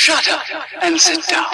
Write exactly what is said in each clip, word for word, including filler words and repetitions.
Shut up and sit down.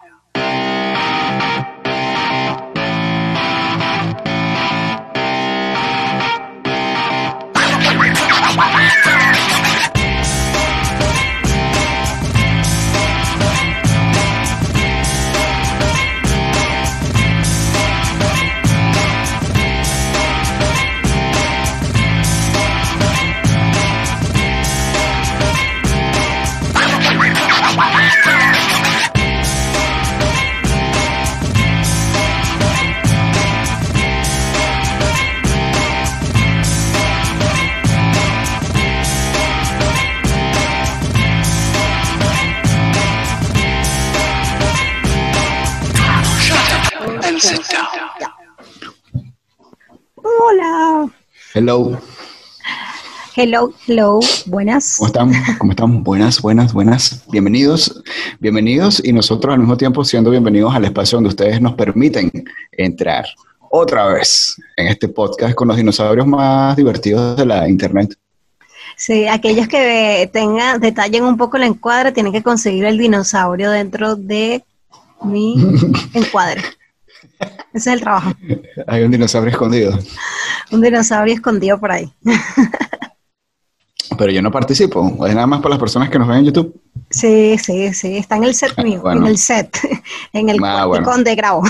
Hola. Hello. Hello, hello. Buenas. ¿Cómo están? ¿Cómo están? Buenas, buenas, buenas. Bienvenidos, bienvenidos y nosotros al mismo tiempo siendo bienvenidos al espacio donde ustedes nos permiten entrar otra vez en este podcast con los dinosaurios más divertidos de la internet. Sí, aquellos que tengan, detallen un poco el encuadre tienen que conseguir el dinosaurio dentro de mi encuadre. Ese es el trabajo. Hay un dinosaurio escondido. Un dinosaurio escondido por ahí. Pero yo no participo. Es nada más para las personas que nos ven en YouTube. Sí, sí, sí. Está en el set Ah, mío. bueno. En el set. En el Ah, cuartico bueno. donde grabo.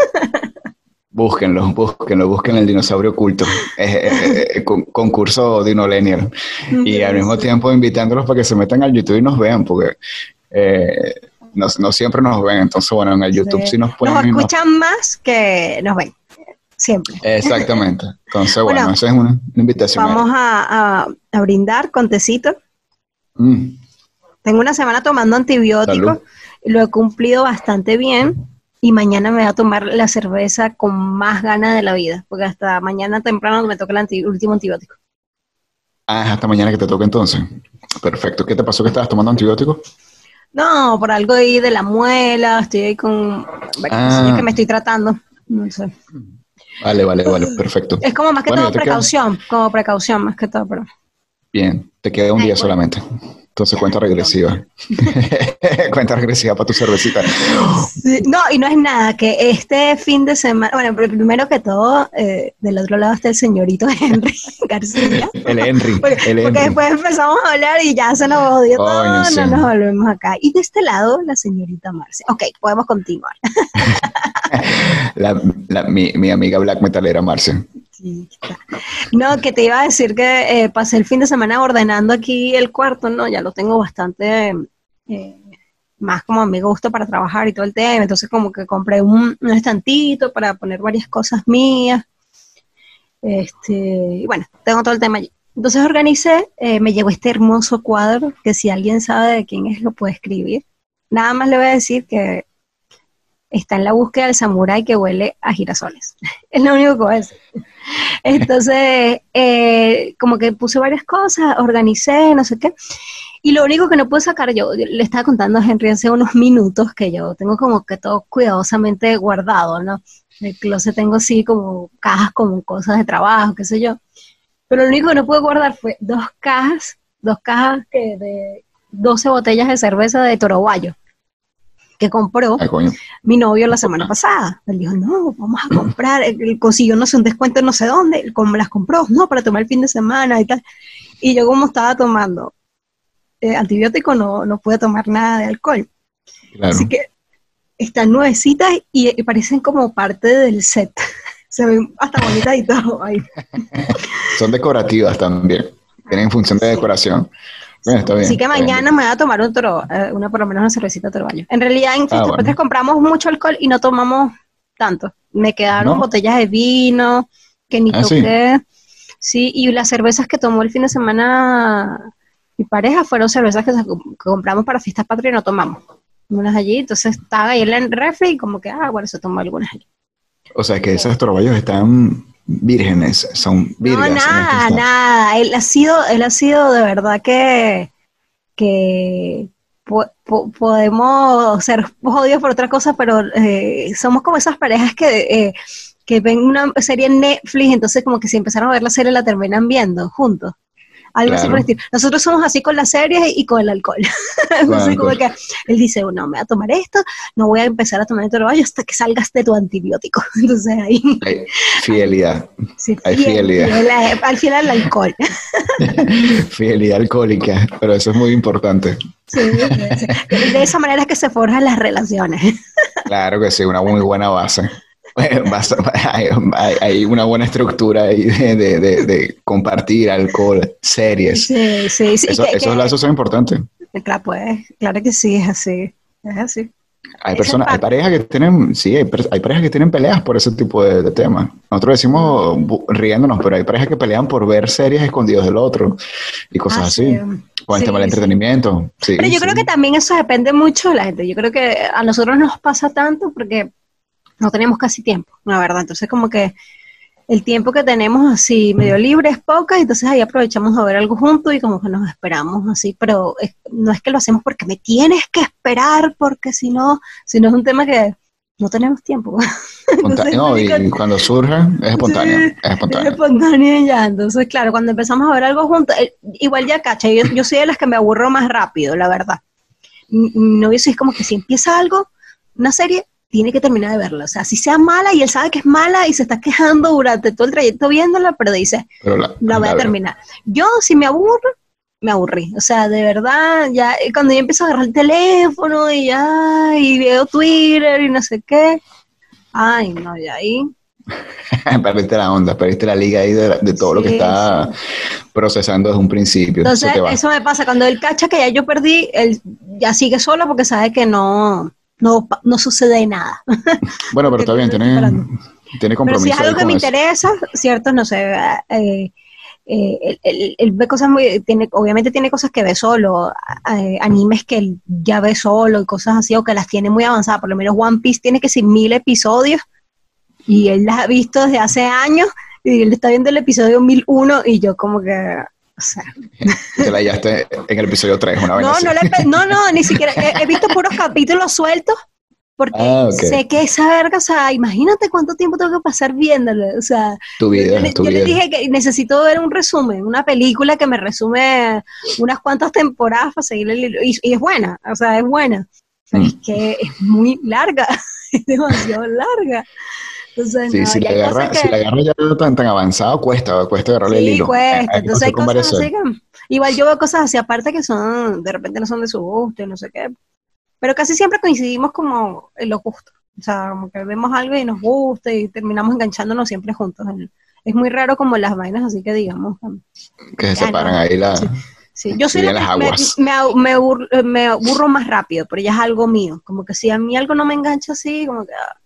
Búsquenlo, búsquenlo, busquen el dinosaurio oculto. Es, es- es con- concurso Dinolenial. Y al mismo tiempo invitándolos para que se metan al YouTube y nos vean, porque eh, no, no siempre nos ven. Entonces, bueno, en el YouTube sí, Sí. nos pueden. Nos y nos- escuchan más que nos ven. Siempre. Exactamente. Entonces, bueno, Bueno, esa es una, una invitación. Vamos a, a, a brindar con tecito. Mm, Tengo una semana tomando antibióticos. Salud. Lo he cumplido bastante bien. Y mañana me voy a tomar la cerveza con más ganas de la vida. Porque hasta mañana temprano me toca el anti- último antibiótico. Ah, hasta mañana que te toque entonces. Perfecto. ¿Qué te pasó que estabas tomando antibióticos? No, por algo ahí de la muela. Estoy ahí con varias Ah. cosillas que me estoy tratando. No sé. Vale, vale, vale. Perfecto. Es como más que Bueno, todo ya te queda- precaución. Como precaución más que todo. Pero Bien, te queda un Ay, día bueno. solamente. Entonces, Ya, cuenta regresiva. Cuenta regresiva para tu cervecita. sí, no, y no es nada, que este fin de semana, bueno, pero primero que todo, eh, del otro lado está el señorito Henry García. El Henry. Porque, El porque Henry. después empezamos a hablar y ya se nos odió todo, Coño, sí. no nos volvemos acá. Y de este lado, la señorita Marcia. Ok, podemos continuar. La, la- mi, mi amiga black metalera Marcia. Sí, está. No, que te iba a decir que eh, pasé el fin de semana ordenando aquí el cuarto, ¿no? Ya lo tengo bastante eh, más como a mi gusto para trabajar y todo el tema. Entonces como que compré un, un estantito para poner varias cosas mías. Este, y bueno, tengo todo el tema allí. Entonces organicé, eh, me llegó este hermoso cuadro que si alguien sabe de quién es lo puede escribir. Nada más le voy a decir que está en la búsqueda del samurái que huele a girasoles. Es lo único que voy a decir. Entonces, eh, como que puse varias cosas, organicé, no sé qué. Y lo único que no pude sacar, yo le estaba contando a Henry hace unos minutos que yo tengo como que todo cuidadosamente guardado, ¿no? En el closet tengo así como cajas con cosas de trabajo, qué sé yo. Pero lo único que no pude guardar fue dos cajas, dos cajas que de doce botellas de cerveza de Toroguayo que compró Ay, coño. mi novio la semana pasada. Él dijo, no, vamos a comprar, él, él consiguió no sé un descuento no sé dónde, él como las compró, no, para tomar el fin de semana y tal. Y yo como estaba tomando eh, antibiótico, no, no pude tomar nada de alcohol. Claro. Así que están nuevecitas y, y parecen como parte del set. Se ven hasta bonitas y todo ahí. Son decorativas también. Tienen función de Sí. decoración. Bueno, está bien. Así que está bien. mañana me voy a tomar un toro, eh, una por lo menos una cervecita de Torobayo. En realidad en Fiestas bueno. Patrias compramos mucho alcohol y no tomamos tanto. Me quedaron ¿No? botellas de vino que ni Ah, sí. toqué. Sí, y las cervezas que tomó el fin de semana mi pareja fueron cervezas que, se- que compramos para Fiestas Patrias y no tomamos. Unas allí, entonces estaba ahí en el refri y como que, ah, bueno, se tomó algunas allí. O sea, que esos torballos están vírgenes, son virgas. No, en este nada, instante. nada. Él ha sido, él ha sido de verdad que, que po- po- podemos ser jodidos por otra cosa, pero eh, somos como esas parejas que, eh, que ven una serie en Netflix, entonces como que si empezaron a ver la serie la terminan viendo juntos. Algo así Claro. por el estilo. Nosotros somos así con las series y con el alcohol. Entonces, como alcohol. que él dice, no, me voy a tomar esto, no voy a empezar a tomar esto hasta que salgas de tu antibiótico. Entonces ahí, Hay fidelidad. sí, Hay fiel, fidelidad. fiel a- al final el alcohol. Fidelidad alcohólica, pero eso es muy importante. Sí, sí. De esa manera es que se forjan las relaciones. Claro que sí, una muy buena base. Basa- Hay, hay- hay una buena estructura ahí de, de- de- de compartir alcohol, series. Sí, sí, sí. Eso- que- esos que- lazos son importantes. claro, pues, claro que sí, es así. Es así. Hay Esa es personas, hay parte. parejas que tienen, sí, hay, per- hay parejas que tienen peleas por ese tipo de, de temas. Nosotros decimos bu- riéndonos, pero hay parejas que pelean por ver series escondidos del otro y cosas Ah, así. sí. Con el Sí, tema del sí. entretenimiento. Sí, Pero yo sí. creo que también eso depende mucho de la gente. Yo creo que a nosotros nos pasa tanto porque no tenemos casi tiempo, la verdad. Entonces, como que el tiempo que tenemos así medio libre es poca, y entonces ahí aprovechamos a ver algo juntos y como que nos esperamos así, pero es- no es que lo hacemos porque me tienes que esperar, porque si no, si no es un tema que no tenemos tiempo. Esponta- Entonces, no, marico, y cuando surge, es espontáneo. sí, Es es espontáneo. espontáneo ya. Entonces, claro, cuando empezamos a ver algo juntos, eh, igual ya cacha, yo, yo soy de las que me aburro más rápido, la verdad. Mi mi novio sí es como que si empieza algo, una serie, tiene que terminar de verla. O sea, si sea mala y él sabe que es mala y se está quejando durante todo el trayecto viéndola, pero dice, Pero la, la voy a la- terminar. Yo, si me aburro, me aburrí. O sea, de verdad, ya eh, cuando yo empiezo a agarrar el teléfono y ya, y veo Twitter y no sé qué, ay, no, ya ahí. perdiste la onda, perdiste la liga ahí de, de todo lo que Sí, está procesando desde un principio. Entonces, Se te va. eso me pasa cuando él cacha que ya yo perdí, él ya sigue solo porque sabe que no, no, pa- no sucede nada. Bueno, pero porque está bien, yo estoy tiene, esperando. tiene Pero si compromiso es ahí algo que con me eso. interesa, cierto, no sé, eh, eh, él, él- él ve cosas muy, tiene, obviamente tiene cosas que ve solo, eh, animes que él ya ve solo y cosas así, o que las tiene muy avanzadas. Por lo menos One Piece tiene que ser mil episodios y él las ha visto desde hace años y él está viendo el episodio mil uno y yo como que, o sea, Te la hallaste en el episodio tres, una vez no, así. no, le pe- no, no, ni siquiera, he, he visto puros capítulos sueltos porque Ah, ok. sé que esa verga, o sea, imagínate cuánto tiempo tengo que pasar viéndolo, o sea, Tu yo, yo vida, le, tu yo le vida. dije que necesito ver un resumen, una película que me resume unas cuantas temporadas para seguir el hilo, y, y es buena, o sea, es buena, pero Mm. es que es muy larga, es demasiado larga, entonces Sí, no, si ya la hay agarra, cosas si la que... agarra ya tan, tan avanzado, cuesta, cuesta agarrarle el Sí, hilo. cuesta. Hay que Entonces hay con cosas varias así que... Igual yo veo cosas así aparte que son, de repente no son de su gusto y no sé qué. Pero casi siempre coincidimos como en los gustos. O sea, como que vemos algo y nos gusta y terminamos enganchándonos siempre juntos. Es muy raro como las vainas así que digamos. que se ya separan no. ahí la, Sí, sí. Yo soy dirían la las que me, aguas. me, abu- me, aburro, me aburro más rápido, pero ya es algo mío. Como que si a mí algo no me engancha así, como que... ah,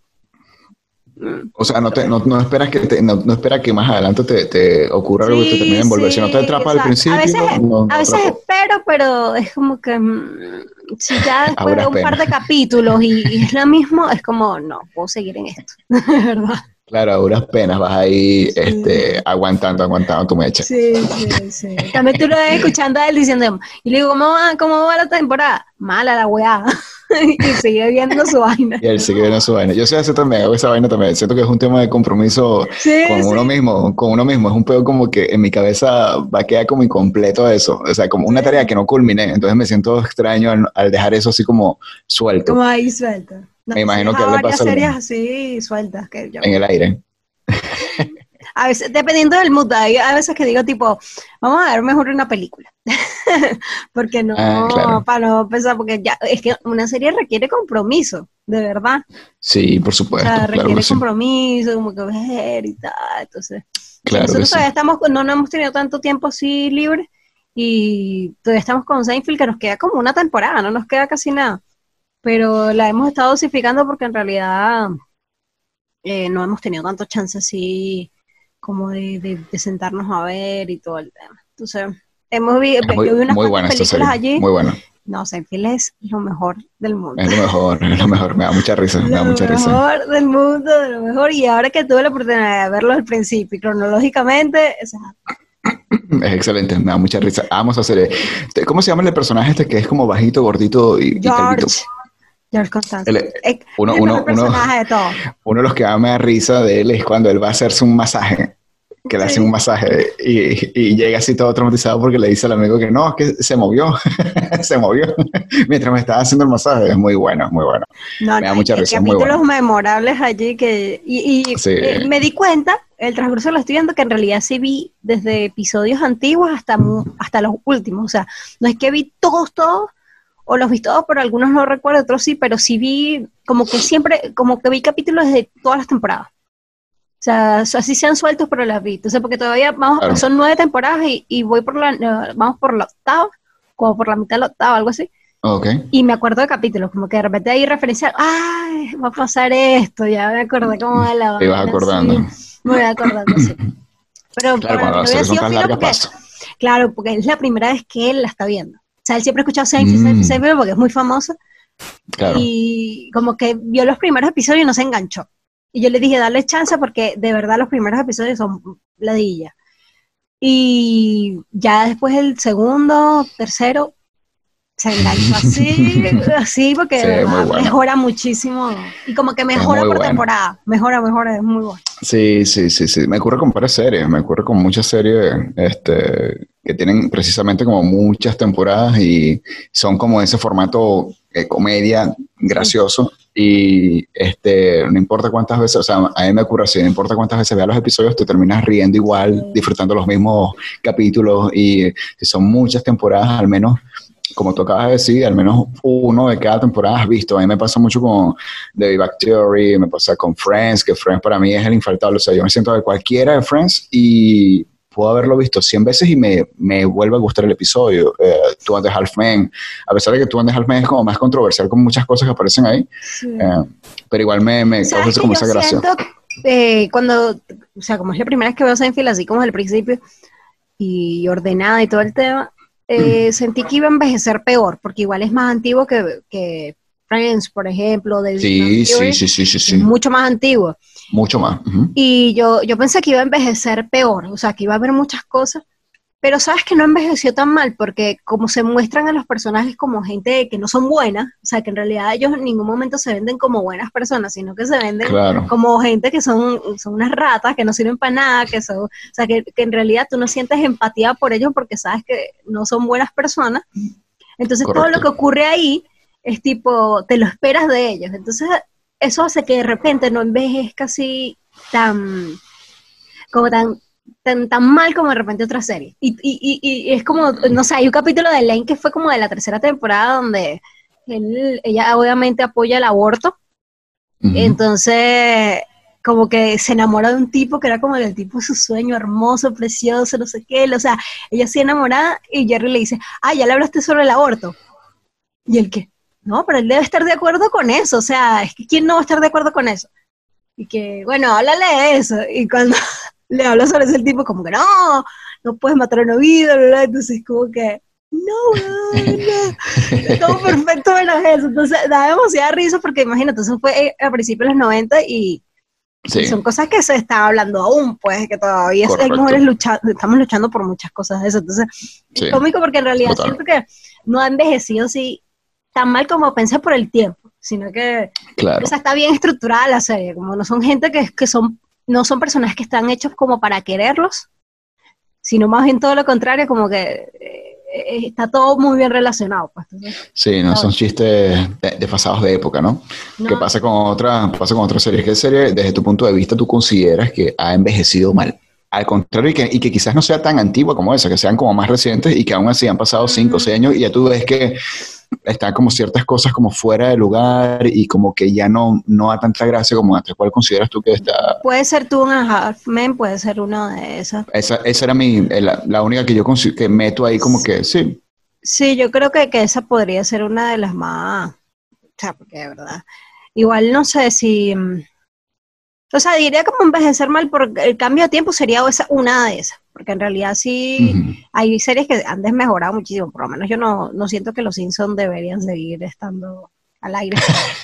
mm. O sea, no, te, no, no esperas que te, no, no esperas que más adelante te, te ocurra algo y te termine de envolver. Si no te sí, atrapa al exacto. principio, A veces, no, no a veces atrapó. espero, pero es como que mm, si ya A después de duras un par de penas. capítulos y, y es lo mismo, es como, no, puedo seguir en esto, de verdad. Claro, a duras penas vas ahí Sí. este, aguantando, aguantando tu mecha. Sí, sí, sí. También tú lo ves escuchando a él diciendo, y le digo, ¿cómo va, cómo va la temporada? Mala la weá. Y sigue viendo su vaina. Y él sigue viendo su vaina. Yo sé hacer también, hago esa vaina también. Siento que es un tema de compromiso Sí, con uno sí. mismo, con uno mismo. Es un pedo como que en mi cabeza va a quedar como incompleto eso. O sea, como una Sí. tarea que no culminé. Entonces me siento extraño al, al dejar eso así como suelto, Como ahí suelta. No, Me imagino sí, que a él le varias pasa lo series mismo. así sueltas que yo... en el aire. A veces, dependiendo del mood, hay a veces que digo tipo, vamos a ver mejor una película. Porque no, Ah, claro. para no pensar, porque ya, es que una serie requiere compromiso, de verdad. Sí, por O supuesto, sea, claro requiere que sí. compromiso, como que ver y tal. Entonces, Claro que nosotros sí. todavía estamos, no, no hemos tenido tanto tiempo así libre y todavía estamos con Seinfeld, que nos queda como una temporada, no nos queda casi nada. Pero la hemos estado dosificando porque en realidad eh, no hemos tenido tanto chance así como de, de, de sentarnos a ver y todo el tema. Entonces, hemos vi, Es muy, yo vi unas muy cuantas buena esta películas serie. allí. Muy buena. No, Seinfeld es lo mejor del mundo. Es lo mejor, es lo mejor. Me da mucha risa, me da Lo mucha risa. mejor del mundo, de lo mejor. Y ahora que tuve la oportunidad de verlo al principio, y cronológicamente, o sea, Es excelente, me da mucha risa. Vamos a hacer. ¿Cómo se llama el personaje este que es como bajito, gordito y, y calvito? George, George Constanza. El- es uno- el uno- mejor personaje de todo. Uno de los que más me da risa de él es cuando él va a hacerse un masaje que le Sí. hacen un masaje y, y llega así todo traumatizado porque le dice al amigo que no, es que se movió, se movió mientras me estaba haciendo el masaje. Es muy bueno, muy bueno. No, Me da no, mucha hay risa, es muy capítulos bueno. memorables allí que... Y, y, Sí, eh, me di cuenta, el transcurso lo estoy viendo, que en realidad sí vi desde episodios antiguos hasta, mu- hasta los últimos. O sea, no es que vi todos, todos, o los vi todos, pero algunos no recuerdo, otros sí, pero sí vi como que siempre, como que vi capítulos de todas las temporadas. O sea, so- así sean sueltos, pero las vi. Entonces, porque todavía vamos, claro. son nueve temporadas y, y voy por la, no, vamos por la octava, como por la mitad de la octava, algo así. Ok. Y me acuerdo de capítulos, como que de repente hay referencia, ¡ay! Va a pasar esto, ya me acordé como de la Te ibas vaina, acordando. sí, me voy acordando, sí. Pero Claro, para cuando mí no las había series son sido tan fino largas porque, pasa. claro, porque es la primera vez que él la está viendo. O sea, él siempre ha escuchado Seinfeld, Mm, Seinfeld, Seinfeld, porque es muy famoso, claro. y como que vio los primeros episodios y no se enganchó. Y yo le dije, dale chance porque de verdad los primeros episodios son ladilla. Y ya después el segundo, tercero, se enganchó así, así, porque de Sí, muy verdad bueno. mejora muchísimo. Y como que Es mejora muy por bueno. temporada. Mejora, mejora, es muy bueno. Sí, sí, sí, sí. Me ocurre con varias series, me ocurre con muchas series este, que tienen precisamente como muchas temporadas y son como ese formato de comedia gracioso y este, no importa cuántas veces, o sea, a mí me ocurre así, no importa cuántas veces veas los episodios, te terminas riendo igual, Sí. disfrutando los mismos capítulos y si son muchas temporadas, al menos como tú acabas de decir, al menos uno de cada temporada has visto. A mí me pasa mucho con The Big Bang Theory, me pasa con Friends, que Friends para mí es el infaltable. O sea, yo me siento de cualquiera de Friends y puedo haberlo visto cien veces y me, me vuelve a gustar el episodio. Eh, Two and a Half Men, a pesar de que Two and a Half Men es como más controversial con muchas cosas que aparecen ahí, Sí. eh, pero igual me, me causa ¿Sabes esa- que como yo esa gracia. siento eh, cuando, o sea, como es la primera vez que veo Seinfeld, así como al principio, y ordenada y todo el tema, eh, sentí que iba a envejecer peor, porque igual es más antiguo que, que Friends, por ejemplo, de Big Bang Sí, Theory, sí, sí, sí, sí, es sí. mucho más antiguo. Mucho más. Ujú. Y yo, yo pensé que iba a envejecer peor, o sea, que iba a haber muchas cosas, pero sabes que no envejeció tan mal, porque como se muestran a los personajes como gente que no son buenas, o sea, que en realidad ellos en ningún momento se venden como buenas personas, sino que se venden Claro, como gente que son, son unas ratas, que no sirven para nada, que son, o sea, que, que en realidad tú no sientes empatía por ellos porque sabes que no son buenas personas. Entonces todo lo que correcto. ocurre ahí es tipo, te lo esperas de ellos. Entonces eso hace que de repente no envejezca así tan, como tan, tan, tan mal como de repente otra serie. Y, y, y, y es como, no sé, hay un capítulo de Lane que fue como de la tercera temporada donde él, ella obviamente apoya el aborto. Ujú. Entonces, como que se enamora de un tipo que era como el tipo de su sueño, hermoso, precioso, no sé qué. O sea, ella sí enamorada y Jerry le dice, ah, ya le hablaste sobre el aborto. Y él que, no, pero él debe estar de acuerdo con eso. O sea, es que ¿quién no va a estar de acuerdo con eso? Y que, bueno, háblale de eso. Y cuando le habla sobre eso, el tipo como que, no, no puedes matar a una vida, bla, bla. Entonces como que, no, weón, no, todo perfecto menos eso. Entonces da demasiada risa porque imagínate, eso fue a principios de los noventa y, y Sí, son cosas que se están hablando aún, pues, que todavía hay correcto. mujeres luchando, estamos luchando por muchas cosas de eso. Entonces, Sí, es cómico porque en realidad total. siento que no ha envejecido así tan mal como pensé por el tiempo, sino que, Claro. o sea, está bien estructurada la serie, como no son gente que, que son, no son personajes que están hechos como para quererlos, sino más bien todo lo contrario, como que eh, eh, está todo muy bien relacionado, pues. Entonces, Sí, no está son bueno. chistes de- desfasados de época, ¿no? No, ¿Qué pasa con otra, pasa con otras series? ¿Qué serie, desde tu punto de vista, tú consideras que ha envejecido mal? Al contrario, y que, y que quizás no sea tan antigua como esa, que sean como más recientes y que aún así han pasado cinco o seis años y ya tú ves que están como ciertas cosas como fuera de lugar y como que ya no, no da tanta gracia como antes. ¿Cuál consideras tú que está? puede ser Two and a Half Men, puede ser una de esas. Esa, esa era mi, la, la única que yo consi- que meto ahí como que sí. Sí, yo creo que, que esa podría ser una de las más, o sea, porque de verdad, igual no sé si, mm, o sea, diría como envejecer mal por el cambio de tiempo sería esa, una de esas, porque en realidad sí Ujú. hay series que han desmejorado muchísimo, por lo menos yo no, no siento que los Simpsons deberían seguir estando al aire,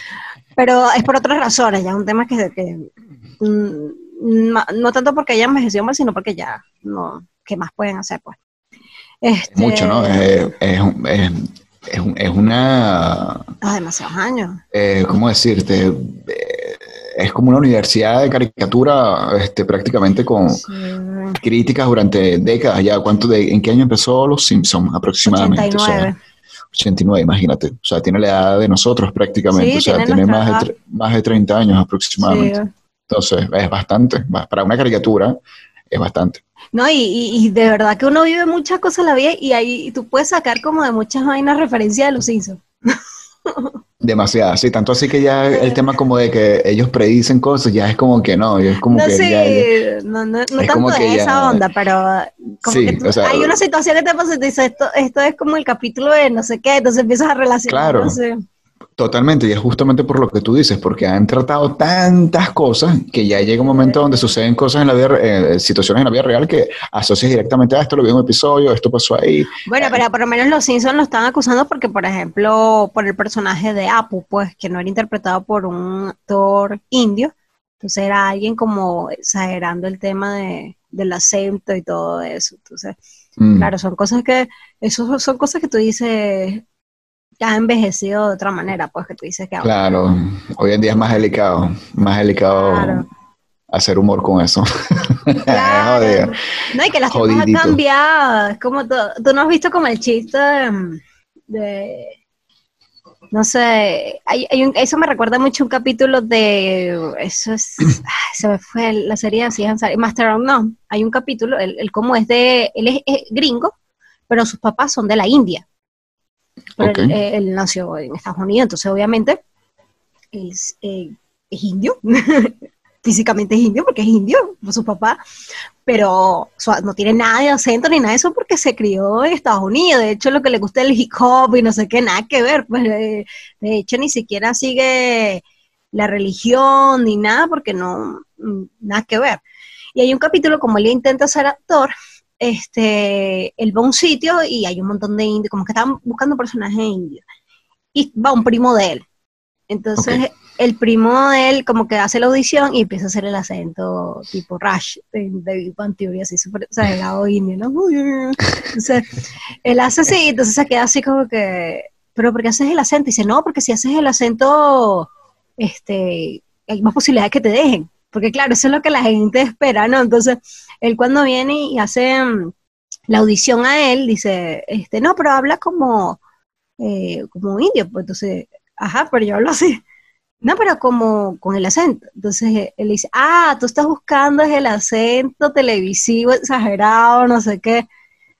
pero es por otras razones, ya es un tema que, que mm, no, no tanto porque hayan envejecido mal, sino porque ya no, ¿qué más pueden hacer, pues? Es mucho, ¿no? Este, Es, es, es, es, un- es una, ah, demasiados años. eh, ¿cómo decirte? Eh, es como una universidad de caricatura este, prácticamente con, Sí. críticas durante décadas ya. ¿Cuánto de, ¿En qué año empezó Los Simpsons aproximadamente? ochenta y nueve. O sea, ochenta y nueve, imagínate. O sea, tiene la edad de nosotros prácticamente. Sí, o sea, tiene tiene más nuestra de, edad. más de treinta años aproximadamente. Sí. Entonces, es bastante. Para una caricatura, es bastante. No, y, y, y de verdad que uno vive muchas cosas en la vida y ahí tú puedes sacar como de muchas vainas referencias de Los Simpsons. Demasiado, sí, tanto así que ya el tema como de que ellos predicen cosas, ya es como que no, ya es como No que ya, ya- sé, no, no, no es tanto como que de esa ya, onda, pero como que sí, tú- o sea, hay una situación que te pasa y te dice, esto, esto es como el capítulo de no sé qué, entonces empiezas a relacionar, no claro, sé. totalmente, y es justamente por lo que tú dices, porque han tratado tantas cosas que ya llega un momento donde suceden cosas en la vida, eh, situaciones en la vida real que asocias directamente a esto, lo vi en un episodio, esto pasó ahí. Bueno, Eh, pero por lo menos los Simpsons lo están acusando porque, por ejemplo, por el personaje de Apu, pues, que no era interpretado por un actor indio, entonces era alguien como exagerando el tema de, del acento y todo eso. Entonces, mm, claro, son cosas que, eso son cosas que tú dices, ya ha envejecido de otra manera, pues, que tú dices que ahora, claro, hoy en día es más delicado, más delicado claro, hacer humor con eso. Es claro, jodido, no, y que los tiempos han jodidito. cambiado, es como, tú, tú no has visto como el chiste de, de no sé, hay, hay un, eso me recuerda mucho un capítulo de, eso es, ah, se me fue la serie así, Master of None. Hay un capítulo, él, él como es de, él es, es gringo, pero sus papás son de la India. Pero Ok. él, eh, él nació en Estados Unidos, entonces obviamente es, eh, es indio, físicamente es indio porque es indio, por su papá, pero o sea, no tiene nada de acento ni nada de eso porque se crió en Estados Unidos. De hecho, lo que le gusta es el hip hop y no sé qué, nada que ver. Pues de, de hecho, ni siquiera sigue la religión ni nada porque no, nada que ver. Y hay un capítulo, como él intenta ser actor, este, él va a un sitio y hay un montón de indios, como que estaban buscando personajes indios. Y va un primo de él. Entonces, Ok. el primo de él como que hace la audición y empieza a hacer el acento tipo Rush de, de Big Bang Theory, así súper exagerado indio, ¿no? Entonces, él hace así, entonces se queda así como que, ¿pero por qué haces el acento? Y dice, no, porque si haces el acento, este, hay más posibilidades que te dejen. Porque claro, eso es lo que la gente espera, ¿no? Entonces, él cuando viene y hace um, la audición a él, dice, este, no, pero habla como, eh, como un indio, pues entonces, ajá, pero yo hablo así. No, pero como con el acento. Entonces eh, él dice, ah, tú estás buscando es el acento televisivo exagerado, no sé qué.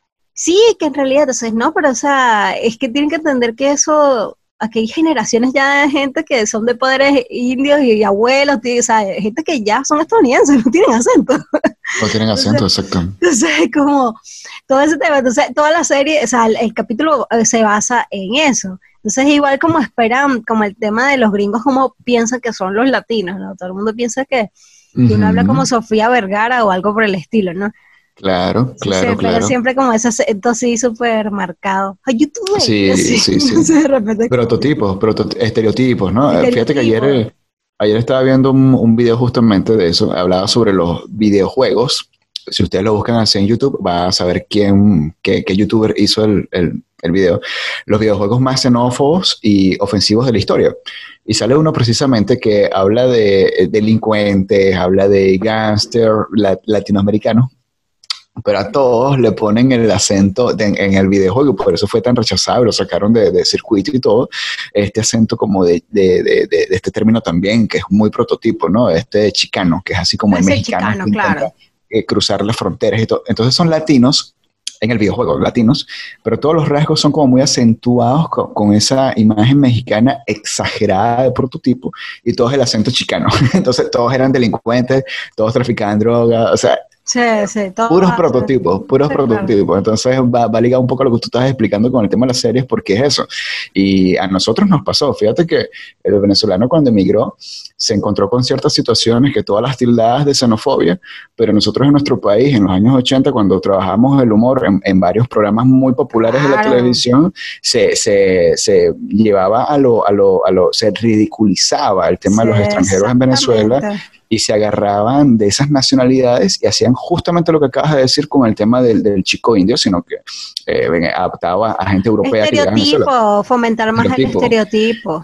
Sí, que en realidad, entonces, no, pero o sea, es que tienen que entender que eso, aquí hay generaciones ya de gente que son de padres indios y, y abuelos, tío, o sea, gente que ya son estadounidenses, no tienen acento. No tienen Entonces, acento, exacto. entonces, como todo ese tema, entonces toda la serie, o sea, el, el capítulo eh, se basa en eso. Entonces, igual como esperan, como el tema de los gringos, como piensan que son los latinos, ¿no? Todo el mundo piensa que, que uno habla como Ujú. Sofía Vergara o algo por el estilo, ¿no? Claro, Entonces claro, se pega claro. siempre como ese acento así súper marcado. How you doing? Sí, Así, sí, sí. entonces de repente como Prototipos, proto- estereotipos, ¿no? Eh, Fíjate que estereotipo. ayer, ayer estaba viendo un, un video justamente de eso, hablaba sobre los videojuegos. Si ustedes lo buscan así en YouTube, va a saber quién, qué, qué youtuber hizo el, el, el video. Los videojuegos más xenófobos y ofensivos de la historia. Y sale uno precisamente que habla de eh, delincuentes, habla de gángster la- latinoamericanos, pero a todos le ponen el acento de- en el videojuego, por eso fue tan rechazado, lo sacaron de, de circuito y todo, este acento como de, de, de, de- de este término también, que es muy prototipo, ¿no? Este chicano, que es así como el Ese mexicano chicano, que intenta claro. eh, cruzar las fronteras y todo. Entonces son latinos, en el videojuego, latinos, pero todos los rasgos son como muy acentuados con, con esa imagen mexicana exagerada de prototipo y todo es el acento chicano. Entonces todos eran delincuentes, todos traficaban droga, o sea, Sí, sí, todo puros hace. prototipos, puros Sí, claro. prototipos. Entonces va, va ligado un poco a lo que tú estás explicando con el tema de las series, porque es eso. Y a nosotros nos pasó. Fíjate que el venezolano cuando emigró se encontró con ciertas situaciones que todas las tildadas de xenofobia, pero nosotros en nuestro país, en los años ochenta, cuando trabajamos el humor en, en varios programas muy populares de la Claro. televisión, se, se, se llevaba a lo, a, lo, a lo, se ridiculizaba el tema Sí, de los extranjeros en Venezuela exactamente. y se agarraban de esas nacionalidades y hacían justamente lo que acabas de decir con el tema del, del chico indio, sino que eh, adaptaba a gente europea que llegaba a Venezuela. Estereotipo, fomentar más el Estereotipo. estereotipo.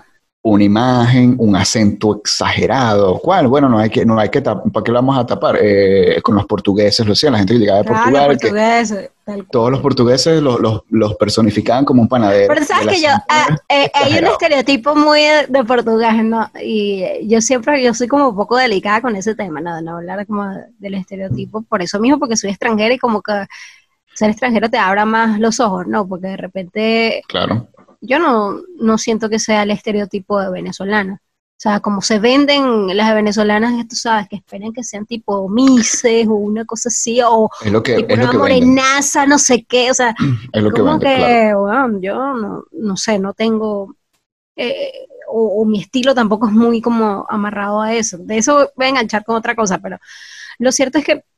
una imagen, un acento exagerado. ¿Cuál? Bueno, no hay que, no hay que tap- ¿para qué lo vamos a tapar? Eh, con los portugueses, lo hacían, la gente que llegaba de Claro, Portugal, los que portugueses, tal cual. todos los portugueses los, los, los personificaban como un panadero. Pero sabes El que yo, acento ah, era eh, hay un exagerado. estereotipo muy de, de portugués, ¿no? Y eh, yo siempre, yo soy como un poco delicada con ese tema, ¿no? De no hablar como de- del estereotipo, por eso mismo, porque soy extranjera y como que ser extranjero te abra más los ojos, ¿no? Porque de repente Claro. yo no, no siento que sea el estereotipo de venezolana. O sea, como se venden las venezolanas, tú sabes, que esperan que sean tipo mises o una cosa así, o Es lo que, tipo es lo una que venden. morenaza, no sé qué, o sea, Es es lo que como venden, claro. que, bueno, yo no, no sé, no tengo, eh, o, o mi estilo tampoco es muy como amarrado a eso. De eso voy a enganchar con otra cosa, pero lo cierto es que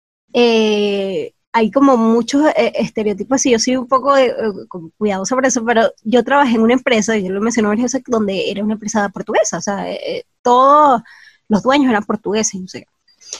eh, hay como muchos eh, estereotipos y yo soy un poco de, eh, con cuidado sobre eso, pero yo trabajé en una empresa, yo lo mencioné varias veces, donde era una empresa portuguesa, o sea, eh, todos los dueños eran portugueses, no sé.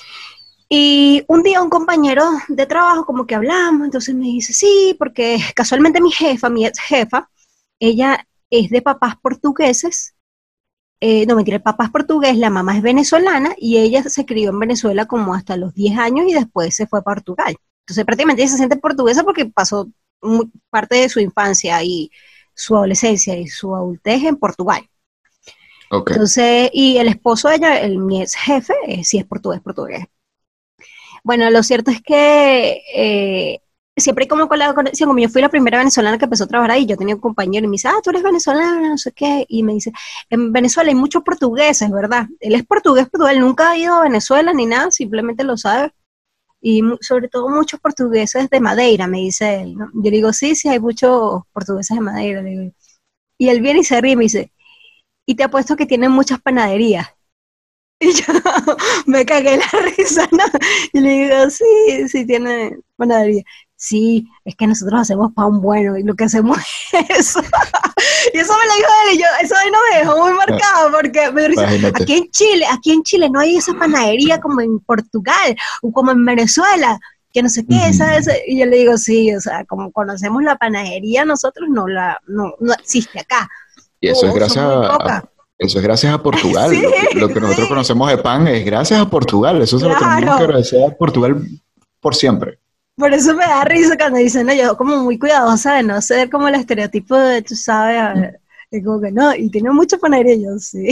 Y un día un compañero de trabajo como que hablamos, entonces me dice, sí, porque casualmente mi jefa, mi ex jefa, ella es de papás portugueses, eh, no mentira, el papá es portugués, la mamá es venezolana y ella se crió en Venezuela como hasta los diez años y después se fue a Portugal. Entonces prácticamente ella se siente portuguesa porque pasó muy, parte de su infancia y su adolescencia y su adultez en Portugal. Ok. Entonces, y el esposo de ella, el, mi ex jefe, eh, sí es portugués, portugués. Bueno, lo cierto es que eh, siempre hay como con la conexión, como yo fui la primera venezolana que empezó a trabajar ahí, yo tenía un compañero y me dice, ah, tú eres venezolana, no sé qué, y me dice, en Venezuela hay muchos portugueses, ¿verdad? Él es portugués, pero él nunca ha ido a Venezuela ni nada, simplemente lo sabe, y mu- sobre todo muchos portugueses de Madeira, me dice él, ¿no? Yo le digo, sí, sí, hay muchos portugueses de Madeira, le digo. Y él viene y se ríe y me dice, y te apuesto que tienen muchas panaderías. Y yo me cagué la risa, ¿no? Y le digo, sí, sí tiene panadería. Sí, es que nosotros hacemos pan bueno y lo que hacemos es eso. Y eso me lo dijo él y yo, eso ahí no me dejó muy marcado porque me dice, Imagínate. aquí en Chile, aquí en Chile no hay esa panadería como en Portugal o como en Venezuela, que no sé qué, Ujú. ¿sabes? Y yo le digo, sí, o sea, como conocemos la panadería, nosotros no la, no, no existe acá, Y eso es o, o son gracias muy a, pocas. a- eso es gracias a Portugal. Sí, Lo que, lo que nosotros sí, conocemos de pan es gracias a Portugal. Eso se lo tenemos que claro. agradecer a Portugal por siempre. Por eso me da risa cuando dicen, no, yo como muy cuidadosa de no ser como el estereotipo de, tú sabes, a- de como que no, y tiene mucho panadería, yo sí.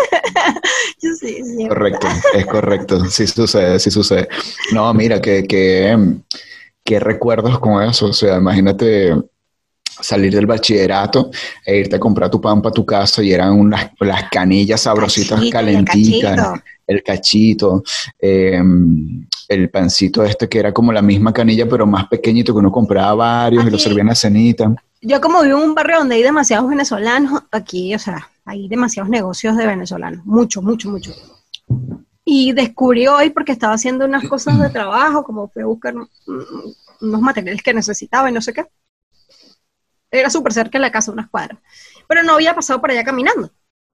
Yo sí, sí, es verdad. Correcto, es correcto. Sí sucede, sí sucede. No, mira, que, que, em, qué recuerdos con eso. O sea, imagínate salir del bachillerato e irte a comprar tu pan para tu casa y eran unas las canillas sabrositas Cachito y el calenticas, cachito. el cachito, eh, el pancito este que era como la misma canilla pero más pequeñito que uno compraba varios y lo Aquí, servían a cenita. yo como vivo en un barrio donde hay demasiados venezolanos, aquí, o sea, hay demasiados negocios de venezolanos, mucho, mucho, mucho. Y descubrí hoy, porque estaba haciendo unas cosas de trabajo, como fui a buscar mm, unos materiales que necesitaba y no sé qué. Era súper cerca de la casa, unas cuadras. Pero no había pasado por allá caminando.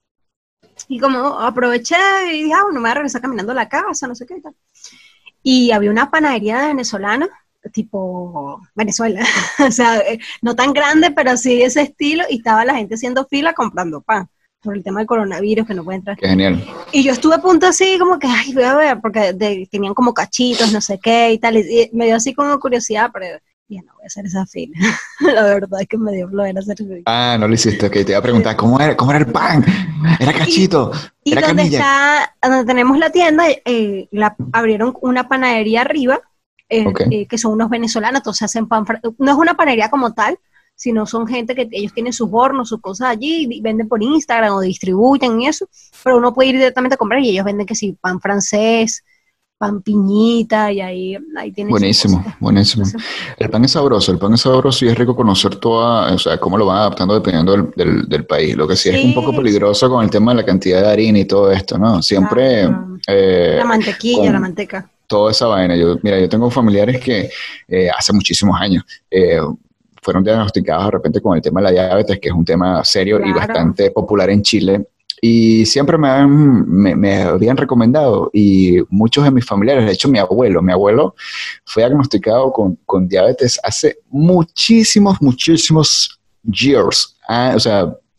Y como aproveché y dije, ah, bueno, me voy a regresar caminando a la casa, no sé qué y tal. Y había una panadería de venezolana, tipo Venezuela, o sea, eh, no tan grande, pero sí ese estilo, y estaba la gente haciendo fila comprando pan, por el tema del coronavirus que no puede entrar. Qué genial. Y yo estuve a punto así como que, ay, voy a ver, porque de- tenían como cachitos, no sé qué y tal, y, y me dio así como curiosidad, pero ya no voy a hacer esa fila. La verdad es que me dio flojera hacer fila. Ah, no lo hiciste, ok, te iba a preguntar, ¿cómo era, cómo era el pan? ¿Era Y, cachito? y ¿Era donde canilla? está, donde tenemos la tienda, eh, la, abrieron una panadería arriba, eh, Ok. eh, que son unos venezolanos, entonces hacen pan, fra- no es una panadería como tal, sino son gente que ellos tienen sus hornos, sus cosas allí, y venden por Instagram o distribuyen y eso, pero uno puede ir directamente a comprar y ellos venden que sí, pan francés, pan piñita, y ahí, ahí tienen sus Buenísimo, cositas. buenísimo. Entonces, El pan es sabroso, el pan es sabroso y es rico conocer toda, o sea, cómo lo van adaptando dependiendo del, del, del país. Lo que sí es un poco sí, sí, peligroso con el tema de la cantidad de harina y todo esto, ¿no? Siempre claro. eh, La mantequilla, la con manteca. toda esa vaina. Yo, mira, yo tengo familiares que eh, hace muchísimos años eh, fueron diagnosticados de repente con el tema de la diabetes, que es un tema serio y Claro. bastante popular en Chile. Y siempre me, han, me, me habían recomendado, y muchos de mis familiares, de hecho mi abuelo, mi abuelo fue diagnosticado con, con diabetes hace muchísimos, muchísimos years. Ah, o sea,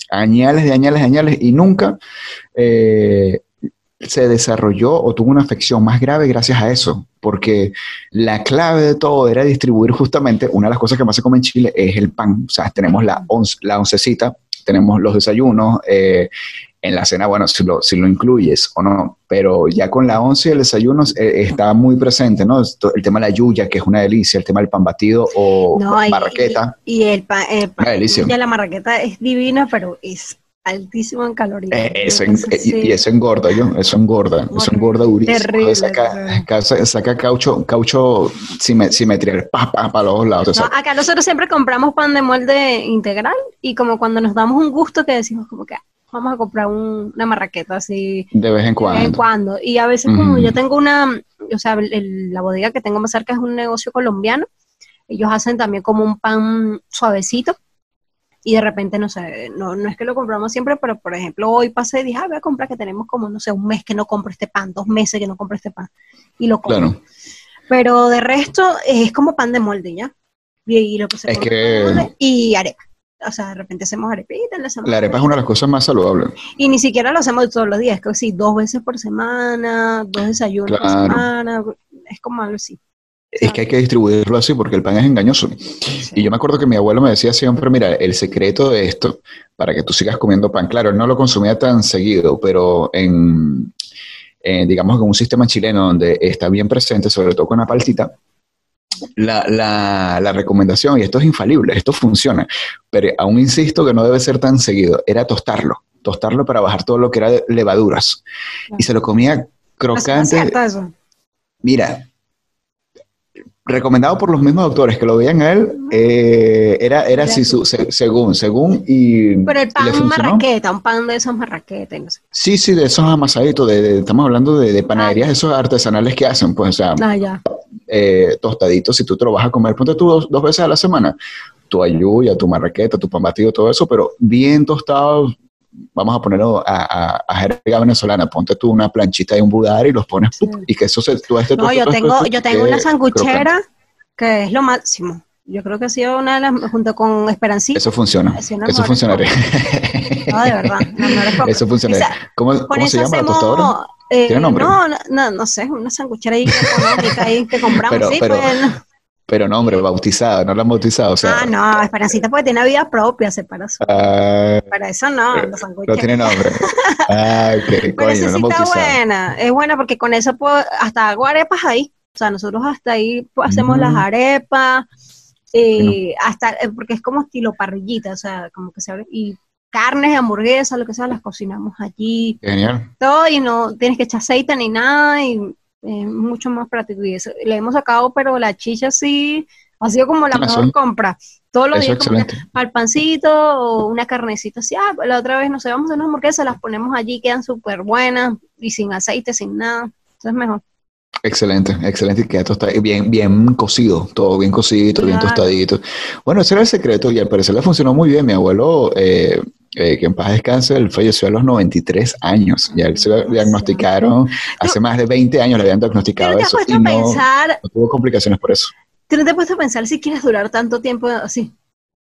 añales de añales de añales y nunca eh, se desarrolló o tuvo una afección más grave gracias a eso, porque la clave de todo era distribuir justamente, una de las cosas que más se come en Chile es el pan, o sea, tenemos la, once, la oncecita, tenemos los desayunos, eh, en la cena, bueno, si lo, si lo incluyes o no, pero ya con la once y el desayuno eh, está muy presente, ¿no? El tema de la yuya, que es una delicia, el tema del pan batido o No, y, marraqueta. Y, y el pan, el pan una delicia. Ya la marraqueta es divina, pero es altísimo en calorías. Eh, eso en, Entonces, y, sí. y eso engorda, yo, eso engorda, Horrible, eso engorda durísimo. terrible, saca, terrible. saca, saca caucho, caucho sime, simetría, pa, pa, para los dos lados. No, acá nosotros siempre compramos pan de molde integral y como cuando nos damos un gusto que decimos como que vamos a comprar un, una marraqueta así de vez en cuando. De vez en cuando. Y a veces como Mm. yo tengo una, o sea, el, la bodega que tengo más cerca es un negocio colombiano, ellos hacen también como un pan suavecito y de repente, no sé, no, no es que lo compramos siempre, pero por ejemplo hoy pasé y dije, ah, voy a comprar que tenemos como, no sé, un mes que no compro este pan, dos meses que no compro este pan y lo compro. Claro. Pero de resto es como pan de molde, ¿ya? Y, y lo que se Es come que- pan de molde y arepa. O sea, de repente hacemos arepita, le hacemos La arepa es una de las cosas más saludables. y ni siquiera lo hacemos todos los días, que sí, dos veces por semana, dos desayunos por Claro. semana, es como algo así. Es que hay que distribuirlo así porque el pan es engañoso. Y yo me acuerdo que mi abuelo me decía siempre, mira, el secreto de esto, para que tú sigas comiendo pan, claro, él no lo consumía tan seguido, pero en, en, digamos que en un sistema chileno donde está bien presente, sobre todo con la paltita, la, la, la recomendación, y esto es infalible, esto funciona, pero aún insisto que no debe ser tan seguido, era tostarlo, tostarlo para bajar todo lo que era de levaduras. Y se lo comía ¿No es crocante. cierto eso? Mira, recomendado por los mismos doctores que lo veían a él, eh, era, era así, su, se- según, según, y Pero el le pan funcionó. marraqueta, un pan de esos marraqueta y no sé. Sí, sí, de esos amasaditos, de, de- estamos hablando de, de panaderías, Ah, esos artesanales que hacen, pues, o sea, Ah, ya. eh, tostaditos, si tú te lo vas a comer, ponte tú dos, dos veces a la semana, tu ayuya, tu marraqueta, tu pan batido, todo eso, pero bien tostados, vamos a ponerlo a, a, a jerga venezolana, ponte tú una planchita y un budar y los pones, Sí. ¡pup! Y que eso se, tú este No, yo tengo, yo tengo una sanguchera que es lo máximo. Yo creo que ha sido una de las, junto con Esperancita. Eso funciona, ha sido una eso mejor funcionaría. No, de verdad, las mejores compras. Eso funcionaría. Esa- ¿Cómo, Con cómo se eso llama la hacemos, tostadora? eh, ¿Tiene nombre? No, no, no, no sé, una sanguchera ahí económica ahí que compramos, Pero- sí, pero- pues, no. Pero nombre, bautizada, no la han bautizado, o sea, Ah, no, Esperancita porque tiene vida propia, se para, su- ah, para eso no, la no sanguchera. tiene nombre. Ah, ok, Pero coño, esa no sí la han está bautizado. buena, es buena porque con eso puedo, hasta hago arepas ahí, o sea, nosotros hasta ahí pues, hacemos Mm. las arepas, eh, hasta, eh, porque es como estilo parrillita, o sea, como que se abre, y carnes, hamburguesas, lo que sea, las cocinamos allí, Genial. todo, y no tienes que echar aceite ni nada, y es mucho más práctico, y eso, le hemos sacado, pero la chicha sí, ha sido como la Ah, mejor eso- compra, todos los Eso es días como que excelente. al pancito o una carnecita así, ah, la otra vez no sé, vamos a hacer unas hamburguesas, las ponemos allí, quedan súper buenas y sin aceite, sin nada, eso es mejor. Excelente, excelente. Y queda tostado, bien, bien cocido, todo bien cocidito, bien Claro. tostadito. Bueno, ese era el secreto y al parecer le funcionó muy bien. Mi abuelo, eh, eh, que en paz descanse, él falleció a los noventa y tres años. Ya él se Demasiado. diagnosticaron, hace más de veinte años le habían ¿Tú diagnosticado no te has eso puesto y a no, pensar, no tuvo complicaciones por eso. tú no te has puesto a pensar si quieres durar tanto tiempo así?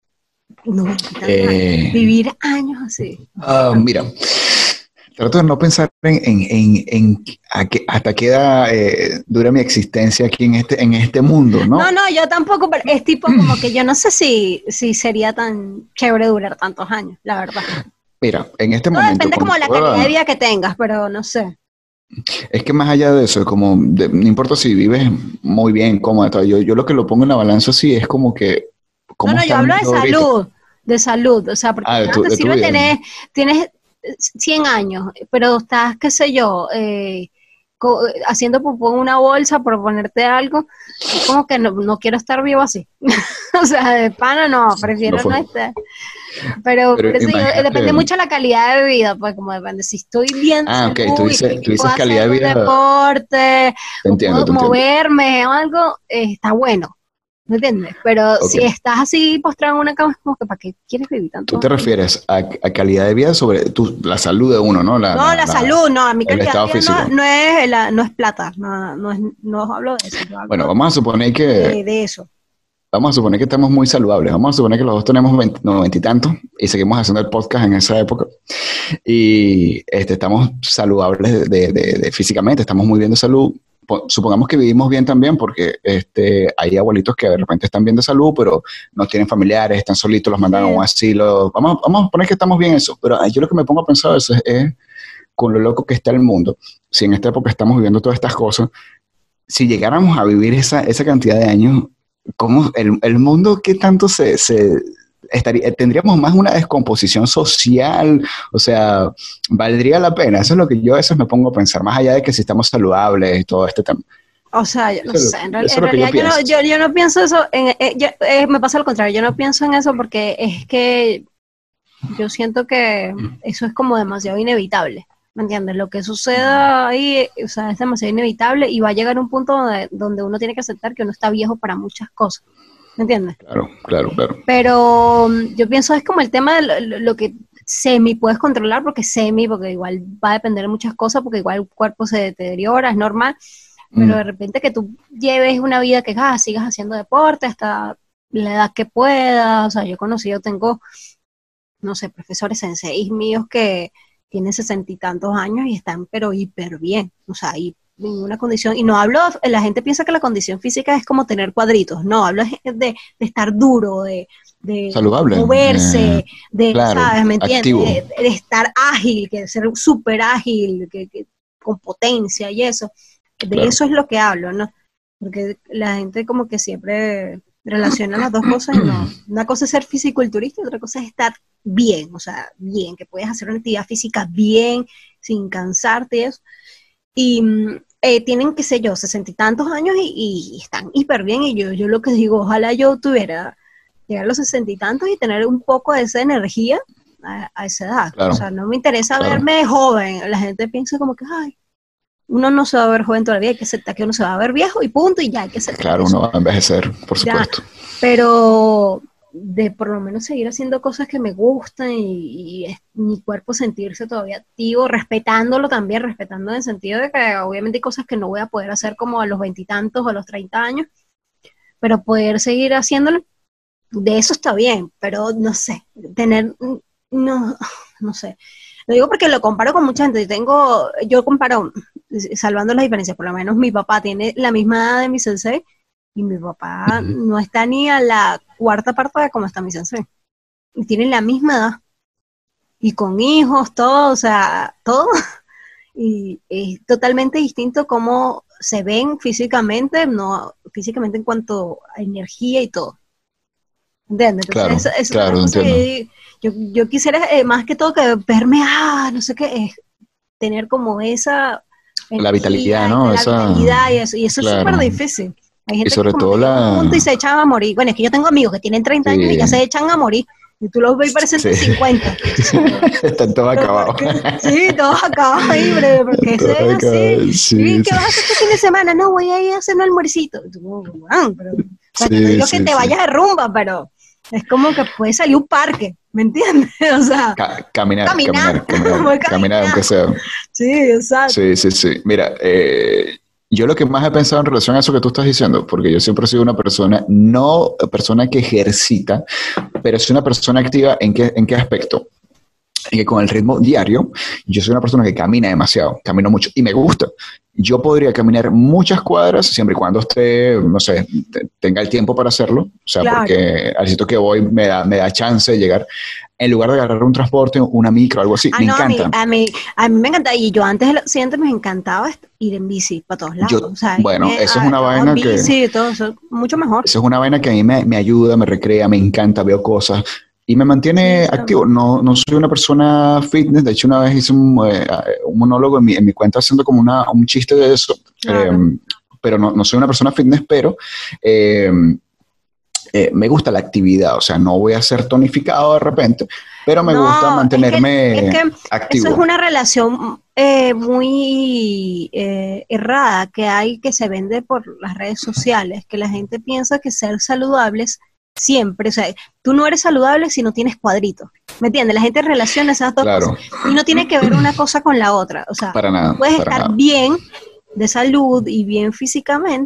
No, tantos años. Eh, Vivir años así. ah, mira, trato de no pensar en, en, en, en a qué- hasta qué edad eh, dura mi existencia aquí en este, en este mundo, ¿no? No, no, yo tampoco, pero es tipo como que yo no sé si, si sería tan chévere durar tantos años, la verdad. Mira, en este Todo momento... depende como con la toda- calidad de vida que tengas, pero no sé. Es que más allá de eso, es como, de- no importa si vives muy bien, cómodo, tal, yo, yo lo que lo pongo en la balanza sí es como que... ¿cómo No, no, está yo el hablo de mundo ahorita? salud, de salud, o sea, porque Ah, de nada tu- te de tu sirve vida. tener, tienes cien años, pero estás, qué sé yo, eh, co- haciendo popó en una bolsa por ponerte algo, es como que no, no quiero estar vivo así. O sea, de pana no, prefiero No no, fue. estar. Pero, Pero por eso digo, imagínate- depende mucho de la calidad de vida, pues como depende, si estoy bien de Ah, ok, salud tú y- dices- y tú dices puedo calidad hacer de un vida. deporte, Te o entiendo, puedo te entiendo. moverme o algo, eh, está bueno. ¿Me entiendes? Pero Ok. si estás así postrado en una cama, es como que ¿para qué quieres vivir tanto? Tú te refieres a, a calidad de vida sobre tu, la salud de uno, ¿no? La, No, la, salud, no, a mi el calidad estado de vida no, físico. no es, la, no es plata, no, no, es, no hablo de eso, yo hablo Bueno, vamos a suponer que... de, de eso. vamos a suponer que estamos muy saludables, vamos a suponer que los dos tenemos veinte, no, veinte y tantos y seguimos haciendo el podcast en esa época y este, estamos saludables de, de, de, de físicamente, estamos muy bien de salud. Supongamos que vivimos bien también porque este, hay abuelitos que de repente están bien de salud, pero no tienen familiares, están solitos, los mandan a un asilo. Vamos, vamos a poner que estamos bien en eso, pero yo lo que me pongo a pensar a veces es con lo loco que está el mundo. Si en esta época estamos viviendo todas estas cosas, si llegáramos a vivir esa, esa cantidad de años, ¿cómo el, el mundo qué tanto se... se Estaría, tendríamos más una descomposición social, o sea, valdría la pena. Eso es lo que yo a veces me pongo a pensar, más allá de que si estamos saludables y todo este tema. O sea, yo no Eso sé, es en, lo- real- eso en es lo que yo realidad yo no, pienso. yo, yo no pienso eso, en, eh, yo- eh, me pasa lo contrario, yo no pienso en eso porque es que yo siento que eso es como demasiado inevitable, ¿me entiendes? Lo que suceda ahí, o sea, es demasiado inevitable y va a llegar un punto donde, donde uno tiene que aceptar que uno está viejo para muchas cosas, ¿me entiendes? Claro, claro, claro. Pero mm, yo pienso es como el tema de lo, lo- lo que semi puedes controlar, porque semi, porque igual va a depender de muchas cosas, porque igual el cuerpo se deteriora, es normal, pero Mm. de repente que tú lleves una vida que ah, sigas haciendo deporte hasta la edad que puedas, o sea, yo he conocido, tengo, no sé, profesores senseis míos que tienen sesenta y tantos años y están pero hiper bien, o sea, y ninguna condición, y no hablo, la gente piensa que la condición física es como tener cuadritos, no, hablo de, de estar duro, de, de Saludable. moverse, eh, de, claro, ¿sabes? ¿Me entiendes? activo. De, de estar ágil, que ser súper ágil, que, que, con potencia y eso, de Claro. eso es lo que hablo, ¿no? Porque la gente como que siempre relaciona las dos cosas y no, una cosa es ser fisiculturista y otra cosa es estar bien, o sea, bien, que puedes hacer una actividad física bien, sin cansarte y eso. Y mm, eh, tienen, qué sé yo, sesenta y tantos años y, y están hiper bien. Y yo, yo lo que digo, ojalá yo tuviera, llegar a los sesenta y tantos y tener un poco de esa energía a, a esa edad. Claro. O sea, no me interesa Claro. verme joven. La gente piensa como que, ay, uno no se va a ver joven todavía, hay que aceptar que uno se va a ver viejo y punto, y ya hay que aceptar Claro, eso. uno va a envejecer, por Ya. supuesto. Pero de por lo menos seguir haciendo cosas que me gustan y, y es- mi cuerpo sentirse todavía activo, respetándolo también, respetando en el sentido de que obviamente hay cosas que no voy a poder hacer como a los veintitantos o a los treinta años, pero poder seguir haciéndolo, de eso está bien, pero no sé, tener, no, no sé. Lo digo porque lo comparo con mucha gente. Tengo, yo comparo, salvando las diferencias, por lo menos mi papá tiene la misma edad de mi sensei y mi papá Ujú. no está ni a la cuarta parte de cómo está mi sensei. Y tienen la misma edad. Y con hijos, todo, o sea, todo. Y es totalmente distinto cómo se ven físicamente, no físicamente en cuanto a energía y todo. ¿Entiendes? Entonces, Claro, eso, eso es claro, una cosa entiendo. que yo, yo quisiera, eh, más que todo, que verme, ah, no sé qué, es tener como esa La energía, vitalidad, ¿no? la Esa, vitalidad y eso, y eso es claro. súper difícil. Hay Y gente que sobre como todo que llega a un la... punto y se echan a morir. Bueno, es que yo tengo amigos que tienen treinta años y ya Sí, se echan a morir. Y tú los ves y parecen de sí. cincuenta. Están todos Pero acabados. porque- sí, todos acabados ahí, breve, porque Todos se ven así. acabados, ¿Y sí, qué vas a hacer este fin de semana? No, voy a ir a hacer un almuercito. Y tú, "Bueno, pero, o sea, yo no sí, digo sí, que te sí. vayas de rumba, pero es como que puede salir un parque, ¿me entiendes? O sea, Ca- caminar, caminar, caminar, caminar, voy a caminar, aunque caminar. sea. Sí, exacto. Sí, sí, sí. Mira, eh, yo lo que más he pensado en relación a eso que tú estás diciendo, porque yo siempre he sido una persona, no persona que ejercita, pero soy una persona activa. ¿En qué, en qué aspecto? En que con el ritmo diario, yo soy una persona que camina demasiado, camino mucho y me gusta. Yo podría caminar muchas cuadras siempre y cuando esté, no sé, te- tenga el tiempo para hacerlo. O sea, Claro. porque al sitio que voy me da, me da chance de llegar. En lugar de agarrar un transporte, una micro, algo así. Ah, Me no, a mí, encanta. a mí, a mí me encanta. Y yo antes del accidente me encantaba est- ir en bici para todos lados. Yo, O sea, bueno, irme eso es a- una a vaina que... bici y todo eso, mucho mejor. Eso es una vaina que a mí me, me ayuda, me recrea, me encanta, veo cosas y me Sí, mantiene o sea, activo. No, no soy una persona fitness. De hecho, una vez hice un, eh, un monólogo en mi, en mi cuenta haciendo como una, un chiste de eso. claro. Eh, pero no, no soy una persona fitness, pero eh, eh, me gusta la actividad. O sea, no voy a ser tonificado de repente, pero me gusta No, es que, mantenerme es que eso es activo. una relación eh, muy eh, errada que hay, que se vende por las redes sociales, que la gente piensa que ser saludables siempre, o sea, tú no eres saludable si no tienes cuadritos, ¿me entiendes? La gente relaciona esas dos Claro, cosas y no tiene que ver una cosa con la otra, o sea, para tú nada, puedes para estar nada. bien de salud y bien físicamente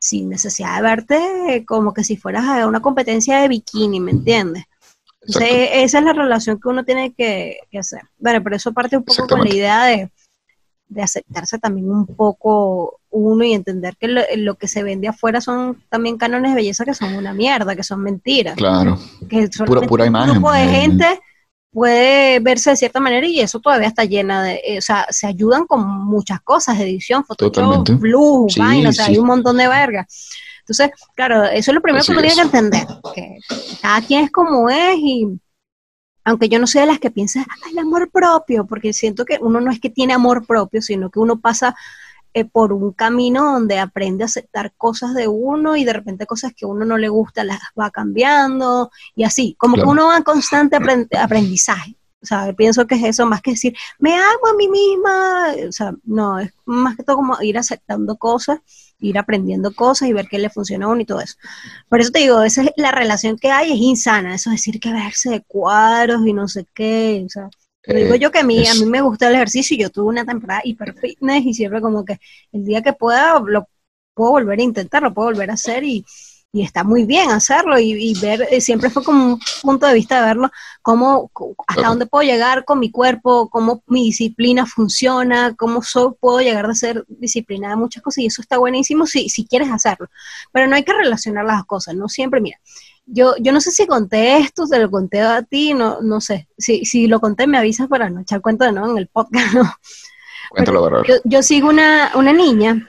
sin necesidad de verte como que si fueras a una competencia de bikini, ¿me entiendes? Entonces, Exacto. esa es la relación que uno tiene que, que hacer. Bueno, pero eso parte un poco con la Exactamente. idea de, de aceptarse también un poco uno y entender que lo, lo que se vende afuera son también cánones de belleza que son una mierda, que son mentiras, Claro. que Pura, solamente pura un imagen. grupo de eh, gente puede verse de cierta manera y eso todavía está llena de, eh, o sea, se ayudan con muchas cosas, edición, Photoshop, Totalmente. Blue, Vine, o Sí, sea, hay sí. un montón de verga. Entonces, claro, eso es lo primero que Así uno tiene que es. entender, que cada quien es como es y aunque yo no soy de las que piensa, ay, el amor propio, porque siento que uno no es que tiene amor propio, sino que uno pasa eh, por un camino donde aprende a aceptar cosas de uno y de repente cosas que a uno no le gusta las va cambiando y así, como que Claro. uno va en constante aprend aprendizaje. O sea, pienso que es eso más que decir, me amo a mí misma, o sea, no, es más que todo como ir aceptando cosas, ir aprendiendo cosas y ver qué le funciona a uno y todo eso. Por eso te digo, esa es la relación que hay, es insana, eso es decir que verse de cuadros y no sé qué, o sea, lo digo Eh, yo que a mí, a mí es, me gusta el ejercicio y yo tuve una temporada hiper fitness y siempre como que el día que pueda lo puedo volver a intentar, lo puedo volver a hacer y, y está muy bien hacerlo y, y ver, eh, siempre fue como un punto de vista de verlo, cómo, hasta claro. dónde puedo llegar con mi cuerpo, cómo mi disciplina funciona, cómo soy, puedo llegar a ser disciplinada en muchas cosas y eso está buenísimo si, si quieres hacerlo, pero no hay que relacionar las cosas, no siempre, mira, yo, yo no sé si conté esto, se lo conté a ti, no, no sé, si, si lo conté me avisas para no echar cuento de nuevo en el podcast, ¿no? Pero Cuéntalo, Bárbara. yo, yo sigo una, una niña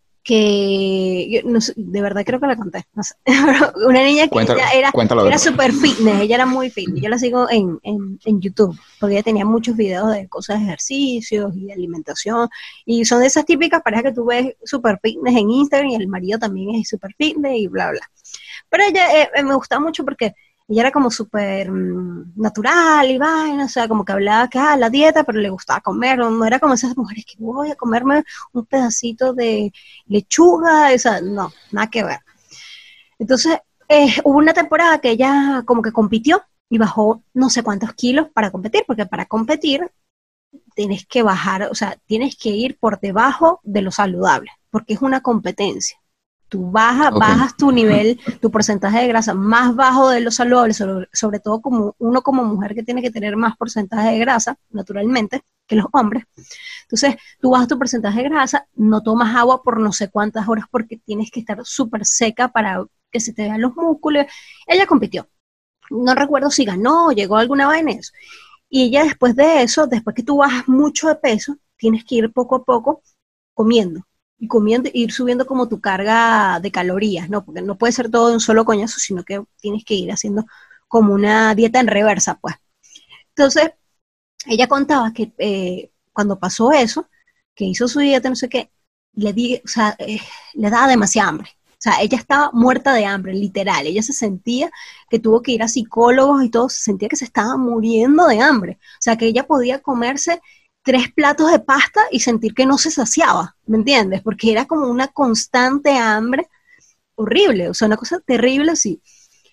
que yo no sé, de verdad creo que la conté, no sé, una niña que Cuéntalo, ella era, cuéntalo a ver. era súper fitness, ella era muy fitness, yo la sigo en, en, en YouTube, porque ella tenía muchos videos de cosas de ejercicios y de alimentación, y son de esas típicas parejas que tú ves súper fitness en Instagram, y el marido también es súper fitness y bla, bla. Pero ella eh, me gustaba mucho porque ella era como súper mmm, natural y vaina, o sea, como que hablaba que, ah, la dieta, pero le gustaba comer, no, no era como esas mujeres que voy a comerme un pedacito de lechuga, esa, no, nada que ver. Entonces, eh, hubo una temporada que ella como que compitió y bajó no sé cuántos kilos para competir, porque para competir tienes que bajar, o sea, tienes que ir por debajo de lo saludable, porque es una competencia. Tú bajas, Ok. bajas tu nivel, tu porcentaje de grasa más bajo de lo saludable, sobre, sobre todo como uno como mujer que tiene que tener más porcentaje de grasa, naturalmente, que los hombres. Entonces, tú bajas tu porcentaje de grasa, no tomas agua por no sé cuántas horas porque tienes que estar súper seca para que se te vean los músculos. Ella compitió. No recuerdo si ganó o llegó a alguna vaina en eso. Y ella después de eso, después que tú bajas mucho de peso, tienes que ir poco a poco comiendo y comiendo, ir subiendo como tu carga de calorías, ¿no? Porque no puede ser todo de un solo coñazo, sino que tienes que ir haciendo como una dieta en reversa, pues. Entonces, ella contaba que eh, cuando pasó eso, que hizo su dieta, no sé qué, le di, o sea, eh, le daba demasiada hambre. O sea, ella estaba muerta de hambre, literal. Ella se sentía que tuvo que ir a psicólogos y todo, se sentía que se estaba muriendo de hambre. O sea, que ella podía comerse tres platos de pasta y sentir que no se saciaba, ¿me entiendes? Porque era como una constante hambre horrible, o sea, una cosa terrible así.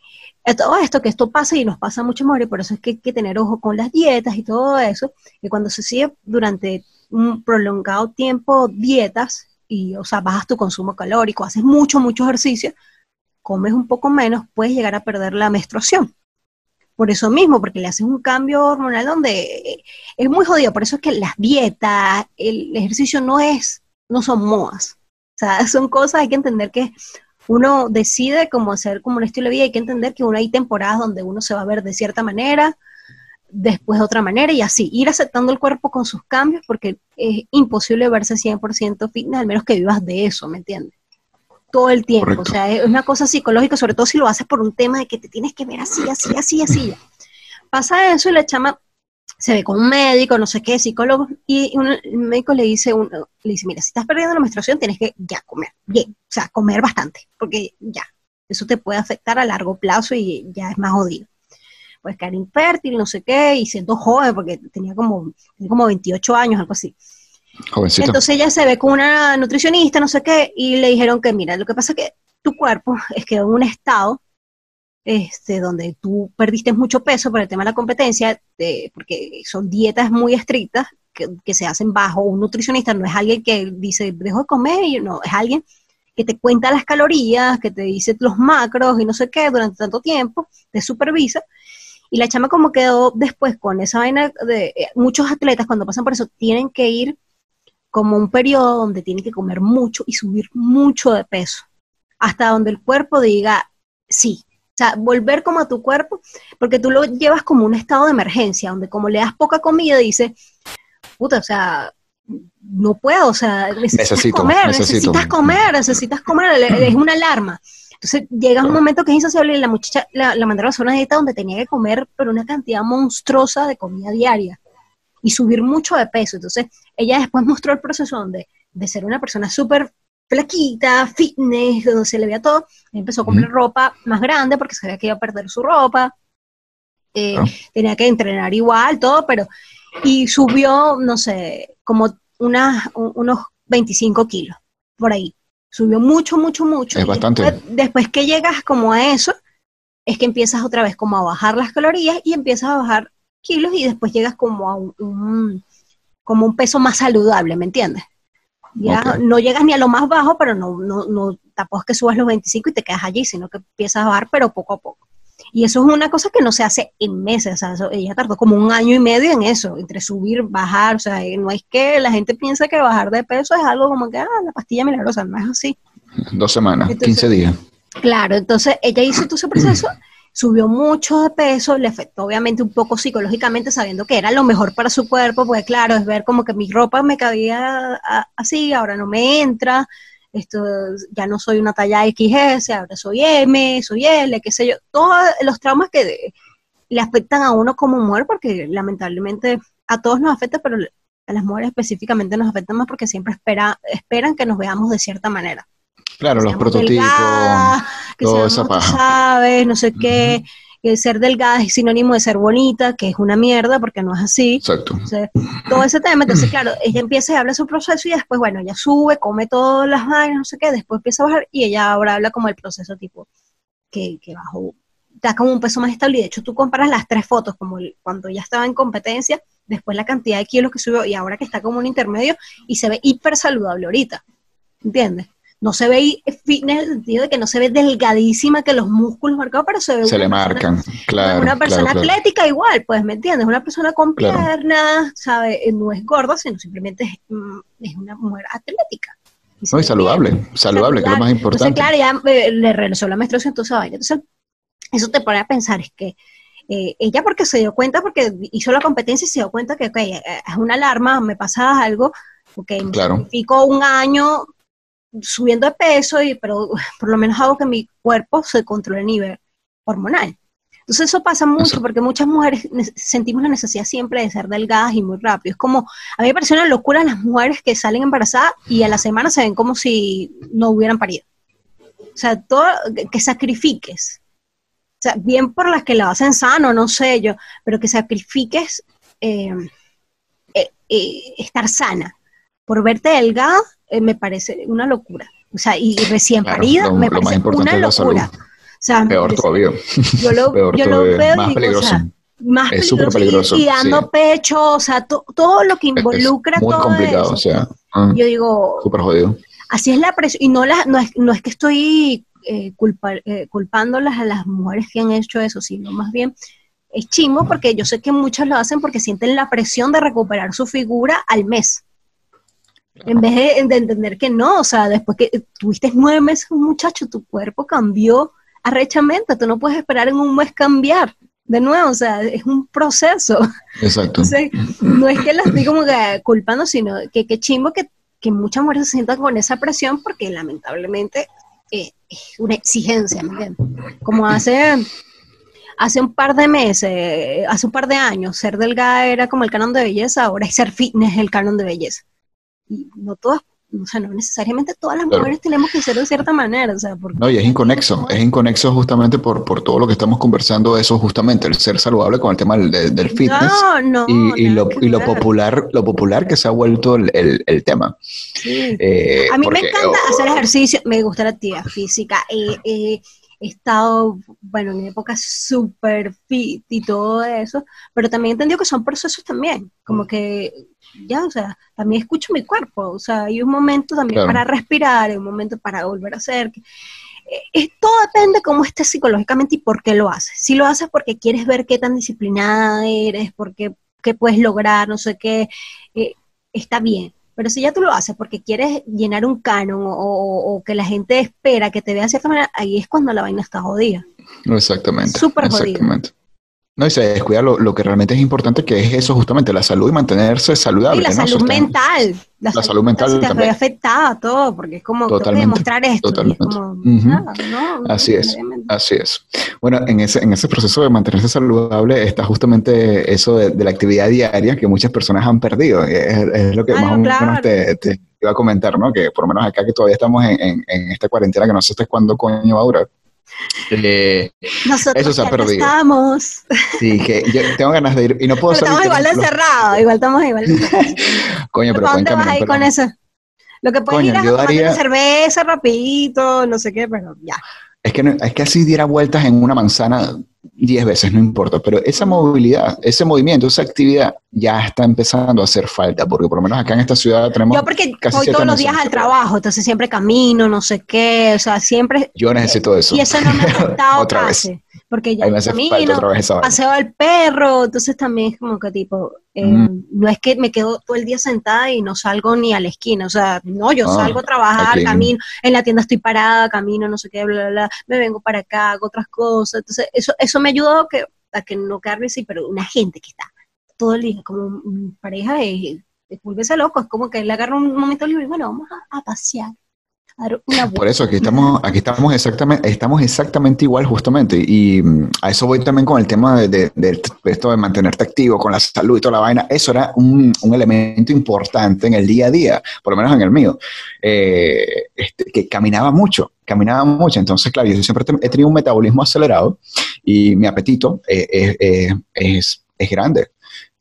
Todo esto, que esto pasa y nos pasa mucho mejor, y por eso es que hay que tener ojo con las dietas y todo eso, que cuando se sigue durante un prolongado tiempo dietas, y, o sea, bajas tu consumo calórico, haces mucho, mucho ejercicio, comes un poco menos, puedes llegar a perder la menstruación. Por eso mismo, porque le haces un cambio hormonal donde es muy jodido. Por eso es que las dietas, el ejercicio no es, no son modas. O sea, son cosas, hay que entender que uno decide cómo hacer como un estilo de vida, hay que entender que uno hay temporadas donde uno se va a ver de cierta manera, después de otra manera y así, ir aceptando el cuerpo con sus cambios porque es imposible verse cien por ciento fitness, al menos que vivas de eso, ¿me entiendes? Todo el tiempo, o Correcto. sea, es una cosa psicológica, sobre todo si lo haces por un tema de que te tienes que ver así, así, así, así. Ya. Pasa eso y la chama se ve con un médico, no sé qué, psicólogo, y un, el médico le dice, un, le dice, mira, si estás perdiendo la menstruación, tienes que ya comer, bien, o sea, comer bastante, porque ya, eso te puede afectar a largo plazo y ya es más jodido. Pues quedar infértil, no sé qué, y siendo joven, porque tenía como, tenía como veintiocho años, algo así. Jovencita. Entonces ella se ve con una nutricionista, no sé qué, y le dijeron que, mira, lo que pasa es que tu cuerpo es que en un estado este, donde tú perdiste mucho peso por el tema de la competencia, de, porque son dietas muy estrictas que, que se hacen bajo un nutricionista, no es alguien que dice, dejo de comer, y no, es alguien que te cuenta las calorías, que te dice los macros y no sé qué durante tanto tiempo, te supervisa. Y la chama como quedó después con esa vaina de eh, muchos atletas cuando pasan por eso tienen que ir como un periodo donde tienen que comer mucho y subir mucho de peso, hasta donde el cuerpo diga sí. O sea, volver como a tu cuerpo, porque tú lo llevas como un estado de emergencia, donde como le das poca comida, dice, puta, o sea, no puedo, o sea, necesitas necesito, comer, necesito. necesitas comer, necesitas comer, es una alarma. Entonces llega un momento que es insaciable y la muchacha la, la mandaron a hacer una dieta donde tenía que comer, pero una cantidad monstruosa de comida diaria y subir mucho de peso. Entonces ella después mostró el proceso donde de ser una persona súper flaquita, fitness, donde se le veía todo, empezó a comprar uh-huh. ropa más grande porque sabía que iba a perder su ropa, eh, uh-huh. tenía que entrenar igual, todo, pero, y subió, no sé, como unas, unos veinticinco kilos, por ahí, subió mucho, mucho, mucho. Es bastante. Después, después que llegas como a eso, es que empiezas otra vez como a bajar las calorías y empiezas a bajar kilos y después llegas como a un, un como un peso más saludable, ¿me entiendes? Ya okay. No llegas ni a lo más bajo, pero no, no, no tampoco es que subas los veinticinco y te quedas allí, sino que empiezas a bajar, pero poco a poco. Y eso es una cosa que no se hace en meses, o sea, eso, ella tardó como un año y medio en eso, entre subir, bajar, o sea, no es que la gente piensa que bajar de peso es algo como que, ah, la pastilla milagrosa, no es así. Dos semanas, entonces, quince días. Claro, entonces ella hizo todo ese proceso, subió mucho de peso, le afectó obviamente un poco psicológicamente sabiendo que era lo mejor para su cuerpo, porque claro, es ver como que mi ropa me cabía a, así, ahora no me entra, esto ya no soy una talla equis ese, ahora soy eme, soy ele, qué sé yo, todos los traumas que de, le afectan a uno como mujer, porque lamentablemente a todos nos afecta, pero a las mujeres específicamente nos afectan más porque siempre espera, esperan que nos veamos de cierta manera. Claro, los prototipos, delgada, que toda esa paja. Sabes, no sé qué, uh-huh. que ser delgada es sinónimo de ser bonita, que es una mierda, porque no es así. Exacto. Entonces, todo ese tema, entonces, claro, ella empieza y habla su proceso y después, bueno, ella sube, come todas las vainas, no sé qué, después empieza a bajar y ella ahora habla como el proceso tipo que, que bajó, da como un peso más estable y de hecho tú comparas las tres fotos, como el, cuando ya estaba en competencia, después la cantidad de kilos que subió y ahora que está como un intermedio y se ve hiper saludable ahorita, ¿entiendes? No se ve fitness en el sentido de que no se ve delgadísima, que los músculos marcados, pero se ve se le marcan, persona, claro. Una persona claro, claro. atlética igual, pues, ¿me entiendes? Una persona con claro. piernas, ¿sabe? No es gorda, sino simplemente es, es una mujer atlética. Y no, y saludable, saludable, saludable, que es lo más importante. Entonces, claro, ya eh, le regresó la menstruación, toda esa vaina. Entonces, eso te pone a pensar, es que eh, ella porque se dio cuenta, porque hizo la competencia y se dio cuenta que, ok, es una alarma, me pasa algo, porque me claro. significó un año subiendo de peso, y, pero por lo menos hago que mi cuerpo se controle a nivel hormonal. Entonces eso pasa mucho eso. Porque muchas mujeres sentimos la necesidad siempre de ser delgadas y muy rápido. Es como, a mí me parece una locura las mujeres que salen embarazadas y a la semana se ven como si no hubieran parido. O sea, todo, que, que sacrifiques. O sea, bien por las que lo hacen sano, no sé yo, pero que sacrifiques eh, eh, eh, estar sana. Por verte delgada, eh, me parece una locura. O sea, y, y recién claro, parida, lo, me lo parece una locura. O sea, peor todavía. Yo lo, peor yo todavía. lo veo más y digo, peligroso. O sea, más es súper peligroso. peligroso. Y, y dando sí. pecho, o sea, to, todo lo que involucra es muy todo complicado, eso. O sea, uh, yo digo, súper jodido. Así es la presión. Y no, la, no, es, no es que estoy eh, culpa, eh, culpándolas a las mujeres que han hecho eso, sino más bien es chimbo porque yo sé que muchas lo hacen porque sienten la presión de recuperar su figura al mes. En vez de, de entender que no, o sea, después que tuviste nueve meses un muchacho, tu cuerpo cambió arrechamente, tú no puedes esperar en un mes cambiar de nuevo, o sea, es un proceso. Exacto. Entonces, no es que las estoy como que culpando, sino que qué chimbo que, que muchas mujeres se sientan con esa presión porque lamentablemente eh, es una exigencia, ¿me entiendes? Como hace... Hace un par de meses, hace un par de años, ser delgada era como el canon de belleza, ahora es ser fitness el canon de belleza. Y no todas, o sea, no necesariamente todas las claro. mujeres tenemos que ser de cierta manera, o sea, porque no, y es inconexo, es inconexo justamente por, por todo lo que estamos conversando, eso justamente, el ser saludable con el tema del, del fitness no, no, y, y, lo, y lo popular, lo popular que se ha vuelto el, el, el tema. Sí. Eh, a mí porque, me encanta oh, hacer ejercicio, me gusta la actividad física, eh, eh, he estado, bueno, en épocas súper fit y todo eso, pero también he entendido que son procesos también, como que ya, o sea, también escucho mi cuerpo, o sea, hay un momento también Claro. para respirar, hay un momento para volver a hacer. que- eh, es- todo depende cómo estés psicológicamente y por qué lo haces. Si lo haces porque quieres ver qué tan disciplinada eres, porque qué puedes lograr, no sé qué, eh, está bien. Pero si ya tú lo haces porque quieres llenar un canon o, o- o que la gente espera que te vea de cierta manera, ahí es cuando la vaina está jodida. Exactamente, Súper jodida. exactamente. No, y se descuida lo, lo que realmente es importante, que es eso justamente, la salud y mantenerse Y saludable, la ¿no? salud Se está- mental, la la salud salud mental se mental te ve también, afectada todo, porque es como, tengo que totalmente, demostrar esto, y es totalmente. como, Ujú. nada, no, no Así es, necesariamente. así es. Bueno, en ese, en ese proceso de mantenerse saludable está justamente eso de, de la actividad diaria que muchas personas han perdido. Es, es lo que Ah, más o no, menos claro. te, te iba a comentar, ¿no? Que por lo menos acá que todavía estamos en, en, en esta cuarentena que no sé hasta cuándo coño va a durar. Eh, eso Nosotros se ha ya no perdido. estamos, Sí, que yo tengo ganas de ir y no puedo pero salir. estamos igual Tienes de los... encerrados, igual estamos igual de encerrados. Así que, Coño, pero ¿para pueden dónde vas caminar, a ir con pero eso? Lo que puedes coño, ir es a yo tomarte una daría, cerveza rapidito, no sé qué, pero ya. es que, no- es que así diera vueltas en una manzana diez veces, no importa, pero esa Mm. movilidad, ese movimiento, esa actividad ya está empezando a hacer falta, porque por lo menos acá en esta ciudad tenemos Yo porque casi voy siete todos los meses días al encerrados. trabajo, entonces siempre camino, no sé qué, o sea, siempre, Yo eh, necesito eso. y eso no me ha afectado Otra vez. casi, porque ya Ahí me yo hace falta camino, otra vez esa vaina. paseo al perro, entonces también es como que tipo, eh, Mm, no es que me quedo todo el día sentada y no salgo ni a la esquina, o sea, no, yo salgo ah, a trabajar, aquí. camino, en la tienda estoy parada, camino, no sé qué, bla, bla, bla, me vengo para acá, hago otras cosas, entonces eso, eso me ayudó a que, a que no quedarme así, pero una gente que está todo el día como mi pareja es, es volverse loco, es como que él agarra un momento libre y bueno, vamos a, a pasear, a dar una Por vuelta. eso aquí estamos, aquí estamos exactamente, estamos exactamente igual justamente. Y mm, a eso voy también con el tema de, de- de esto de mantenerte activo, con la salud y toda la vaina. Eso era un, un elemento importante en el día a día, por lo menos en el mío, eh, este, que caminaba mucho, caminaba mucho. Entonces, claro, yo siempre te- he tenido un metabolismo acelerado y mi apetito eh, eh, eh, es, es grande.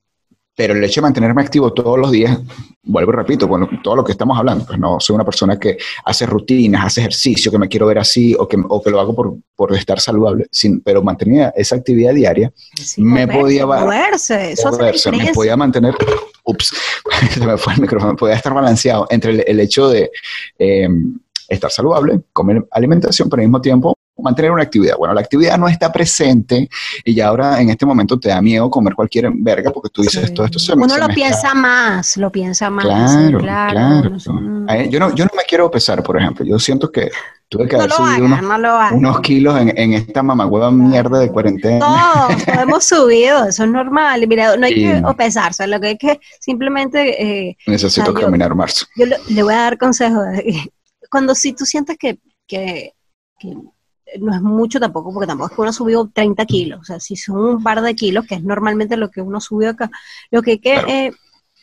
Pero el hecho de mantenerme activo todos los días, vuelvo y repito, bueno, todo lo que estamos hablando, pues no soy una persona que hace rutinas, hace ejercicio, que me quiero ver así o que, o que lo hago por, por estar saludable, sin, pero mantenía esa actividad diaria, Sí, me moverse, podía va- moverse, eso hace la moverse, me diferencia. podía mantener, ups, se me fue el micrófono, podía estar balanceado entre el, el hecho de eh, estar saludable, comer alimentación, pero al mismo tiempo mantener una actividad. Bueno, la actividad no está presente y ya ahora en este momento te da miedo comer cualquier verga porque tú dices, Sí. todo esto se me, Uno se lo me está... piensa más, lo piensa más, dice, Claro, claro, claro. no, sé, mm, A- Yo no, yo no me quiero pesar, por ejemplo. Yo siento que tuve que no haber lo subido hagan, unos, no lo hagan. unos kilos en, en esta mamagüeva mierda de cuarentena Todos, todos hemos subido, eso es normal. Y mira, no hay que y pesarse, lo que hay que simplemente, eh, o sea, necesito yo, caminar más. yo le, le voy a dar consejos. Cuando si tú sientes que, que, que no es mucho tampoco, porque tampoco es que uno subió treinta kilos, o sea, si son un par de kilos, que es normalmente lo que uno subió acá, lo que hay que Claro. eh,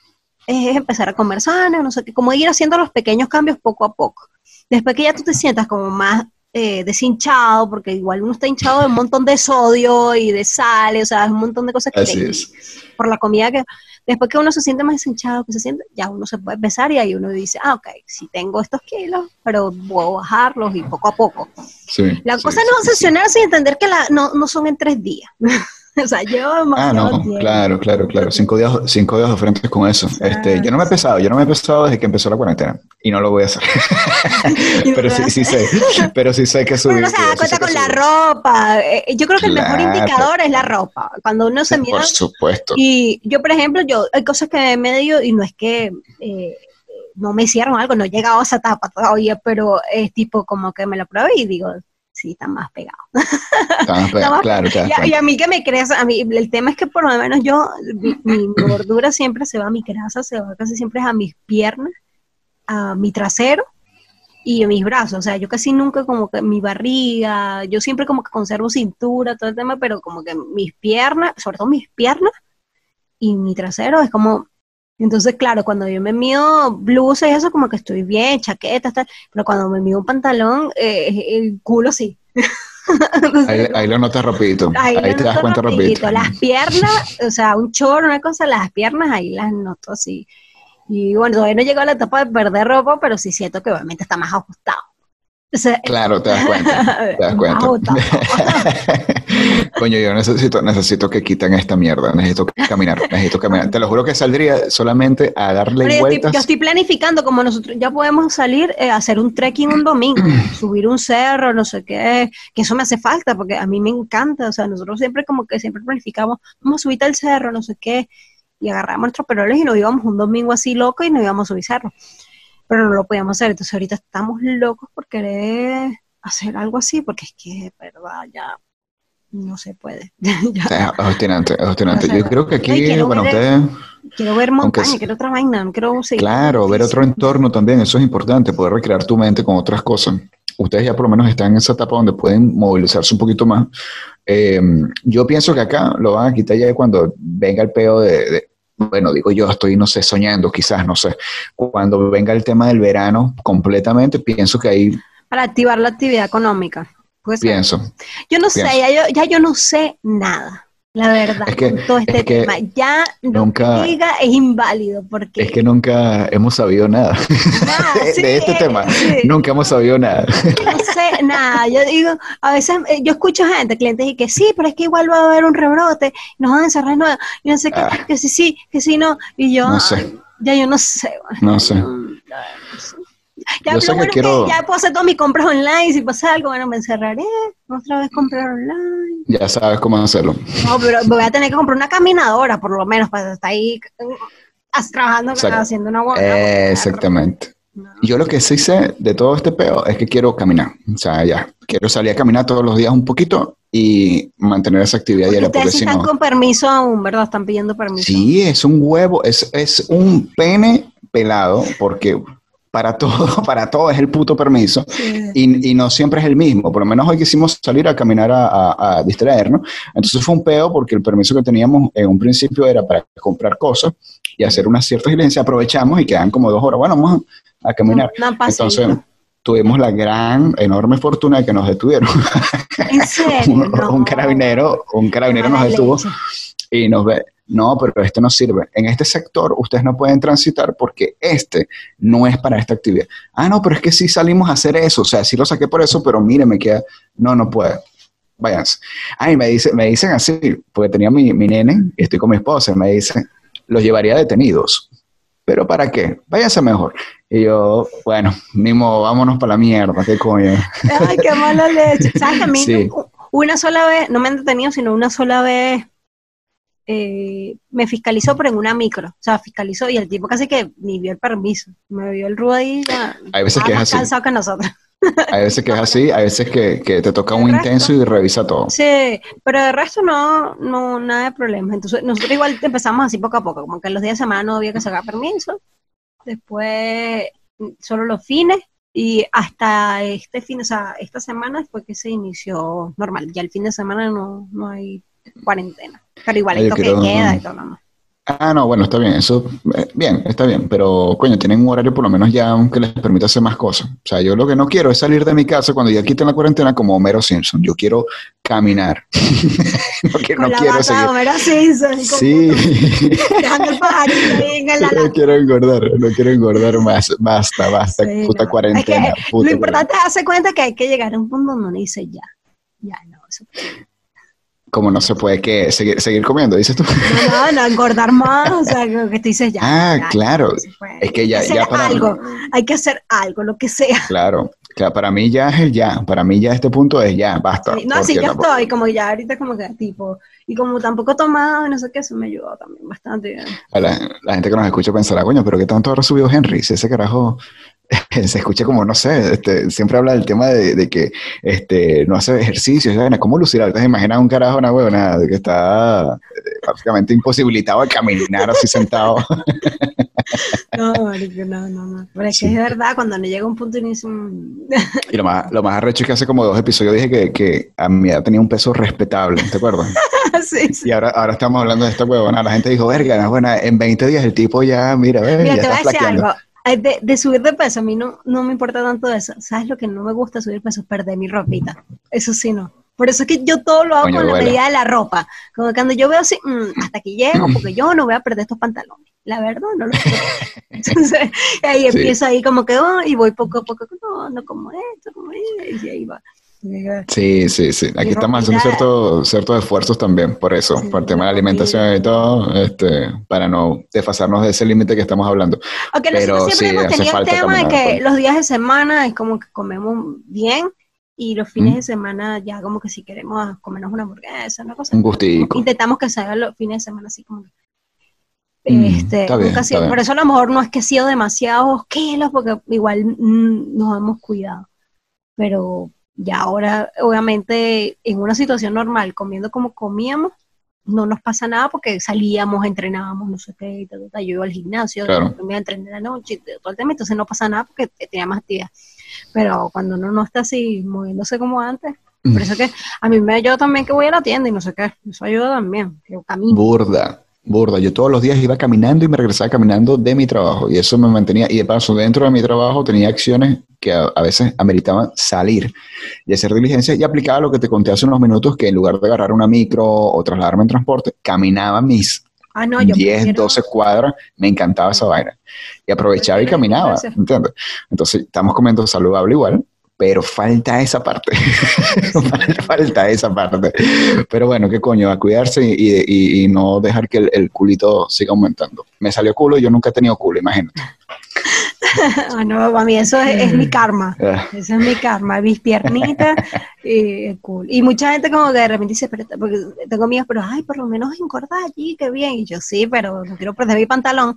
es empezar a comer sano, no sé qué, como ir haciendo los pequeños cambios poco a poco. Después que ya tú te sientas como más eh, deshinchado, porque igual uno está hinchado de un montón de sodio y de sal, o sea, es un montón de cosas que Así es. por la comida que después que uno se siente más deshinchado, que se siente, ya uno se puede pesar y ahí uno dice, ah, ok, sí tengo estos kilos, pero puedo bajarlos y poco a poco. Sí, La sí, cosa sí, no es sí. obsesionarse y entender que la, no, no son en tres días. O sea, lleva Ah, demasiado no, tiempo. claro, claro, claro. Cinco días, cinco días de frente con eso. Este, yo no me he Exacto. pesado, yo no me he pesado desde que empezó la cuarentena y no lo voy a hacer. Y no Pero lo sí, sí hace. sé, pero sí sé que he Pero uno subido, se da sí sé cuenta que he con la subido. ropa. Eh, Yo creo que el mejor Claro, indicador es la ropa. Cuando uno se por mira, supuesto. y yo, por ejemplo, yo hay cosas que me dio y no es que eh, no me hicieron algo, no he llegado a esa etapa todavía, pero es tipo como que me lo probé y digo, sí, están más pegados. Estamos pe- Están más claro, te das y, a, y cuenta. a mí que me crece, a mí el tema es que por lo menos yo, mi, mi gordura siempre se va a mi grasa, se va casi siempre a mis piernas, a mi trasero y a mis brazos, o sea, yo casi nunca como que mi barriga, yo siempre como que conservo cintura, todo el tema, pero como que mis piernas, sobre todo mis piernas y mi trasero es como, entonces claro, cuando yo me mido blusa y eso como que estoy bien, chaquetas, tal, pero cuando me mido un pantalón, eh, el culo sí. Entonces, Ahí, como, ahí lo notas rapidito, ahí ahí lo te das noto cuenta rapidito. rapidito, las piernas, o sea, un chorro, una cosa, las piernas ahí las noto así. Y bueno, todavía no llegó a la etapa de perder ropa, pero sí siento que obviamente está más ajustado. O sea, Claro, te das cuenta, te das cuenta. Coño, yo necesito, necesito que quiten esta mierda, necesito caminar, necesito caminar. Te lo juro que saldría solamente a darle Pero yo vueltas. estoy, yo estoy planificando, como nosotros ya podemos salir eh, a hacer un trekking un domingo, subir un cerro, no sé qué, que eso me hace falta, porque a mí me encanta, o sea, nosotros siempre como que siempre planificamos, vamos a subir al cerro, no sé qué, y agarramos nuestros peroles y nos íbamos un domingo así loco y nos íbamos a subir cerro. Pero no lo podíamos hacer, entonces ahorita estamos locos por querer hacer algo así, porque es que, verdad, ya no se puede. Ya. Es obstinante, es obstinante. O sea, Yo creo que aquí, no, y quiero bueno, ver, ustedes... quiero ver montaña, Aunque- quiero otra vaina, no quiero seguir. Claro, ver otro entorno también, eso es importante, poder recrear tu mente con otras cosas. Ustedes ya por lo menos están en esa etapa donde pueden movilizarse un poquito más. Eh, yo pienso que acá lo van a quitar ya cuando venga el peo de, de- bueno, digo yo, estoy, no sé, soñando, quizás, no sé. Cuando venga el tema del verano completamente, pienso que ahí Para activar la actividad económica. Pues, pienso. yo no pienso. sé, ya yo, ya yo no sé nada, la verdad, Es que- con todo este es que tema. Ya lo nunca- que diga es inválido, porque Es que nunca hemos sabido nada nada, de, sí, de este tema. sí. Nunca hemos sabido nada. No sé nada, yo digo, a veces eh, yo escucho gente, clientes, y que sí, pero es que igual va a haber un rebrote, nos van a encerrar de nuevo, y no sé qué, Ah. que sí, sí, que sí, no, y yo, No sé. ay, ya yo no sé. No sé. Mm, no sé. Ya Yo lo sé que bueno quiero- es que ya puedo hacer todas mis compras online, si pasa algo, bueno, me encerraré, otra vez comprar online. Ya sabes cómo hacerlo. No, pero voy a tener que comprar una caminadora, por lo menos, para estar ahí eh, trabajando, Exacto. haciendo una buena. Eh, exactamente. No. Yo lo que sí sé de todo este peo es que quiero caminar. O sea, ya. Quiero salir a caminar todos los días un poquito y mantener esa actividad Porque diaria. ustedes Porque sí si están no. con permiso aún, ¿verdad? Están pidiendo permiso. Sí, es un huevo, es, es un pene pelado, porque para todo, para todo es el puto permiso. Sí. Y, y no siempre es el mismo. Por lo menos hoy quisimos salir a caminar a, a, a distraernos. Entonces fue un peo porque el permiso que teníamos en un principio era para comprar cosas y hacer unas ciertas diligencias. Aprovechamos y quedan como dos horas. Bueno, vamos a, a caminar. Una paseíta. Entonces tuvimos la gran, enorme fortuna de que nos detuvieron. ¿En serio? un, No. un carabinero, un carabinero Qué nos mala detuvo leche. y nos ve. No, pero este no sirve. En este sector ustedes no pueden transitar porque este no es para esta actividad. Ah, no, pero es que sí salimos a hacer eso. O sea, sí lo saqué por eso, pero mire, me queda. No, no puede. Váyanse. Ah, y me, dice, me dicen así, porque tenía mi, mi nene y estoy con mi esposa, y me dicen, los llevaría detenidos. ¿Pero para qué? Váyanse mejor. Y yo, bueno, mismo, vámonos para la mierda, qué coño. Ay, qué mala leche. ¿Sabes que a mí Sí. no- una sola vez, no me han detenido, sino una sola vez eh, me fiscalizó, pero en una micro. O sea, fiscalizó y el tipo casi que ni vio el permiso. Me vio el rudo ahí y ya. Hay veces estaba que es más así. cansado que nosotros. Hay veces que es así, hay veces que, que te toca un El resto. intenso y revisa todo. Sí, pero de resto no, no, nada de problemas. Entonces, nosotros igual empezamos así poco a poco, como que los días de semana no había que sacar permiso. Después, mm, solo los fines. Y hasta este fin, o sea, esta semana fue que se inició normal. Ya el fin de semana no, no hay cuarentena. Pero igual Ay, hay yo toque quiero- de queda y todo lo demás. Ah, no, bueno, está bien, eso, eh, bien, está bien, pero coño, tienen un horario por lo menos ya que les permita hacer más cosas. O sea, yo lo que no quiero es salir de mi casa cuando ya quiten la cuarentena como Homero Simpson. Yo quiero caminar. no quiero, Con no la quiero bata de seguir. Homero Simpson y con Sí. fotos, dejando el pajarito ahí en el No ala. quiero engordar, no quiero engordar más. Basta, basta, Sí, puta no. cuarentena. Es que puta lo importante es darse cuenta que hay que llegar a un punto donde uno dice ya. Ya, no, eso. cuarentena. Como no se puede que seguir, seguir comiendo, dices tú. No, no, no, engordar más, o sea, que que tú dices ya. Ah, ya, claro. no se puede. Es que ya- Hay que ya hacer para- algo, hay que hacer algo, lo que sea. Claro, claro, para mí ya es el ya. Para mí ya este punto es ya, basta. Sí, no, sí, porque yo tampoco- estoy, como ya ahorita como que tipo, y como tampoco he tomado, y no sé qué, eso me ayudó también bastante. A La, la gente que nos escucha pensará, coño, pero ¿qué tanto ha subido Henry? Si ese carajo se escucha como, no sé, este, siempre habla del tema de, de que este, no hace ejercicios, ¿sabes? ¿Cómo lucirá? Entonces imagina un carajo, una huevona, de que está eh, básicamente imposibilitado de caminar así sentado. No, marico, no, no, no. Pero es Sí. que es verdad, cuando no llega un punto y no dice, mm, Y lo más, lo más arrecho es que hace como dos episodios dije que, que a mi edad tenía un peso respetable, ¿te acuerdas? sí, sí. Y ahora, ahora estamos hablando de esta huevona. La gente dijo, verga, bueno, en veinte días el tipo ya, mira, ve, Mira, ya te voy está a decir flaqueando. algo. Ay, De, de subir de peso, a mí no, no me importa tanto eso. ¿Sabes lo que no me gusta subir peso? Perder mi ropita. Eso sí, no. Por eso es que yo todo lo hago Coño, con la duele. medida de la ropa. Como cuando yo veo así, mm, hasta aquí llego, porque yo no voy a perder estos pantalones. La verdad, no los quiero. Entonces, ahí Sí. empiezo ahí como que, oh, y voy poco a poco, no, no como esto, como esto, y ahí va. Sí, sí, sí. Aquí Mi estamos haciendo ropita, ciertos ciertos esfuerzos también por eso, sí, por el mi tema de la alimentación y ropita. todo, este, para no desfasarnos de ese límite que estamos hablando. Aunque nosotros Pero siempre sí, hemos hace tenido el falta tema de caminar, que coño. los días de semana es como que comemos bien y los fines de ¿Mm? semana ya como que si queremos comernos una hamburguesa, una cosa, Un como gustico. intentamos que salgan los fines de semana así como Mm, este, está bien, nunca ha está sido, por bien. eso a lo mejor no es que he sido demasiados kilos porque igual mm, nos hemos cuidado, pero ya ahora obviamente en una situación normal, comiendo como comíamos, no nos pasa nada porque salíamos, entrenábamos, no sé qué, y tal, tal. Yo iba al gimnasio, Claro. me iba a entrenar la noche, y todo el tema, entonces no pasa nada porque tenía más actividad. Pero cuando uno no está así moviéndose como antes, por eso que a mí me ayuda también que voy a la tienda y no sé qué, eso ayuda también, que camino. Burda, burda. Yo todos los días iba caminando y me regresaba caminando de mi trabajo y eso me mantenía, y de paso dentro de mi trabajo tenía acciones que a, a veces ameritaban salir y hacer diligencia y aplicaba lo que te conté hace unos minutos, que en lugar de agarrar una micro o trasladarme en transporte, caminaba mis Ah, no, yo diez, prefiero, doce cuadras, me encantaba esa vaina. Y aprovechaba y prefiero ir mil caminaba, veces. ¿entiendes? Entonces, estamos comiendo saludable igual, pero falta esa parte. Sí. Falta esa parte. Pero bueno, qué coño, a cuidarse y, y- y no dejar que el, el culito siga aumentando. Me salió culo y yo nunca he tenido culo, imagínate. Ah, no, para mí eso es, es mi karma. Ah, Eso es mi karma, mis piernitas y el culo. Y mucha gente como que de repente dice, pero, porque tengo amigas, pero ay, por lo menos engorda allí, qué bien. Y yo sí, pero no quiero perder mi pantalón.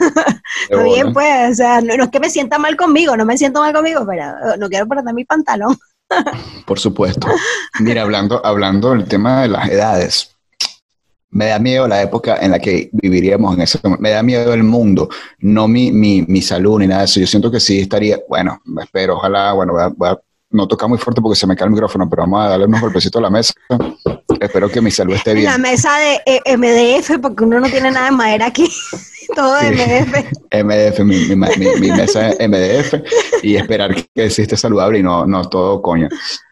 de Está bien, bola. pues, o sea, no, no es que me sienta mal conmigo, no me siento mal conmigo, pero no quiero perder mi pantalón. Por supuesto. Mira, hablando, hablando del tema de las edades, me da miedo la época en la que viviríamos en ese momento. Me da miedo el mundo, no mi, mi, mi salud ni nada de eso. Yo siento que sí estaría, bueno, espero, ojalá, bueno, voy a, voy a no tocar muy fuerte porque se me cae el micrófono, pero vamos a darle unos golpecitos a la mesa. Espero que mi salud esté En la bien. mesa de eh, M D F, porque uno no tiene nada de madera aquí, todo de Sí, M D F. M D F, mi, mi, mi, mi mesa es M D F y esperar que existe saludable y no, no todo coño.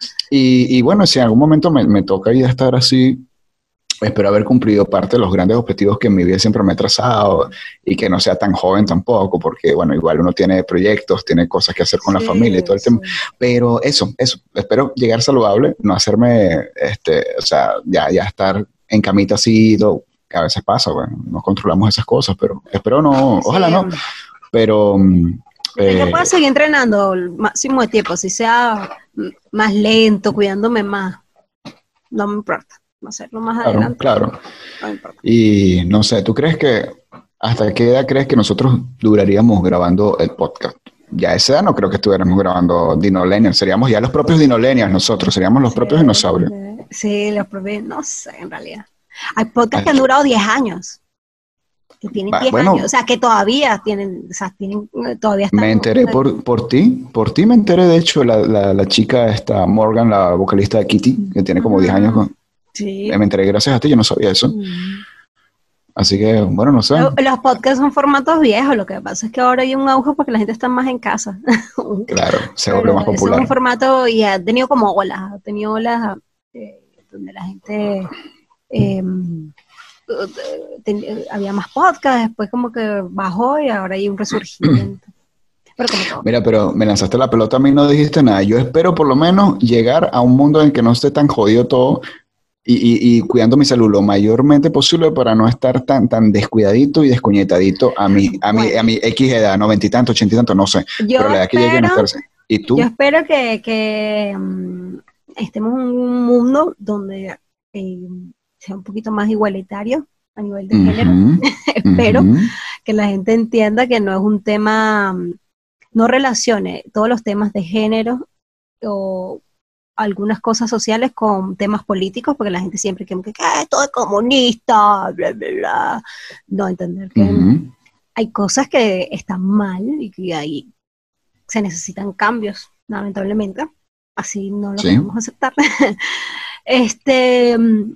Y, y bueno, si en algún momento me, me toca ya estar así, espero haber cumplido parte de los grandes objetivos que en mi vida siempre me he trazado y que no sea tan joven tampoco, porque bueno, igual uno tiene proyectos, tiene cosas que hacer con la familia y todo Sí, el tema, sí. pero eso, eso, espero llegar saludable, no hacerme, este, o sea, ya, ya estar en camita así, lo, que a veces pasa, bueno, no controlamos esas cosas, pero espero no, Sí, ojalá no, pero mm, mientras yo eh, pueda seguir entrenando el máximo de tiempo, si sea mm, más lento, cuidándome más, no me importa. Hacerlo más claro, adelante, claro. no me importa. Y no sé, ¿tú crees que hasta qué edad crees que nosotros duraríamos grabando el podcast? Ya a esa edad no creo que estuviéramos grabando Dinolenials, seríamos ya los propios Dinolenials nosotros, seríamos los Sí, propios dinosaurios. sí, sí, los probé, no sé, en realidad. Hay podcasts que han Ay, durado diez años, que tienen va, diez años, o bueno, sea, que todavía tienen, o sea, tienen, todavía me están. enteré por, por ti, por ti me enteré, de hecho, la, la, la chica esta, Morgan, la vocalista de Kitty, que tiene como diez años, Ujú, con- sí. me enteré gracias a ti, yo no sabía eso. Mm. Así que, bueno, no sé, Lo- Los podcasts son formatos viejos, lo que pasa es que ahora hay un auge porque la gente está más en casa. claro, se volvió Pero más eso es un popular. formato y ha tenido como olas, ha tenido olas eh, donde la gente eh, ten- había más podcasts, después como que bajó y ahora hay un resurgimiento. Pero como todo. Mira, pero me lanzaste la pelota a mí y no dijiste nada. Yo espero por lo menos llegar a un mundo en que no esté tan jodido todo y, y- y cuidando mi salud lo mayormente posible para no estar tan, tan descuidadito y descoñetadito a mi, a mi, a Bueno, mi X edad, noventa y tanto, ochenta y tanto, no sé. yo Pero la edad que llegue a no espero, estar así. ¿Y yo tú? espero que, que um, estemos en un mundo donde eh, sea un poquito más igualitario a nivel de género. Ujú, Espero ujú. que la gente entienda que no es un tema, um, no relacione todos los temas de género o algunas cosas sociales con temas políticos, porque la gente siempre cree que "Ah, todo es comunista, bla, bla, bla". No, entender que Ujú. hay cosas que están mal y que ahí se necesitan cambios, lamentablemente. Así no lo Sí, queremos aceptar. Este,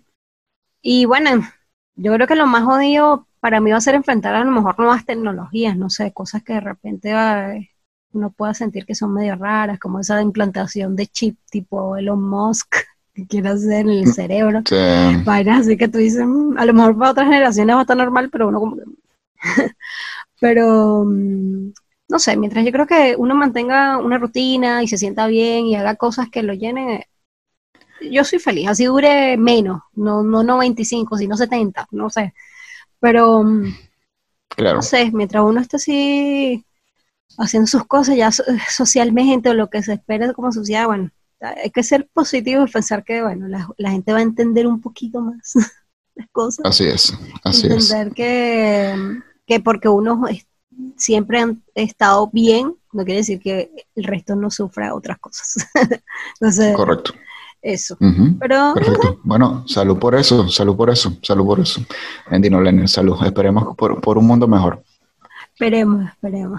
y bueno, yo creo que lo más jodido para mí va a ser enfrentar a lo mejor nuevas tecnologías, no sé, cosas que de repente va- uno pueda sentir que son medio raras, como esa implantación de chip tipo Elon Musk que quiere hacer en el cerebro. sí, Vainas así que tú dices, "Mm, a lo mejor para otras generaciones va a estar normal, pero uno como que Pero, mm, no sé, mientras yo creo que uno mantenga una rutina y se sienta bien y haga cosas que lo llenen, eh, yo soy feliz, así dure menos, no, no noventa y cinco, sino setenta, no sé. Pero, mm, no Claro, sé, mientras uno esté así haciendo sus cosas ya so- socialmente o lo que se espera como sociedad, bueno, hay que ser positivo y pensar que, bueno, la, la gente va a entender un poquito más las cosas, así es, así es. entender que, que porque unos es- siempre han estado bien, no quiere decir que el resto no sufra otras cosas. Entonces, Correcto. eso. Ujú, Pero, no sé, perfecto. Bueno, salud por eso, salud por eso, salud por eso. Andy Nolan, salud. Esperemos por, por un mundo mejor. esperemos, esperemos.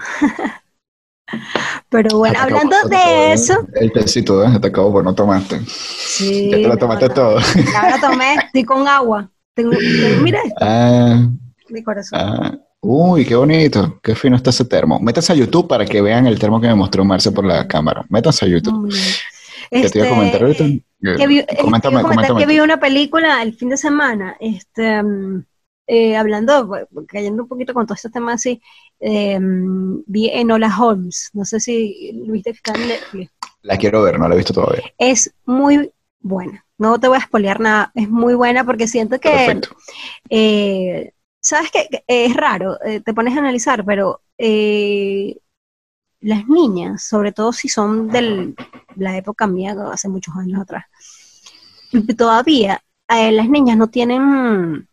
Pero Se bueno, te acabó, hablando se te acabó de el, eso, el tecito, ¿eh? Se te acabó, pues no tomaste. Ya te sí, lo no, tomaste no, todo. ya me lo tomé, estoy con agua. Tengo, tengo- mira esto, Ah, mi corazón. ah. Uy, qué bonito, qué fino está ese termo. Métanse a YouTube para que vean el termo que me mostró Marce por la Sí, cámara. Métanse a YouTube. muy lindo. ¿Qué te iba a comentar Este, ahorita? eh, que vi, Eh, eh, te iba a Coméntame, comentar coméntame que tú. vi una película el fin de semana, este, mm, eh, hablando, bu- bu- cayendo un poquito con todos estos temas así, eh, mm, vi Enola Holmes, no sé si lo viste que está en Netflix, La quiero ver, no la he visto todavía. es muy buena, no te voy a spoilear nada, es muy buena porque siento que, Perfecto. eh, sabes que que es raro, eh, te pones a analizar, pero eh, las niñas, sobre todo si son de la época mía, hace muchos años atrás, todavía eh, las niñas no tienen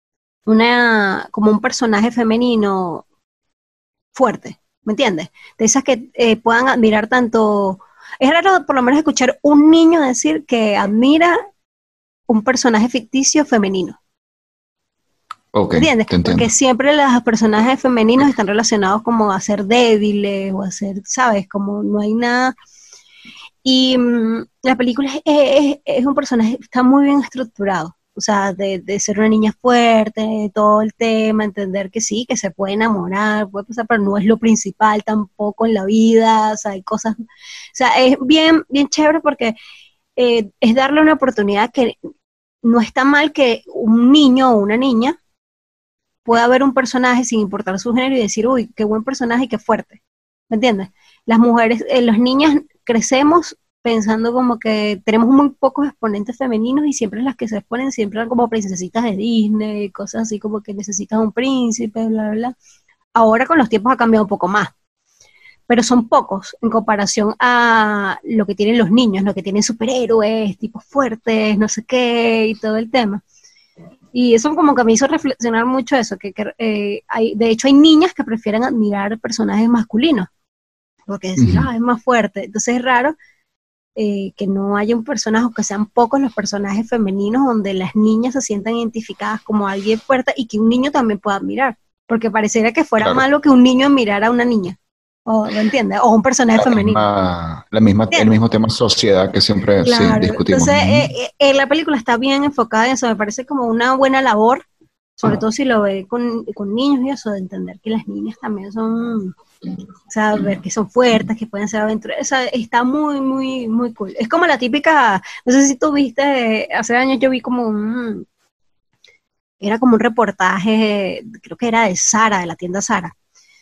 una, como un personaje femenino fuerte, ¿me entiendes? De esas que eh, puedan admirar tanto. Es raro por lo menos escuchar un niño decir que admira un personaje ficticio femenino. Ok, ¿Me entiendes? te Porque entiendo. siempre los personajes femeninos están relacionados como a ser débiles o a ser, ¿sabes? Como no hay nada. Y mm, la película es, es- es un personaje, está muy bien estructurado. O sea, de, de ser una niña fuerte, todo el tema, entender que sí, que se puede enamorar, puede pasar, pero no es lo principal tampoco en la vida. O sea, hay cosas. O sea, es bien, bien chévere porque eh, es darle una oportunidad que no está mal que un niño o una niña pueda ver un personaje sin importar su género y decir, uy, qué buen personaje y qué fuerte. ¿Me entiendes? Las mujeres, eh, las niñas crecemos pensando como que tenemos muy pocos exponentes femeninos y siempre las que se exponen siempre eran como princesitas de Disney, cosas así como que necesitas un príncipe, bla, bla, bla. Ahora con los tiempos ha cambiado un poco más, pero son pocos en comparación a lo que tienen los niños, lo que tienen superhéroes, tipos fuertes, no sé qué, y todo el tema. Y eso como que me hizo reflexionar mucho eso, que, que eh, hay, de hecho hay niñas que prefieren admirar personajes masculinos, porque decir, Ujú. ah, es más fuerte. Entonces es raro eh, que no haya un personaje, o que sean pocos los personajes femeninos donde las niñas se sientan identificadas como alguien fuerte y que un niño también pueda admirar, porque pareciera que fuera Claro. malo que un niño admirara a una niña, o, ¿me entiendes? O un personaje La femenino, misma, la misma, el ¿entiendes? mismo tema sociedad que siempre sí Claro, discutimos. entonces Ujú. eh, eh, eh, la película está bien enfocada en eso, me parece como una buena labor, sobre todo si lo ve con, con niños y eso, de entender que las niñas también son, o sea, ver que son fuertes, que pueden ser aventureras, o sea, está muy, muy, muy cool. Es como la típica, no sé si tú viste, hace años yo vi como un, era como un reportaje, creo que era de Zara, de la tienda Zara,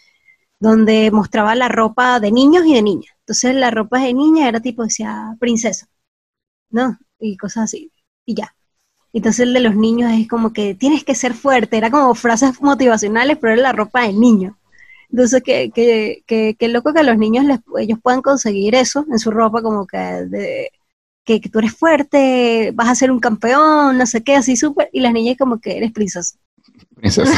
donde mostraba la ropa de niños y de niñas. Entonces la ropa de niña era tipo, decía, princesa, ¿no? Y cosas así, y ya. Entonces el de los niños es como que tienes que ser fuerte, era como frases motivacionales, pero era la ropa de niño. Entonces, que, que, que, que loco que los niños les, ellos puedan conseguir eso en su ropa, como que, de, que, que tú eres fuerte, vas a ser un campeón, no sé qué, así súper, y las niñas como que eres princesa. Princesa.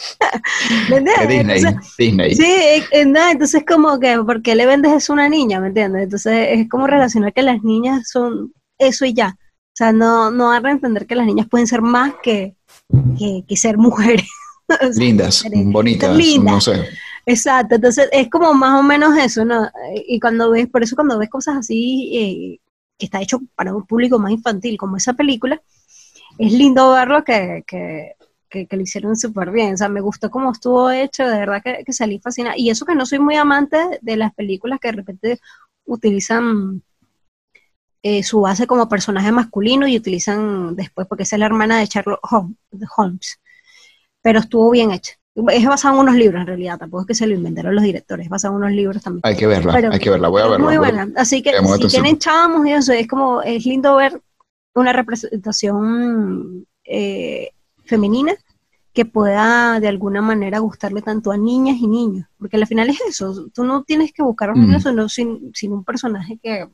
¿Me De entiendes? Disney. Entonces, Disney. sí, eh, eh, no, entonces como que, ¿por qué le vendes eso a una niña? ¿Me entiendes? Entonces es como relacionar que las niñas son eso y ya. O sea, no, no dar a entender que las niñas pueden ser más que, que, que ser mujeres. O sea, Lindas, ser, ser bonitas, no lindas. sé. Exacto, entonces es como más o menos eso, ¿no? Y cuando ves, por eso cuando ves cosas así, eh, que está hecho para un público más infantil, como esa película, es lindo verlo que, que, que, que lo hicieron súper bien. O sea, me gustó cómo estuvo hecho, de verdad que, que salí fascinada. Y eso que no soy muy amante de las películas que de repente utilizan eh, su base como personaje masculino y utilizan después, porque esa es la hermana de Sherlock Holmes, pero estuvo bien hecha. Es basado en unos libros en realidad, tampoco es que se lo inventaron los directores, es basado en unos libros también. Hay que verla, Pero, hay que verla, voy a pero es verla. muy voy- buena, así que llamó la si atención. tienen chamos y eso, es como, es lindo ver una representación eh, femenina que pueda de alguna manera gustarle tanto a niñas y niños, porque al final es eso, tú no tienes que buscar un niño Mm. sino sin, sin un personaje que,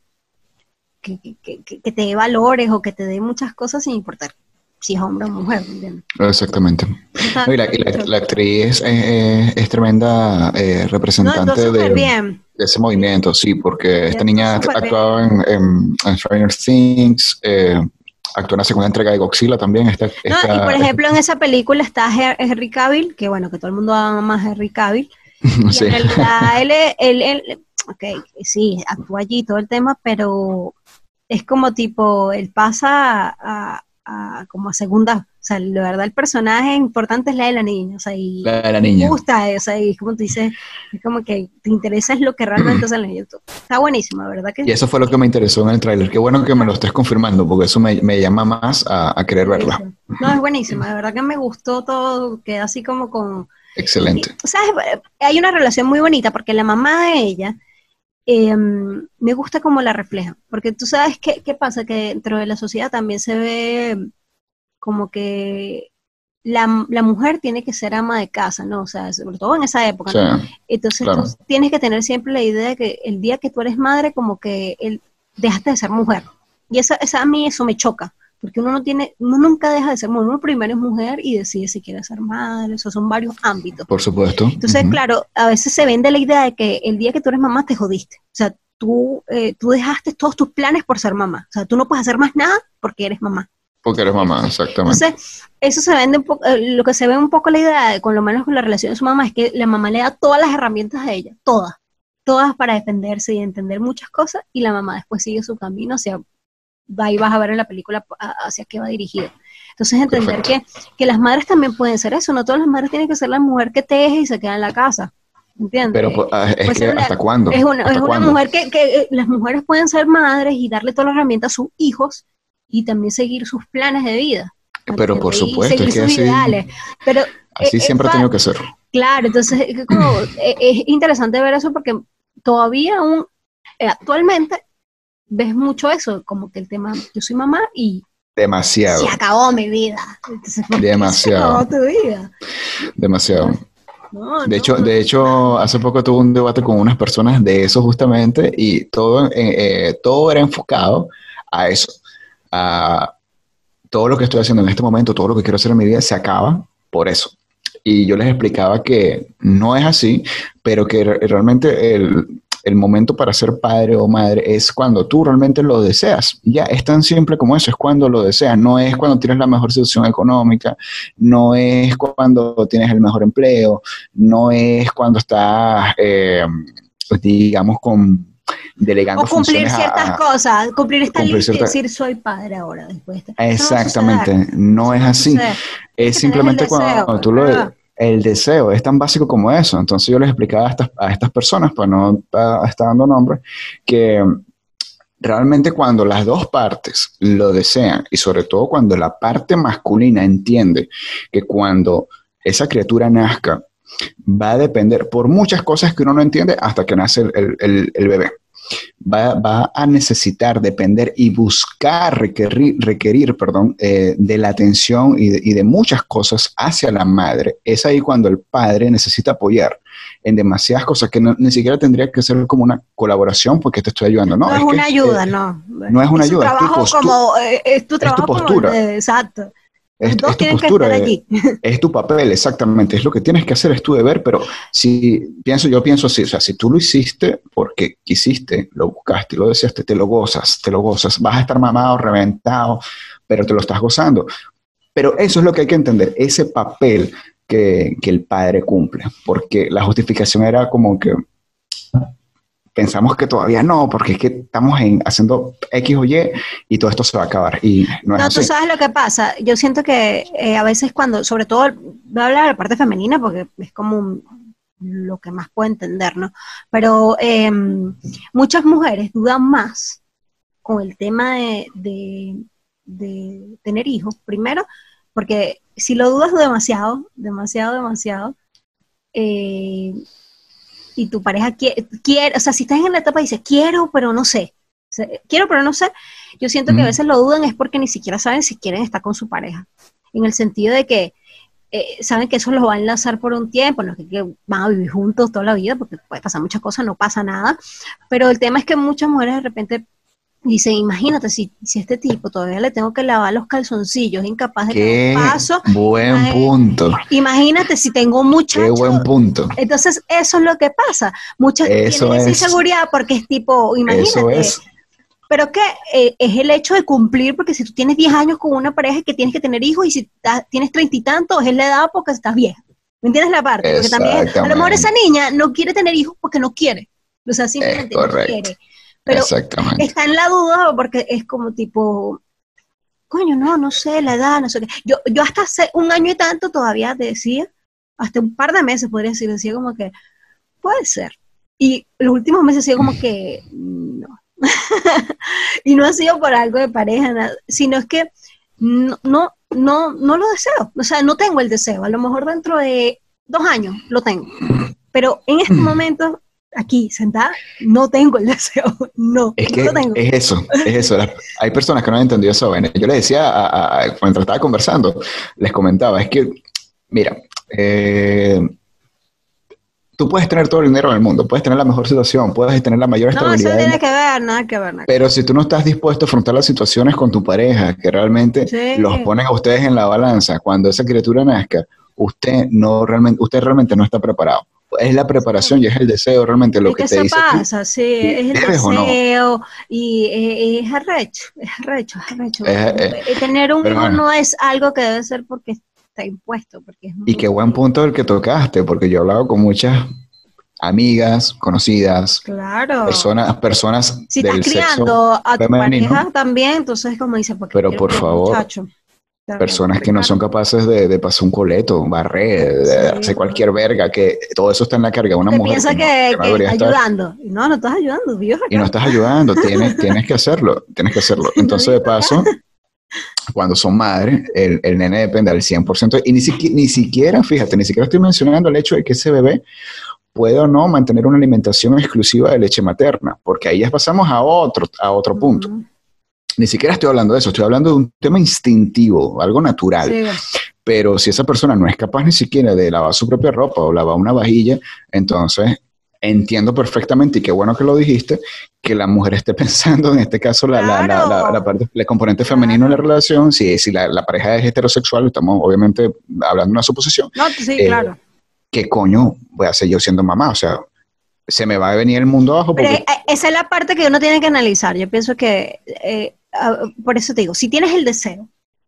que, que, que- que te dé valores o que te dé muchas cosas sin importar si es hombre o mujer, ¿me entiendes? Exactamente. Está- No, y la, y la- la actriz es, es- es tremenda eh, no, representante actuó súper de, bien, de ese movimiento, sí, porque y esta actuó niña súper bien. actuaba en, en, en Stranger Things, eh, actuó en la segunda entrega de Godzilla también. Esta, No, y esta, por esta- ejemplo en esa película está Her- Henry Cavill, que bueno, que todo el mundo ama a Henry Cavill, y sí, en realidad él, es- él, él, ok, sí, actúa allí todo el tema, pero es como tipo, él pasa a, a- a como a segunda, o sea, la verdad el personaje importante es la de la niña, o sea, y la de la me niña. gusta, o sea, y como tú dices, es como que te interesa es lo que realmente sale en YouTube. Está buenísimo, ¿verdad que? Y eso fue lo que me interesó en el tráiler. Qué bueno que me lo estés confirmando, porque eso me, me llama más a, a querer verla. Buenísimo. No, es buenísima, de verdad que me gustó todo, queda así como con... Y, Excelente. ¿sabes? Hay una relación muy bonita porque la mamá de ella eh, me gusta cómo la refleja, porque tú sabes qué, qué pasa, que dentro de la sociedad también se ve como que la, la mujer tiene que ser ama de casa, ¿no? O sea, sobre todo en esa época, Sí, ¿no? Entonces claro. tú tienes que tener siempre la idea de que el día que tú eres madre, como que el, dejaste de ser mujer. Y esa, esa, a mí eso me choca, porque uno no tiene, uno nunca deja de ser mujer, uno primero es mujer y decide si quiere ser madre, eso son varios ámbitos. Por supuesto. Entonces, Ujú. claro, a veces se vende la idea de que el día que tú eres mamá te jodiste. O sea, tú, eh, tú dejaste todos tus planes por ser mamá. O sea, tú no puedes hacer más nada porque eres mamá. Porque eres mamá, exactamente. Entonces, eso se vende un poco, eh, lo que se ve un poco la idea, de, con lo menos con la relación de su mamá, es que la mamá le da todas las herramientas a ella, todas, todas para defenderse y entender muchas cosas, y la mamá después sigue su camino hacia, ahí vas a ver en la película a- hacia qué va dirigido. Entonces, entender que, Perfecto. que las madres también pueden ser eso, no todas las madres tienen que ser la mujer que teje y se queda en la casa, ¿entiendes? Pero pues, ah, es Puede que ser una, ¿hasta cuándo? es una, es ¿Hasta una cuándo? mujer que, que eh, las mujeres pueden ser madres y darle todas las herramientas a sus hijos y también seguir sus planes de vida. Pero por ¿entiendes? Y supuesto, seguir es que sus así, ideales. Pero eh, así siempre ha eso, tenido que ser. claro, entonces es como eh, es interesante ver eso porque todavía aún eh, actualmente ves mucho eso, como que el tema, yo soy mamá y Demasiado, se acabó mi vida. Entonces, ¿por qué se demasiado, acabó tu vida? demasiado. No, De hecho, no. de hecho, hace poco tuve un debate con unas personas de eso justamente y todo, eh, eh, todo era enfocado a eso, a todo lo que estoy haciendo en este momento, todo lo que quiero hacer en mi vida se acaba por eso. Y yo les explicaba que no es así, pero que re- realmente el, el momento para ser padre o madre es cuando tú realmente lo deseas. Ya es tan simple como eso, es cuando lo deseas, no es cuando tienes la mejor situación económica, no es cuando tienes el mejor empleo, no es cuando estás, eh, digamos, con delegando O cumplir funciones a, ciertas a cosas, cumplir esta cumplir lista y ciertas. decir soy padre ahora después. de- Eso no va a Exactamente, suceder. no Eso es no va a así. suceder. Tienes Es que tener el simplemente deseo, cuando tú es lo... verdad. El deseo es tan básico como eso. Entonces yo les explicaba a estas, a estas personas, para no estar estar dando nombres, que realmente cuando las dos partes lo desean y sobre todo cuando la parte masculina entiende que cuando esa criatura nazca va a depender por muchas cosas que uno no entiende hasta que nace el, el- el- el bebé. Va, va a necesitar depender y buscar requerir, requerir perdón, eh, de la atención y de, y de muchas cosas hacia la madre. Es ahí cuando el padre necesita apoyar en demasiadas cosas que no- ni siquiera tendría que ser como una colaboración porque te estoy ayudando. No, No es es que una es, ayuda, eh, no. no es una Es su ayuda, es tu, trabajo postu como, eh, es tu es tu trabajo como el postura. de, exacto. Es, Los dos es tu tienen que postura, estar es, allí. es tu papel, exactamente. Es lo que tienes que hacer, es tu deber, pero si pienso, yo pienso así, o sea, si tú lo hiciste porque quisiste, lo buscaste, lo deseaste, te lo gozas, te lo gozas, vas a estar mamado, reventado, pero te lo estás gozando. Pero eso es lo que hay que entender, ese papel que, que el padre cumple, porque la justificación era como que pensamos que todavía no, porque es que estamos en, haciendo X o Y y todo esto se va a acabar. Y no es No, tú así. sabes lo que pasa. Yo siento que eh, a veces cuando, sobre todo, voy a hablar de la parte femenina porque es como un- lo que más puedo entender, ¿no? Pero eh, muchas mujeres dudan más con el tema de, de, de tener hijos. Primero, porque si lo dudas demasiado, demasiado, demasiado, eh, y tu pareja quiere, quiere, o sea, si estás en la etapa y dices, quiero, pero no sé, o sea, quiero, pero no sé, yo siento que a Mm. veces lo dudan es porque ni siquiera saben si quieren estar con su pareja, en el sentido de que eh, saben que eso los va a enlazar por un tiempo, no es que, que van a vivir juntos toda la vida, porque puede pasar muchas cosas, no pasa nada, pero el tema es que muchas mujeres de repente dicen, imagínate, si, si este tipo todavía le tengo que lavar los calzoncillos, es incapaz de dar un Qué paso, buen imagi- punto. imagínate si tengo un Qué muchacho. buen punto. Entonces, eso es lo que pasa. Muchas Eso tienen esa es. inseguridad porque es tipo, Eso imagínate, es. pero que eh, es el hecho de cumplir, porque si tú tienes diez años con una pareja que tienes que tener hijos y si ta- tienes treinta y tantos, es la edad porque estás vieja. ¿Me entiendes la parte? Porque también, a lo mejor esa Exactamente. niña no quiere tener hijos porque no quiere. O sea, Es simplemente no correcto. quiere. Pero Exactamente. está en la duda porque es como tipo, coño, no, no sé, la edad, no sé qué. Yo, yo hasta hace un año y tanto todavía decía, hasta un par de meses podría decir, decía como que, puede ser. Y los últimos meses ha sido como que, no. Y no ha sido por algo de pareja, nada, sino es que no, no, no, no lo deseo. O sea, no tengo el deseo. A lo mejor dentro de dos años lo tengo. Pero en este momento, aquí, sentada, no tengo el deseo. No, Es no que lo tengo. es eso, es eso. Las- hay personas que no han entendido esa vaina. Yo les decía, a, a- a- cuando estaba conversando, les comentaba, es que, mira, eh, tú puedes tener todo el dinero del mundo, puedes tener la mejor situación, puedes tener la mayor No, eso no estabilidad del tiene mundo, que ver, nada que ver, nada que pero si tú no estás dispuesto a afrontar las situaciones con tu pareja, que realmente ver. los Sí. ponen a ustedes en la balanza, cuando esa criatura nazca, usted no realmente, usted realmente no está preparado. Es la preparación y es el deseo realmente lo Es que que te eso dice a ti pasa, sí, si es el debes o no. deseo y eh, es arrecho, es arrecho, es arrecho. Eh, eh, Eh, Tener un pero hijo bueno, no es algo que debe ser porque está impuesto, porque es y qué buen muy, punto el que tocaste, porque yo he hablado con muchas amigas, conocidas, claro. personas, personas Si estás del sexo criando a tu femenino, pareja también, entonces como dice, porque pero quiero por tener un favor, muchacho. Está bien personas que no son complicado. capaces de, de pasar un coleto, barrer, de hacer Sí. cualquier verga, que todo eso está en la carga de una Porque mujer piensa que no, que, que no que debería está estar ayudando. Y no, no estás ayudando, vives y no acá. estás ayudando, tienes, tienes que hacerlo, tienes que hacerlo. No Entonces, de vives acá. paso, cuando son madres, el, el nene depende al cien por ciento y ni, siqui- ni siquiera, fíjate, ni siquiera estoy mencionando el hecho de que ese bebé puede o no mantener una alimentación exclusiva de leche materna, porque ahí ya pasamos a otro, a otro punto. Ujú. Ni siquiera estoy hablando de eso, estoy hablando de un tema instintivo, algo natural. Sí, Pero si esa persona no es capaz ni siquiera de lavar su propia ropa o lavar una vajilla, entonces entiendo perfectamente, y qué bueno que lo dijiste, que la mujer esté pensando, en este caso, la, la, la, la, la claro, parte, el componente femenino en la claro. relación, si, si la, la pareja es heterosexual, estamos obviamente hablando de una suposición, No, sí, eh, claro. ¿qué coño voy a hacer yo siendo mamá? O sea, se me va a venir el mundo abajo Pero porque... eh, esa es la parte que uno tiene que analizar. Yo pienso que, eh, ah, por eso te digo, si tienes el deseo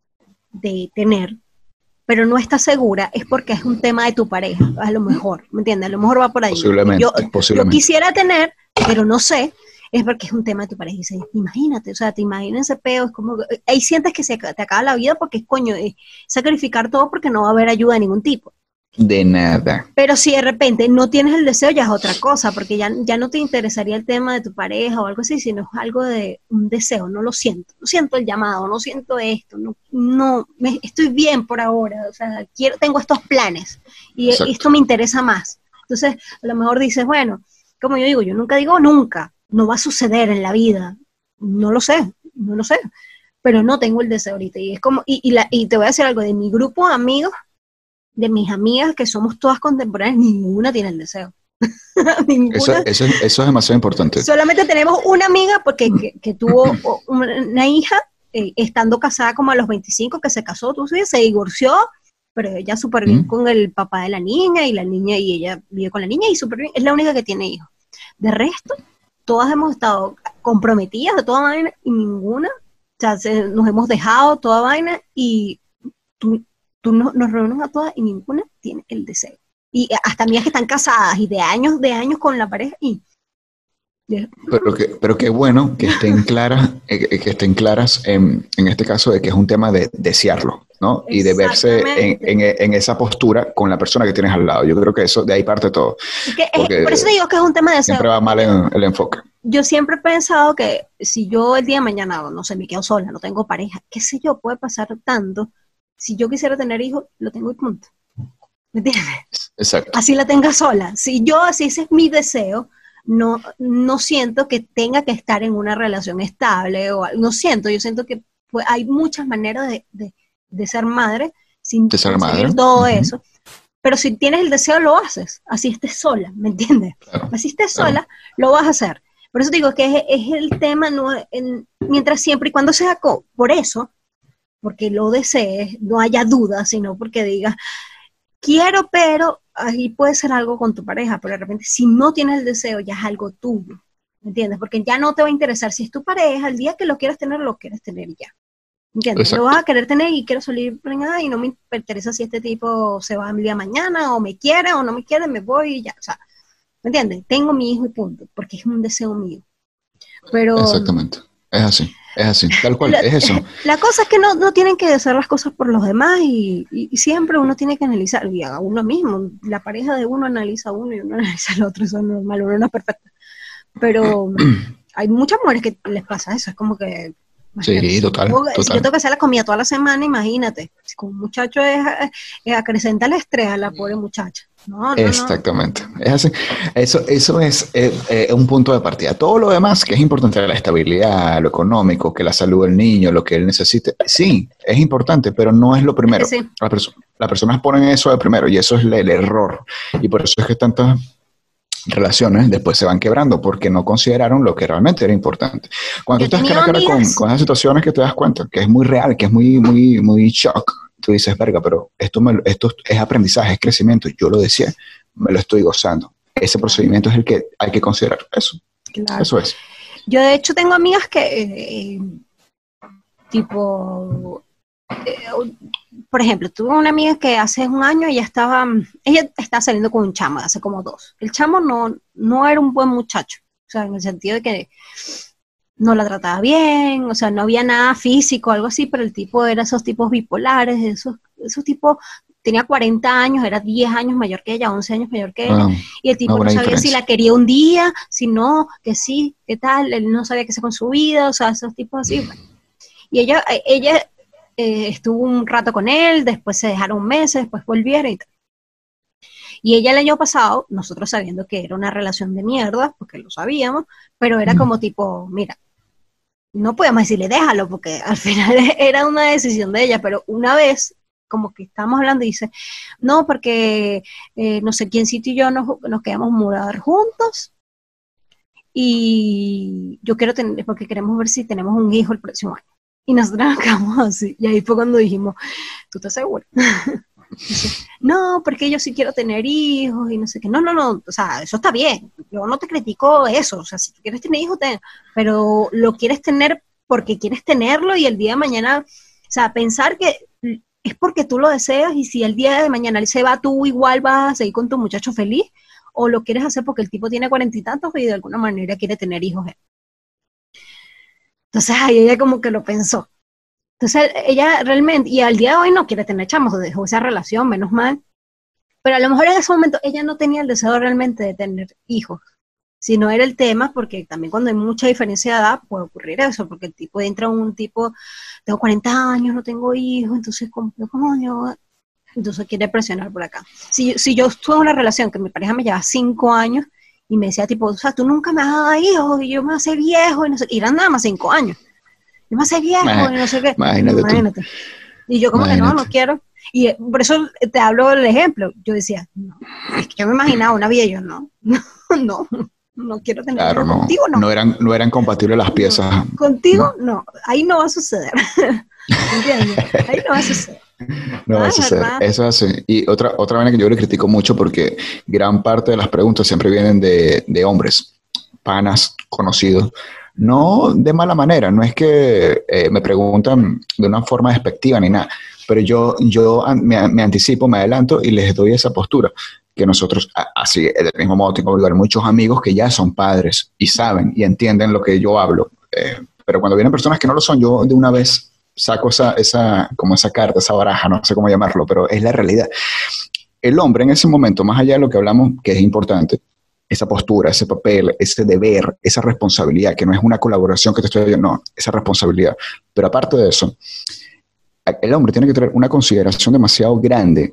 de tener, pero no estás segura, es porque es un tema de tu pareja, a lo mejor, ¿me entiendes? A lo mejor va por ahí. Posiblemente, Yo, yo posiblemente. quisiera tener, pero no sé, es porque es un tema de tu pareja. Y dices, imagínate, o sea, te imaginas ese peo, es como, ahí sientes que se te acaba la vida porque es coño, es sacrificar todo porque no va a haber ayuda de ningún tipo. De nada. Pero si de repente no tienes el deseo, ya es otra cosa, porque ya, ya no te interesaría el tema de tu pareja o algo así, sino es algo de un deseo, no lo siento, no siento el llamado, no siento esto, no, no me, estoy bien por ahora, o sea, quiero, tengo estos planes y, y esto me interesa más. Entonces, a lo mejor dices, bueno, como yo digo, yo nunca digo nunca, no va a suceder en la vida, no lo sé, no lo sé, pero no tengo el deseo ahorita. Y es como, y, y, la, y te voy a decir algo, de mi grupo de amigos, de mis amigas, que somos todas contemporáneas, ninguna tiene el deseo. Ninguna. Eso, eso, eso es demasiado importante. Solamente tenemos una amiga porque que, que tuvo una hija eh, estando casada como a los veinticinco, que se casó, tú sabes, se divorció, pero ella súper bien ¿Mm? con el papá de la niña y la niña y ella vive con la niña y súper bien, es la única que tiene hijos. De resto, todas hemos estado comprometidas de toda vaina y ninguna, o sea, se, nos hemos dejado toda vaina y tú, tú no, nos reúnen a todas y ninguna tiene el deseo. Y hasta amigas que están casadas y de años, de años con la pareja y... Pero que, pero qué bueno que estén claras, eh, que estén claras en, en este caso de que es un tema de desearlo, ¿no? Y de verse en, en, en esa postura con la persona que tienes al lado. Yo creo que eso, de ahí parte todo. Es que es, por eso te digo que es un tema de deseo. Siempre va mal en el enfoque. Yo siempre he pensado que si yo el día de mañana, no sé, me quedo sola, no tengo pareja, qué sé yo, puede pasar tanto. Si yo quisiera tener hijos, lo tengo y punto. ¿me entiendes? Exacto. Así la tenga sola. Si yo, si ese es mi deseo, no, no siento que tenga que estar en una relación estable, o no siento, yo siento que pues, hay muchas maneras de, de, de ser madre sin De ser conseguir madre. todo Uh-huh. eso. Pero si tienes el deseo, lo haces. Así estés sola, ¿me entiendes? Claro, Así estés claro. sola, lo vas a hacer. Por eso digo que es, es el tema, no, en, mientras siempre y cuando sea co- por eso, porque lo desees, no haya duda, sino porque digas, quiero, pero ahí puede ser algo con tu pareja, pero de repente si no tienes el deseo, ya es algo tuyo, ¿me entiendes? Porque ya no te va a interesar si es tu pareja, el día que lo quieras tener, lo quieres tener y ya. ¿Entiendes? Exacto. Lo vas a querer tener y quiero salir nada y no me interesa si este tipo se va el día de mañana o me quiere o no me quiere, me voy y ya, o sea, ¿me entiendes? Tengo mi hijo y punto, porque es un deseo mío. Pero Exactamente. Es así. Es así. Tal cual. la, Es eso. la cosa es que no, no tienen que hacer las cosas por los demás y, y, y siempre uno tiene que analizar, y a uno mismo, la pareja de uno analiza a uno y uno analiza al otro, eso es normal, uno no es perfecto. Pero hay muchas mujeres que les pasa eso, es como que imagínate, Sí, si, total, yo, si total. yo tengo que hacer la comida toda la semana, imagínate. Si con un muchacho es, es acrecenta el estrés a la pobre muchacha. No, no, no. Exactamente. Es así. Eso, eso es eh, eh, un punto de partida. Todo lo demás que es importante, la estabilidad, lo económico, que la salud del niño, lo que él necesite, sí, es importante, pero no es lo primero. Es que sí. Las, perso- las personas ponen eso de primero y eso es el error. Y por eso es que tantas relaciones después se van quebrando porque no consideraron lo que realmente era importante. Cuando Yo tú he estás cara a tenido cara con, amigas. con esas situaciones que te das cuenta, que es muy real, que es muy, muy, muy shock, tú dices, verga, pero esto, me, esto es aprendizaje, es crecimiento, yo lo decía, me lo estoy gozando. Ese procedimiento es el que hay que considerar. Eso, Claro. eso es. Yo de hecho tengo amigas que, eh, tipo, eh, por ejemplo, tuve una amiga que hace un año ella estaba, ella está saliendo con un chamo, hace como dos. El chamo no, no era un buen muchacho, o sea, en el sentido de que no la trataba bien, o sea, no había nada físico, algo así, pero el tipo era esos tipos bipolares, esos, esos tipos, tenía cuarenta años, era diez años mayor que ella, once años mayor que ella, Ah, y el tipo una no buena sabía diferencia. si la quería un día, si no, que sí, qué tal, él no sabía qué hacer con su vida, o sea, esos tipos así, bueno. Y ella, ella eh, estuvo un rato con él, después se dejaron meses, después volvieron y tal. Y ella el año pasado, nosotros sabiendo que era una relación de mierda, porque lo sabíamos, pero era como tipo, mira, no podíamos decirle déjalo, porque al final era una decisión de ella, pero una vez, como que estábamos hablando y dice, no, porque eh, no sé quién sitio y yo nos, nos quedamos mudar juntos, y yo quiero tener, porque queremos ver si tenemos un hijo el próximo año. Y nosotros nos quedamos así, y ahí fue cuando dijimos, ¿tú estás seguro? Dice, no, porque yo sí quiero tener hijos y no sé qué. No, no, no, o sea, eso está bien. Yo no te critico eso. O sea, si tú quieres tener hijos, ten, pero lo quieres tener porque quieres tenerlo y el día de mañana, o sea, pensar que es porque tú lo deseas y si el día de mañana él se va, tú igual vas a seguir con tu muchacho feliz o lo quieres hacer porque el tipo tiene cuarenta y tantos y de alguna manera quiere tener hijos. Entonces ahí ella como que lo pensó. Entonces ella realmente, y al día de hoy no quiere tener chamos, dejó esa relación, menos mal, pero a lo mejor en ese momento ella no tenía el deseo realmente de tener hijos, sino era el tema, porque también cuando hay mucha diferencia de edad puede ocurrir eso, porque el tipo entra un tipo, tengo cuarenta años, no tengo hijos, entonces como, coño, entonces quiere presionar por acá. Si, si yo estuve en una relación que mi pareja me lleva cinco años y me decía tipo, o sea, tú nunca me has dado hijos y yo me hace viejo y no sé, y eran nada más cinco años. Yo me hace viejo y no sé qué. Imagínate, Imagínate. tú. Y yo como Imagínate. que no, no quiero. Y por eso te hablo del ejemplo. Yo decía, no, es que yo me imaginaba una vida y yo no, no, no, no quiero tener Claro, hijos no, contigo, no. no eran, no eran compatibles las piezas. No. Contigo, No. no. Ahí no va a suceder. ¿Entiendes? Ahí no va a suceder. No va Ah, a suceder. ¿verdad? Eso es así. Y otra, otra vaina que yo le critico mucho porque gran parte de las preguntas siempre vienen de, de hombres, panas, conocidos. No de mala manera, no es que eh, me preguntan de una forma despectiva ni nada, pero yo, yo an- me, me anticipo, me adelanto y les doy esa postura. Que nosotros, a- así, del mismo modo, tengo igual muchos amigos que ya son padres y saben y entienden lo que yo hablo. Eh, pero cuando vienen personas que no lo son, yo de una vez saco esa, esa, como esa carta, esa baraja, no sé cómo llamarlo, pero es la realidad. El hombre en ese momento, más allá de lo que hablamos, que es importante, esa postura, ese papel, ese deber, esa responsabilidad, que no es una colaboración que te estoy diciendo, no, esa responsabilidad. Pero aparte de eso, el hombre tiene que tener una consideración demasiado grande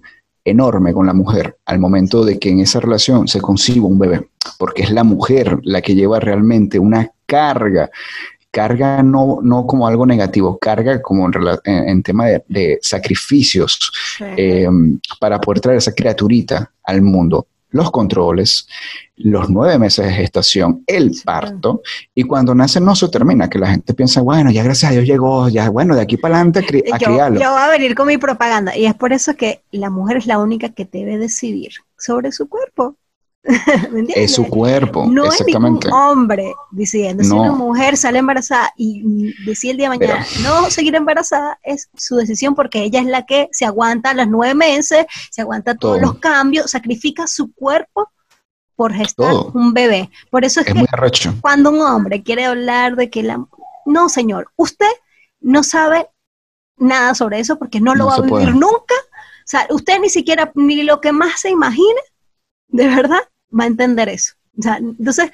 enorme con la mujer al momento de que en esa relación se conciba un bebé, porque es la mujer la que lleva realmente una carga, carga no, no como algo negativo, carga como en, en, en tema de, de sacrificios sí. eh, para poder traer esa criaturita al mundo. Los controles, los nueve meses de gestación, el parto, y cuando nace no se termina, que la gente piensa, bueno, ya gracias a Dios llegó, ya bueno, de aquí para adelante a, cri a yo, criarlo. Yo voy a venir con mi propaganda, y es por eso que la mujer es la única que debe decidir sobre su cuerpo. ¿Me entiendes? Es su cuerpo, no exactamente. No es ningún hombre diciendo, no. Si una mujer sale embarazada y decide el día de mañana Pero, no seguir embarazada, es su decisión porque ella es la que se aguanta los nueve meses, se aguanta todos todo. los cambios, sacrifica su cuerpo por gestar todo. un bebé. Por eso es, es que muy cuando un hombre quiere hablar de que la... No, señor, usted no sabe nada sobre eso porque no lo no va a vivir puede. nunca. O sea, usted ni siquiera, ni lo que más se imagine, de verdad, va a entender eso. O sea, entonces,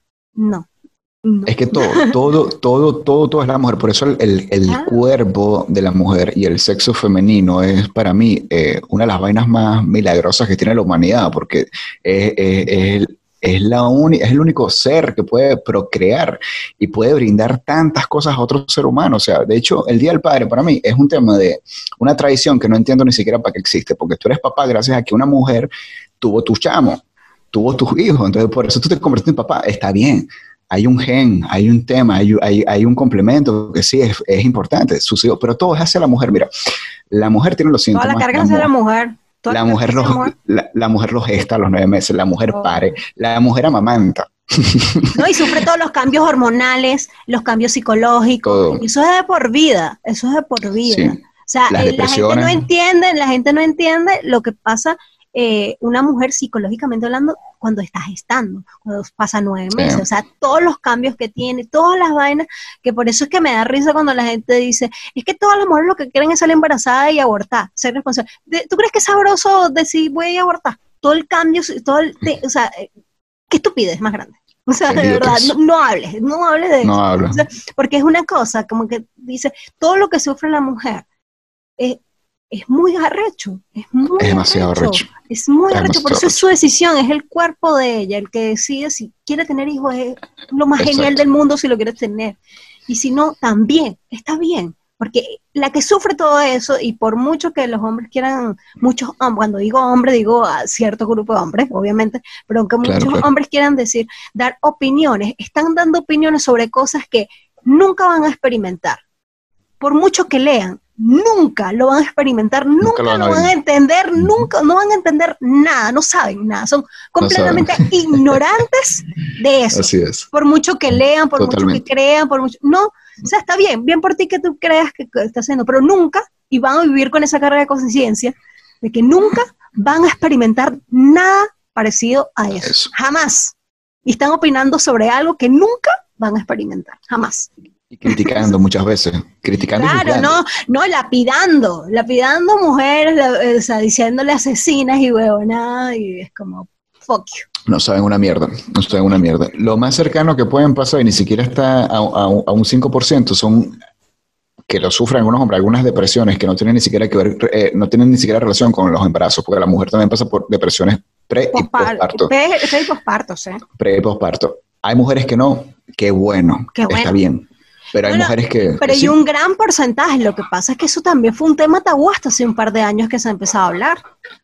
no. no. Es que todo, todo, todo, todo, todo es la mujer. Por eso el, el, el ah. cuerpo de la mujer y el sexo femenino es para mí eh, una de las vainas más milagrosas que tiene la humanidad, porque es, es, es, es, la uni, es el único ser que puede procrear y puede brindar tantas cosas a otro ser humano. O sea, de hecho, el Día del Padre para mí es un tema de una tradición que no entiendo ni siquiera para qué existe, porque tú eres papá gracias a que una mujer tuvo tu chamo, tuvo tus hijos, entonces por eso tú te convertiste en papá. Está bien, hay un gen, hay un tema, hay, hay, hay un complemento que sí es, es importante, sucedió, pero todo es hacia la mujer. Mira, la mujer tiene los síntomas. Toda la carga es hacia la mujer. La mujer, los, la, la mujer los gesta a los nueve meses, la mujer oh. pare, la mujer amamanta. No, y sufre todos los cambios hormonales, los cambios psicológicos, todo. Eso es de por vida, eso es de por vida. Sí. O sea, eh, la gente no entiende, la gente no entiende lo que pasa. Eh, una mujer psicológicamente hablando cuando está gestando, cuando pasa nueve meses, sí. O sea, todos los cambios que tiene, todas las vainas, que por eso es que me da risa cuando la gente dice, es que todas las mujeres lo que quieren es salir embarazada y abortar, ser responsable. ¿Tú crees que es sabroso decir voy a abortar? Todo el cambio, todo el, te, o sea, qué estupidez más grande. O sea, de verdad, no, no hables, no hables de no eso. Habla. O sea, porque es una cosa, como que dice, todo lo que sufre la mujer, eh, es muy arrecho, es muy es demasiado arrecho, arrecho. es muy es arrecho, por eso es su decisión, es el cuerpo de ella, el que decide si quiere tener hijos, es lo más Exacto. genial del mundo si lo quiere tener, y si no, también, está bien, porque la que sufre todo eso, y por mucho que los hombres quieran, muchos hombres, cuando digo hombre, digo a cierto grupo de hombres, obviamente, pero aunque muchos claro, claro. hombres quieran decir, dar opiniones, están dando opiniones sobre cosas que nunca van a experimentar, por mucho que lean, nunca lo van a experimentar, nunca, nunca lo van a, van a entender, uh-huh. nunca, no van a entender nada, no saben nada, son completamente no ignorantes de eso. Así es. Por mucho que lean, por Totalmente. mucho que crean, por mucho, no, o sea, está bien, bien por ti que tú creas que, que estás haciendo, pero nunca, y van a vivir con esa carga de conciencia, de que nunca van a experimentar nada parecido a eso, eso. jamás, y están opinando sobre algo que nunca van a experimentar, jamás. Y criticando muchas veces, criticando. Claro, no, no, lapidando, lapidando mujeres, la, o sea, diciéndole asesinas y huevonadas, y es como, fuck you. No saben una mierda, no saben una mierda. Lo más cercano que pueden pasar, y ni siquiera está a, a, a un cinco por ciento, son que lo sufren algunos hombres, algunas depresiones que no tienen ni siquiera que ver, eh, no tienen ni siquiera relación con los embarazos, porque la mujer también pasa por depresiones pre y posparto. Pre y posparto, sí. Pre y posparto. Hay mujeres que no, qué bueno, qué bueno. Está bien. Pero hay bueno, mujeres que... Pero que hay sí. un gran porcentaje. Lo que pasa es que eso también fue un tema tabú hasta hace un par de años que se ha empezado a hablar.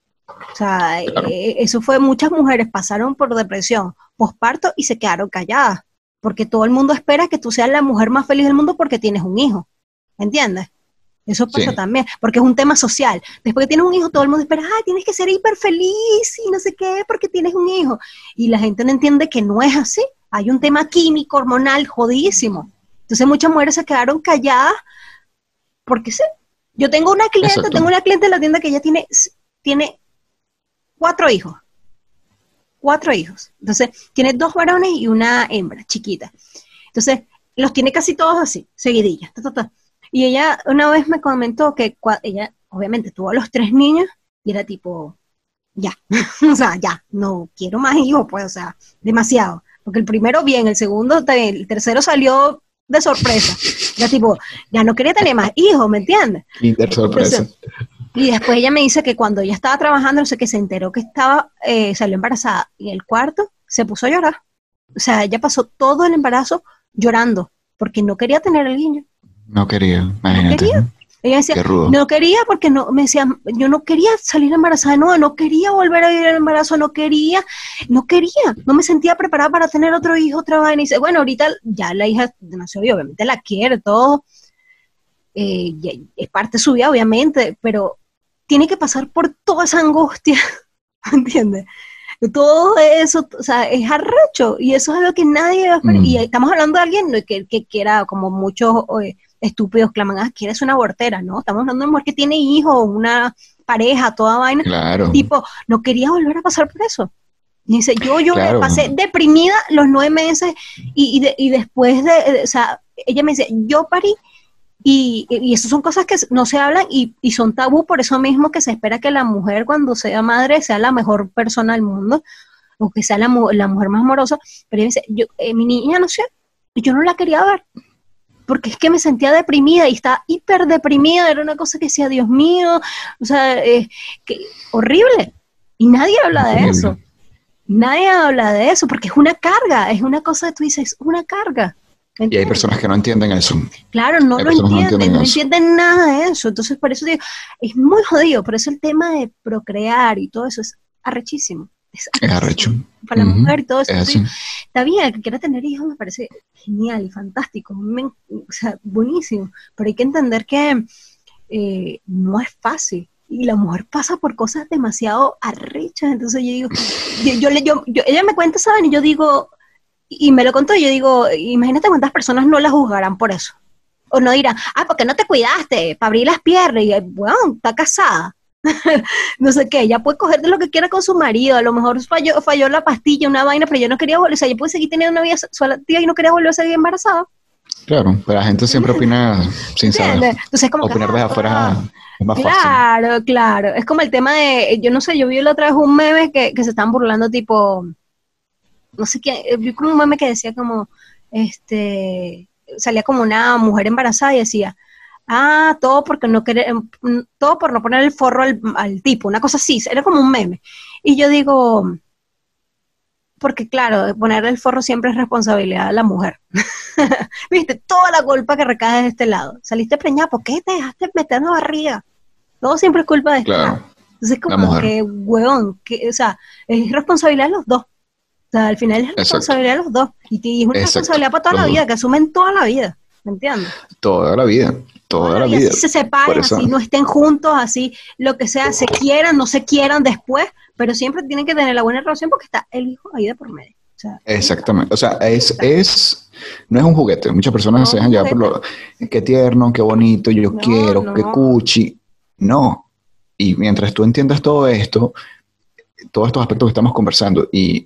O sea, claro. eh, eso fue, muchas mujeres pasaron por depresión, posparto y se quedaron calladas. Porque todo el mundo espera que tú seas la mujer más feliz del mundo porque tienes un hijo. ¿Entiendes? Eso pasa sí. también, porque es un tema social. Después que tienes un hijo, todo el mundo espera, ay, tienes que ser hiper feliz y no sé qué, porque tienes un hijo. Y la gente no entiende que no es así. Hay un tema químico, hormonal, jodidísimo. Entonces muchas mujeres se quedaron calladas porque sí. Yo tengo una cliente, Exacto. tengo una cliente en la tienda que ella tiene, tiene cuatro hijos. Cuatro hijos. Entonces, tiene dos varones y una hembra chiquita. Entonces, los tiene casi todos así, seguidillas. Ta, ta, ta. Y ella una vez me comentó que ella, obviamente, tuvo a los tres niños y era tipo, ya. O sea, ya, no quiero más hijos, pues, o sea, demasiado. Porque el primero bien, el segundo, el tercero salió de sorpresa. Ya tipo, ya no quería tener más hijos, ¿me entiendes? Kinder sorpresa. Entonces, Y después ella me dice que cuando ella estaba trabajando, no sé qué, se enteró que estaba, eh, salió embarazada y en el cuarto se puso a llorar. O sea, ella pasó todo el embarazo llorando porque no quería tener el niño. No quería, imagínate. No quería. Ella decía, Qué rudo. no quería porque no, me decía, yo no quería salir embarazada, no, no quería volver a vivir el embarazo, no quería, no quería, no me sentía preparada para tener otro hijo, otra vaina. Y dice, bueno, ahorita ya la hija nació y obviamente la quiere, todo, eh, es parte de su vida, obviamente, pero tiene que pasar por toda esa angustia, ¿entiendes? Todo eso, o sea, es arrecho, y eso es lo que nadie va a esperar. Mm. Y estamos hablando de alguien que, que quiera, como muchos eh, estúpidos claman, ah, que eres una abortera, ¿no? Estamos hablando de una mujer que tiene hijos, una pareja, toda vaina. Claro. Tipo, no quería volver a pasar por eso. Y dice, yo, yo claro. pasé deprimida los nueve meses, y, y, de, y después de, de, o sea, ella me dice, yo parí, Y, y eso son cosas que no se hablan y, y son tabú, por eso mismo que se espera que la mujer cuando sea madre sea la mejor persona del mundo, o que sea la, la mujer más amorosa. Pero ella dice, yo, eh, mi niña nació y yo no la quería ver, porque es que me sentía deprimida y estaba hiper deprimida, era una cosa que decía, Dios mío, o sea, eh, que, horrible, y nadie habla de horrible. eso, nadie habla de eso, porque es una carga, es una cosa que tú dices, es una carga. ¿Entiendes? Y hay personas que no entienden eso. Claro, no lo entienden, no entienden, no entienden nada de eso. Entonces, por eso digo, es muy jodido. Por eso el tema de procrear y todo eso es arrechísimo. Es, arrechísimo. Es arrecho. Para uh-huh. la mujer y todo eso. Digo, está bien, el que quiera tener hijos me parece genial y fantástico. Me, o sea, buenísimo. Pero hay que entender que eh, no es fácil. Y la mujer pasa por cosas demasiado arrechas. Entonces yo digo, yo, yo, yo, yo, ella me cuenta, ¿saben? Y yo digo... Y me lo contó, yo digo, imagínate cuántas personas no la juzgarán por eso. O no dirán, ah, ¿por qué no te cuidaste? Para abrir las piernas. Y, bueno, está casada. No sé qué, ella puede coger de lo que quiera con su marido. A lo mejor falló, falló la pastilla, una vaina, pero yo no quería volver. O sea, yo pude seguir teniendo una vida sexual y no quería volver a seguir embarazada. Claro, pero la gente siempre opina sin saber. Entonces, como opinar que, desde afuera es más claro, fácil. Claro, claro. Es como el tema de, yo no sé, yo vi la otra vez un meme que, que se están burlando tipo... no sé qué, vi como un meme que decía como, este, salía como una mujer embarazada y decía, ah, todo porque no querer, todo por no poner el forro al, al tipo, una cosa así, era como un meme. Y yo digo, porque claro, poner el forro siempre es responsabilidad de la mujer. Viste, toda la culpa que recae de este lado. Saliste preñada, ¿por qué te dejaste meter en la barriga? Todo siempre es culpa de este claro. lado. Entonces como que, huevón, que, o sea, es responsabilidad de los dos. O sea, al final es responsabilidad de los dos. Y, y es una Exacto. responsabilidad para toda los la vida, dos. Que asumen toda la vida. ¿Me entiendes? Toda la vida. Toda, toda la vida. vida. Así se separen, así no estén juntos, así lo que sea, se quieran, no se quieran después, pero siempre tienen que tener la buena relación porque está el hijo ahí de por medio. O sea, exactamente. O sea, es, es, no es un juguete. Muchas personas no, se dejan llevar por lo, qué tierno, qué bonito, yo no, quiero, no. qué cuchi. No. Y mientras tú entiendas todo esto, todos estos aspectos que estamos conversando y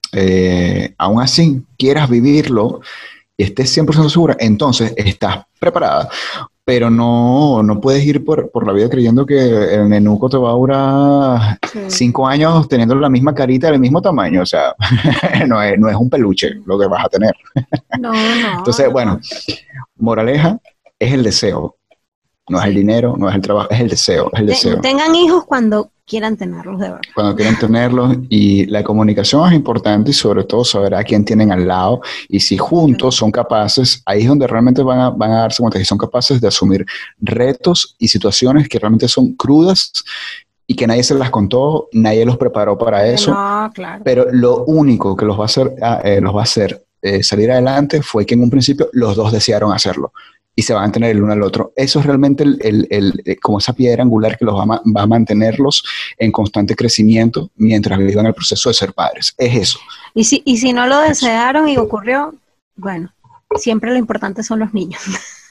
Eh, aún así quieras vivirlo y estés cien por ciento segura, entonces estás preparada, pero no, no puedes ir por, por la vida creyendo que el nenuco te va a durar sí. cinco años teniendo la misma carita del mismo tamaño, o sea, no, es, no es un peluche lo que vas a tener. No, no. Entonces, no. bueno, moraleja, es el deseo, no sí. es el dinero, no es el trabajo, es el deseo, es el deseo. Tengan hijos cuando quieran tenerlos, de verdad. Cuando quieran tenerlos, y la comunicación es importante y sobre todo saber a quién tienen al lado y si juntos son capaces, ahí es donde realmente van a, van a darse cuenta que son capaces de asumir retos y situaciones que realmente son crudas y que nadie se las contó, nadie los preparó para eso, no, claro. Pero lo único que los va a hacer, eh, los va a hacer eh, salir adelante fue que en un principio los dos desearon hacerlo. Y se van a tener el uno al otro. Eso es realmente el, el, el, el, como esa piedra angular que los va a, va a mantenerlos en constante crecimiento mientras vivan el proceso de ser padres. Es eso. Y si, y si no lo desearon y ocurrió, bueno, siempre lo importante son los niños.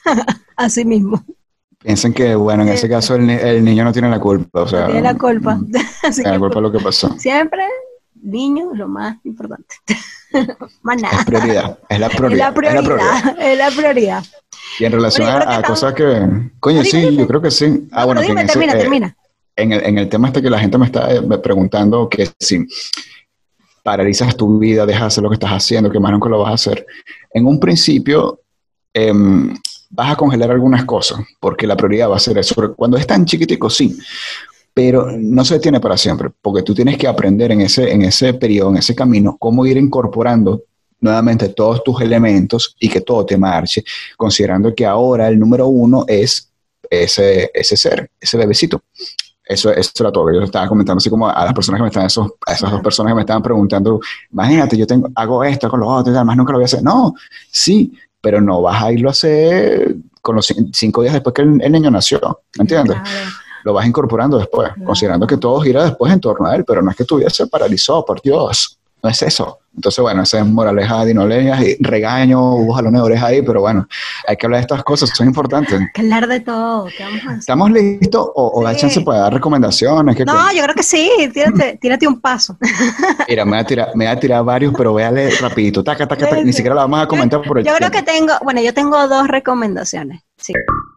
Así mismo. Piensen que, bueno, en sí. ese caso el, el niño no tiene la culpa. O sea, no tiene la culpa. Así tiene la culpa de lo que pasó. Siempre niño es lo más importante. Más nada. Es prioridad. Es la prioridad. Es la prioridad. Es la prioridad. Es la prioridad. Y en relación bueno, a, a cosas que... Coño, no, sí, dime, yo creo que sí. Ah, no, bueno, dime, que en, termina, ese, termina. Eh, en, el, en el tema este que la gente me está eh, preguntando que si paralizas tu vida, dejas de hacer lo que estás haciendo, que más nunca lo vas a hacer. En un principio, eh, vas a congelar algunas cosas, porque la prioridad va a ser eso. Cuando es tan chiquitico, sí, pero no se detiene para siempre, porque tú tienes que aprender en ese, en ese periodo, en ese camino, cómo ir incorporando nuevamente todos tus elementos y que todo te marche, considerando que ahora el número uno es ese, ese ser, ese bebecito. Eso, eso era todo. Yo estaba comentando así como a las personas que me estaban, esos, a esas dos personas que me estaban preguntando, imagínate, yo tengo, hago esto, hago lo otro, y además nunca lo voy a hacer. No, sí, pero no vas a irlo a hacer con los cinco días después que el, el niño nació, ¿me entiendes? Claro. Lo vas incorporando después, claro, considerando que todo gira después en torno a él, pero no es que tu vida se paralizó, por Dios. No es eso. Entonces, bueno, esa es moraleja de Dinoleñas y regaño, hubo jalones de oreja ahí, pero bueno, hay que hablar de estas cosas, son importantes. Hay que hablar de todo. ¿Qué vamos a hacer? ¿Estamos listos? ¿O, o sí. la chance puede dar recomendaciones? ¿Qué no, cosa? Yo creo que sí. Tírate, tírate un paso. Mira, me voy a tirar, me voy a tirar varios, pero voy a leer rapidito. Taca, taca, taca. Ni siquiera la vamos a comentar yo, por el Yo tiempo. creo que tengo, bueno, yo tengo dos recomendaciones. Sí.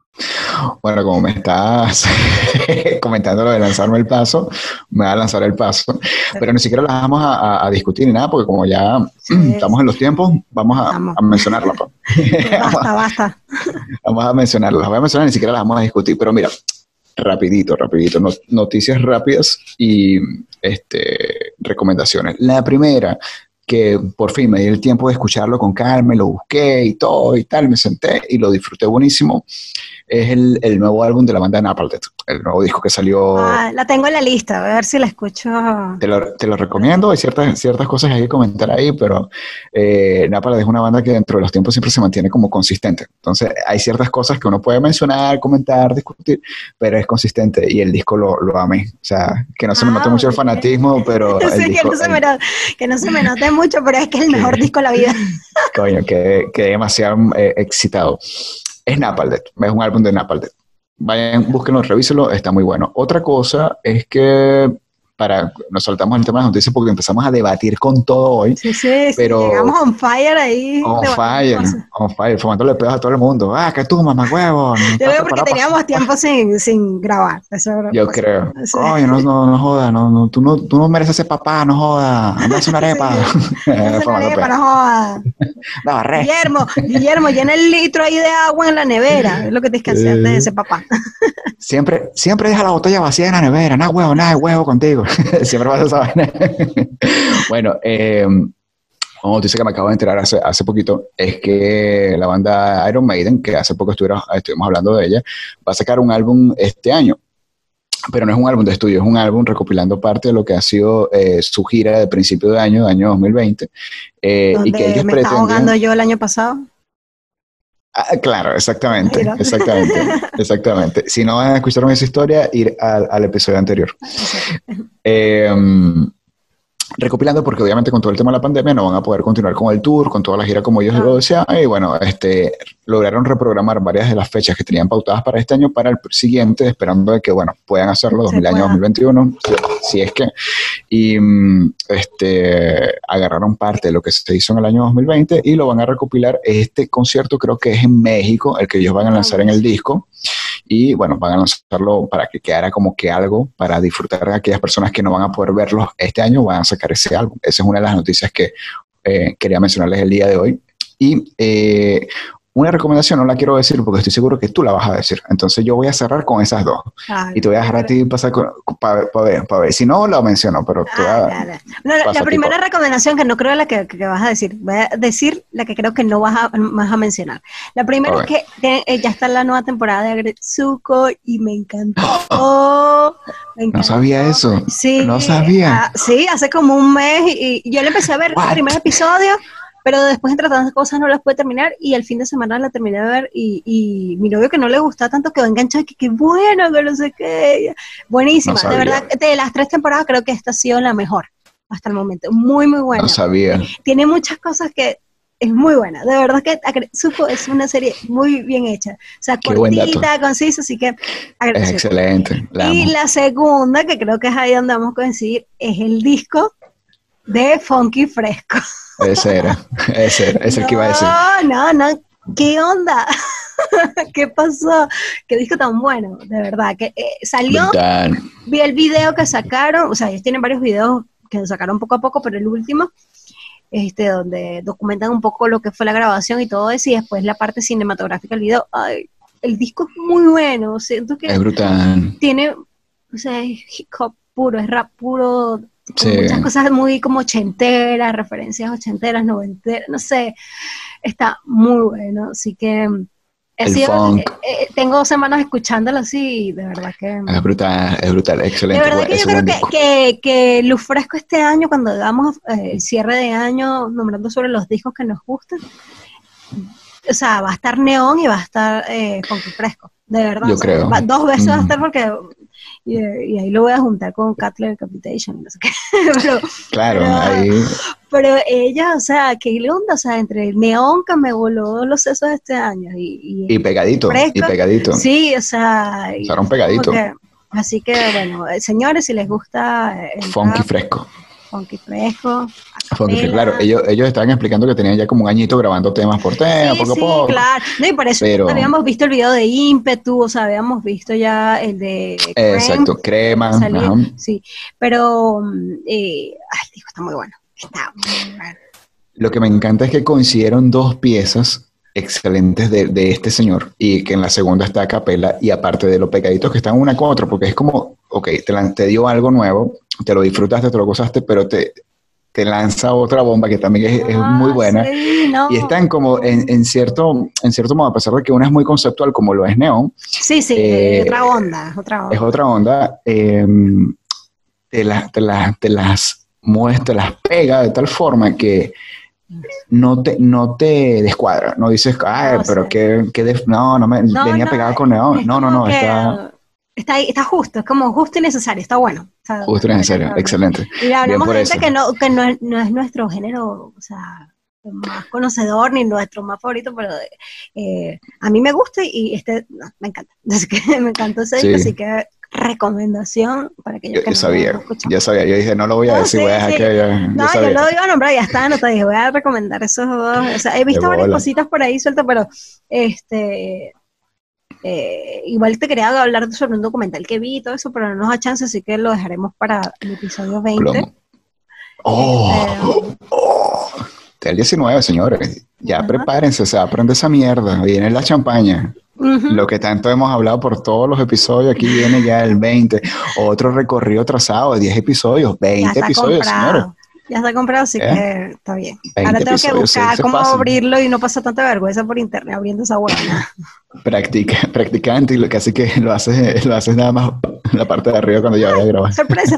Bueno, como me estás comentando lo de lanzarme el paso, me va a lanzar el paso, pero ni siquiera las vamos a, a, a discutir ni nada, porque como ya sí, estamos en los tiempos, vamos a, a mencionarla. Basta, basta. Vamos a mencionarlas, las voy a mencionar, ni siquiera las vamos a discutir, pero mira, rapidito, rapidito, not- noticias rápidas y este, recomendaciones. La primera, que por fin me di el tiempo de escucharlo con calma, lo busqué y todo y tal, me senté y lo disfruté buenísimo. Es el, el nuevo álbum de la banda de Napalm Death, el nuevo disco que salió. Ah, la tengo en la lista, a ver si la escucho. Te lo, te lo recomiendo, hay ciertas, ciertas cosas que hay que comentar ahí, pero eh, Napalm Death es una banda que dentro de los tiempos siempre se mantiene como consistente. Entonces hay ciertas cosas que uno puede mencionar, comentar, discutir, pero es consistente y el disco lo, lo amé. O sea, que no se me note ah, mucho el fanatismo, pero el sí, disco, que, no se el, me no, que no se me note mucho, pero es que es el mejor disco de la vida. Coño, quedé, quedé demasiado eh, excitado. Es Napalm Death, es un álbum de Napalm Death. Vayan, búsquenlo, revísenlo, está muy bueno. Otra cosa es que, para, nos saltamos el tema de las noticias porque empezamos a debatir con todo hoy. Sí, sí, pero sí, llegamos on fire ahí. On fire, on fire, fumándole pedos a todo el mundo. Ah, que tú, mamá huevo. Yo creo porque teníamos para... tiempo sin, sin grabar. Eso Yo cosa. creo. Sí. Coño, no, no, no jodas, no, no, tú, no, tú no mereces ser papá, no jodas. Anda a hacer una arepa. Sí, una arepa, no jodas. No, Guillermo, Guillermo, llena el litro ahí de agua en la nevera. Es lo que tienes que hacer de ese papá. Siempre, siempre deja la botella vacía en la nevera. No, huevo, nada, huevo contigo. Siempre vas a saber. Bueno, eh, una noticia que me acabo de enterar hace, hace poquito es que la banda Iron Maiden, que hace poco estuvimos, estuvimos hablando de ella, va a sacar un álbum este año. Pero no es un álbum de estudio, es un álbum recopilando parte de lo que ha sido eh, su gira de principio de año, de año dos mil veinte. Eh, y que ellos me pretenden... estaba ahogando yo el año pasado. Ah, claro, exactamente, exactamente, exactamente. Si no van a escuchar esa historia, ir al, al episodio anterior. Eh, recopilando, porque obviamente con todo el tema de la pandemia no van a poder continuar con el tour, con toda la gira como ellos ah. lo desean, y bueno, este, lograron reprogramar varias de las fechas que tenían pautadas para este año para el siguiente, esperando de que, bueno, puedan hacerlo en el año dos mil veintiuno, si, si es que, y este, agarraron parte de lo que se hizo en el año dos mil veinte y lo van a recopilar. Este concierto creo que es en México, el que ellos van a lanzar en el disco. Y bueno, van a lanzarlo para que quedara como que algo para disfrutar de aquellas personas que no van a poder verlo este año, van a sacar ese álbum. Esa es una de las noticias que eh, quería mencionarles el día de hoy. Y eh, una recomendación no la quiero decir porque estoy seguro que tú la vas a decir. Entonces yo voy a cerrar con esas dos. Ay, y te voy a dejar a ti pasar para pa ver, pa ver. Si no, la menciono, pero te ah, claro. No, la, la primera recomendación, que no creo la que, que vas a decir, voy a decir la que creo que no vas a, vas a mencionar. La primera es que te, eh, ya está la nueva temporada de Agretsuko y me encantó. Oh, me encantó. No sabía eso. Sí, no sabía. Uh, sí, hace como un mes y, y yo le empecé a ver What? el primer episodio. Pero después, entre tantas cosas, no las pude terminar y el fin de semana la terminé de ver y, y mi novio, que no le gustaba tanto, quedó enganchado, que qué bueno, que no sé qué. Buenísima, no de verdad, de las tres temporadas creo que esta ha sido la mejor hasta el momento. Muy, muy buena. No sabía. Tiene muchas cosas que es muy buena. De verdad que Agretsuko es una serie muy bien hecha. O sea, qué cortita, concisa, así que Agretsuko. Es excelente. La y amo. La segunda, que creo que es ahí donde vamos a coincidir, es el disco de Funky Fresco. Ese era, ese era, ese no, el que iba a decir. No, no, no, ¿qué onda? ¿Qué pasó? Qué disco tan bueno, de verdad. Que eh, salió, Brutal. Vi el video que sacaron, o sea, ellos tienen varios videos que sacaron poco a poco, pero el último este, donde documentan un poco lo que fue la grabación y todo eso, y después la parte cinematográfica del video. Ay, el disco es muy bueno, siento que Es brutal. tiene, o sea, es hip hop puro, es rap puro, con Sí. muchas cosas muy como ochenteras, referencias ochenteras, noventeras, no sé, está muy bueno, así que he El sido- funk. eh, eh, tengo dos semanas escuchándolo así, y de verdad que... Es brutal, es brutal, De excelente. verdad Bueno, que yo ese creo buen que, disco. que, que Luz Fresco este año, cuando hagamos eh, el cierre de año, nombrando sobre los discos que nos gustan, o sea, va a estar Neón y va a estar eh, Funky Fresco, de verdad. Yo o sea, creo. va- dos veces va a Mm. estar porque... Y, y ahí lo voy a juntar con Cutler Decapitation, no sé qué. pero, Claro, pero, ahí pero ella, o sea, qué onda, o sea, entre el Neón que me voló los sesos este año y, y, y pegadito, y Fresco, pegadito. sí, o sea, y Usaron fue como pegadito. que- así que bueno, eh, señores, si les gusta eh, el Funky rap, fresco. funky fresco, Funky fresco. acapela. Claro, ellos, ellos estaban explicando que tenían ya como un añito grabando temas por tema, Sí, poco a sí, poco. claro. No, y por eso Pero- habíamos visto el video de Ímpetu, o sea, habíamos visto ya el de Eh, Cream, exacto, crema. que salía, Ajá. sí, pero mm, eh, ay, digo, está muy bueno, está muy bueno. Lo que me encanta es que coincidieron dos piezas excelentes de, de este señor y que en la segunda está a capela y aparte de los pegaditos que están una con otra, porque es como, ok, te, lan- te dio algo nuevo, te lo disfrutaste, te lo gozaste, pero te, te lanza otra bomba que también es, es muy Ah, buena. sí, no. Y están como en, en, cierto, en cierto modo, a pesar de que una es muy conceptual como lo es Neon, Sí, sí, eh, otra onda, otra onda. es otra onda, eh, te, la- te, la- te las muestra, te las pega de tal forma que no te, no te descuadra, no dices, ay, No, pero sí. que, que def- no, no me No, venía no, pegado con Neon, es no, no, como no, que está está ahí, está justo, es como justo y necesario, está bueno. O sea, justo y necesario, no, no. excelente. Y le hablamos por de gente eso. que, no, que no, es, no es nuestro género, o sea, más conocedor ni nuestro más favorito, pero eh, a mí me gusta y este no, me encanta. Así que me encantó ese disco, Sí. así que recomendación para aquellos Yo, que yo no sabía, lo han escuchado. ya sabía, yo dije, no lo voy a No, decir, sí, voy a dejar sí. que yo, yo No, yo sabía. lo iba a nombrar, ya está, no te dije, voy a recomendar esos dos. O sea, he visto De varias bola. cositas por ahí sueltas, pero este eh, igual te quería hablar sobre un documental que vi y todo eso, pero no nos da chance, así que lo dejaremos para el episodio veinte. Plomo. Oh, Este, oh. El diecinueve, señores. Ya Ajá. prepárense, se aprende esa mierda. Viene la champaña. ujú. Lo que tanto hemos hablado por todos los episodios, aquí viene ya el veinte. Otro recorrido trazado de diez episodios, Ya veinte está episodios, señores. comprado. Ya está comprado, así ¿Eh? que está bien. veinte Ahora tengo que episodios, buscar se- se cómo fácil. abrirlo y no pasar tanta vergüenza por internet abriendo esa huevona. Practica, practicante, y lo que hace que lo haces, lo haces nada más en la parte de arriba cuando ya vaya a grabar. Sorpresa.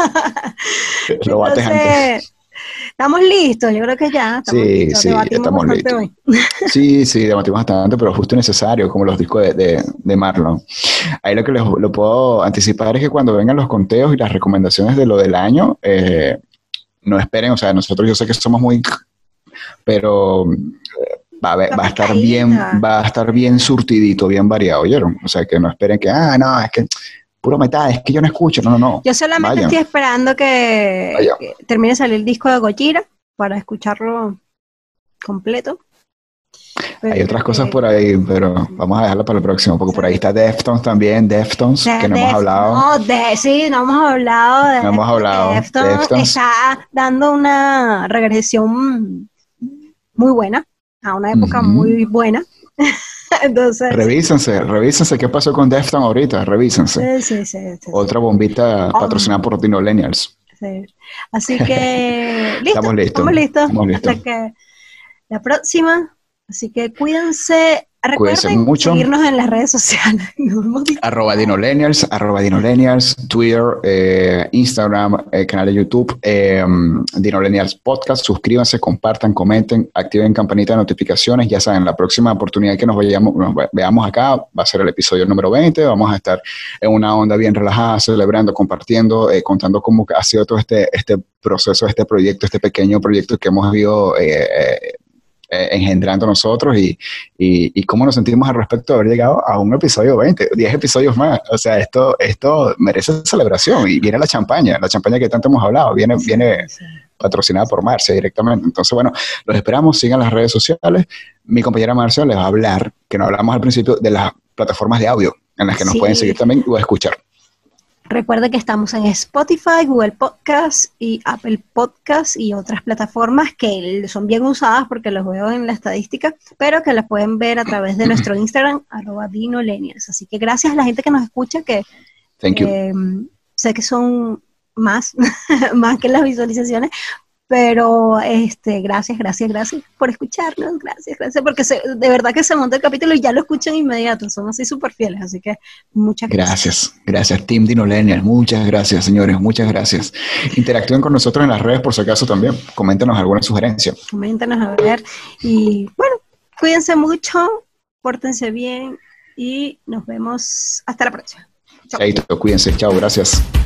Lo bates antes. Entonces, estamos listos, yo creo que ya. Estamos Sí, listos. sí, Debatimos estamos bastante listos. hoy. Sí, sí, debatimos bastante, pero justo y necesario, como los discos de, de, de Marlon. Ahí lo que les lo puedo anticipar es que cuando vengan los conteos y las recomendaciones de lo del año, eh, no esperen, o sea, nosotros yo sé que somos muy, pero eh, va a, ver- va a estar bien, va a estar bien surtidito, bien variado, ¿oyeron? O sea, que no esperen que, ah, no, es que puro metal, es que yo no escucho, no, no, no. Yo solamente Vayan. estoy esperando que, Vayan. que termine de salir el disco de Gojira para escucharlo completo. Hay otras cosas por ahí, pero vamos a dejarlo para el próximo, porque por ahí está Deftones también, Deftones, De- que no hemos Def- hablado. No, de, sí, no hemos hablado de No hemos hablado. Deftones. Deftones. Está dando una regresión muy buena, a una época Ujú. muy buena. Entonces, Revísense, revísense qué pasó con Deftones ahorita, revísense. sí, sí, sí, sí, sí, Otra bombita patrocinada por Dinolenials. sí. Así que, listo, Estamos listos, estamos listos. estamos listos. Hasta que la próxima. Así que cuídense. Cuídense Recuerden mucho. seguirnos en las redes sociales. Nos hemos dicho. Arroba Dinolenials, arroba Dinolenials, Twitter, eh, Instagram, eh, canal de YouTube, eh, Dinolenials Podcast. Suscríbanse, compartan, comenten, activen campanita de notificaciones. Ya saben, la próxima oportunidad que nos, vayamos, nos ve- veamos acá va a ser el episodio número veinte. Vamos a estar en una onda bien relajada, celebrando, compartiendo, eh, contando cómo ha sido todo este, este proceso, este proyecto, este pequeño proyecto que hemos ido eh, eh, eh, engendrando nosotros y, y, y cómo nos sentimos al respecto de haber llegado a un episodio veinte, diez episodios más. O sea, esto, esto merece celebración y viene la champaña, la champaña que tanto hemos hablado, viene, Sí, viene sí. patrocinada por Marcia directamente. Entonces, bueno, los esperamos, sigan las redes sociales. Mi compañera Marcia les va a hablar, que no hablamos al principio, de las plataformas de audio en las que nos Sí. pueden seguir también o escuchar. Recuerda que estamos en Spotify, Google Podcast y Apple Podcast y otras plataformas que son bien usadas porque los veo en la estadística, pero que las pueden ver a través de nuestro Instagram, arroba dinolenials. Así que gracias a la gente que nos escucha, que Thank you. eh, sé que son más, más que las visualizaciones, pero este, gracias, gracias, gracias por escucharnos, gracias, gracias, porque se, de verdad que se monta el capítulo y ya lo escuchan inmediato, son así súper fieles, así que muchas gracias. Gracias, gracias Team Dinolenial, muchas gracias señores, muchas gracias. Interactúen con nosotros en las redes por si acaso también, coméntenos alguna sugerencia. Coméntanos a ver y bueno, cuídense mucho, pórtense bien y nos vemos hasta la próxima. Chao. Chaito, cuídense, chao, gracias.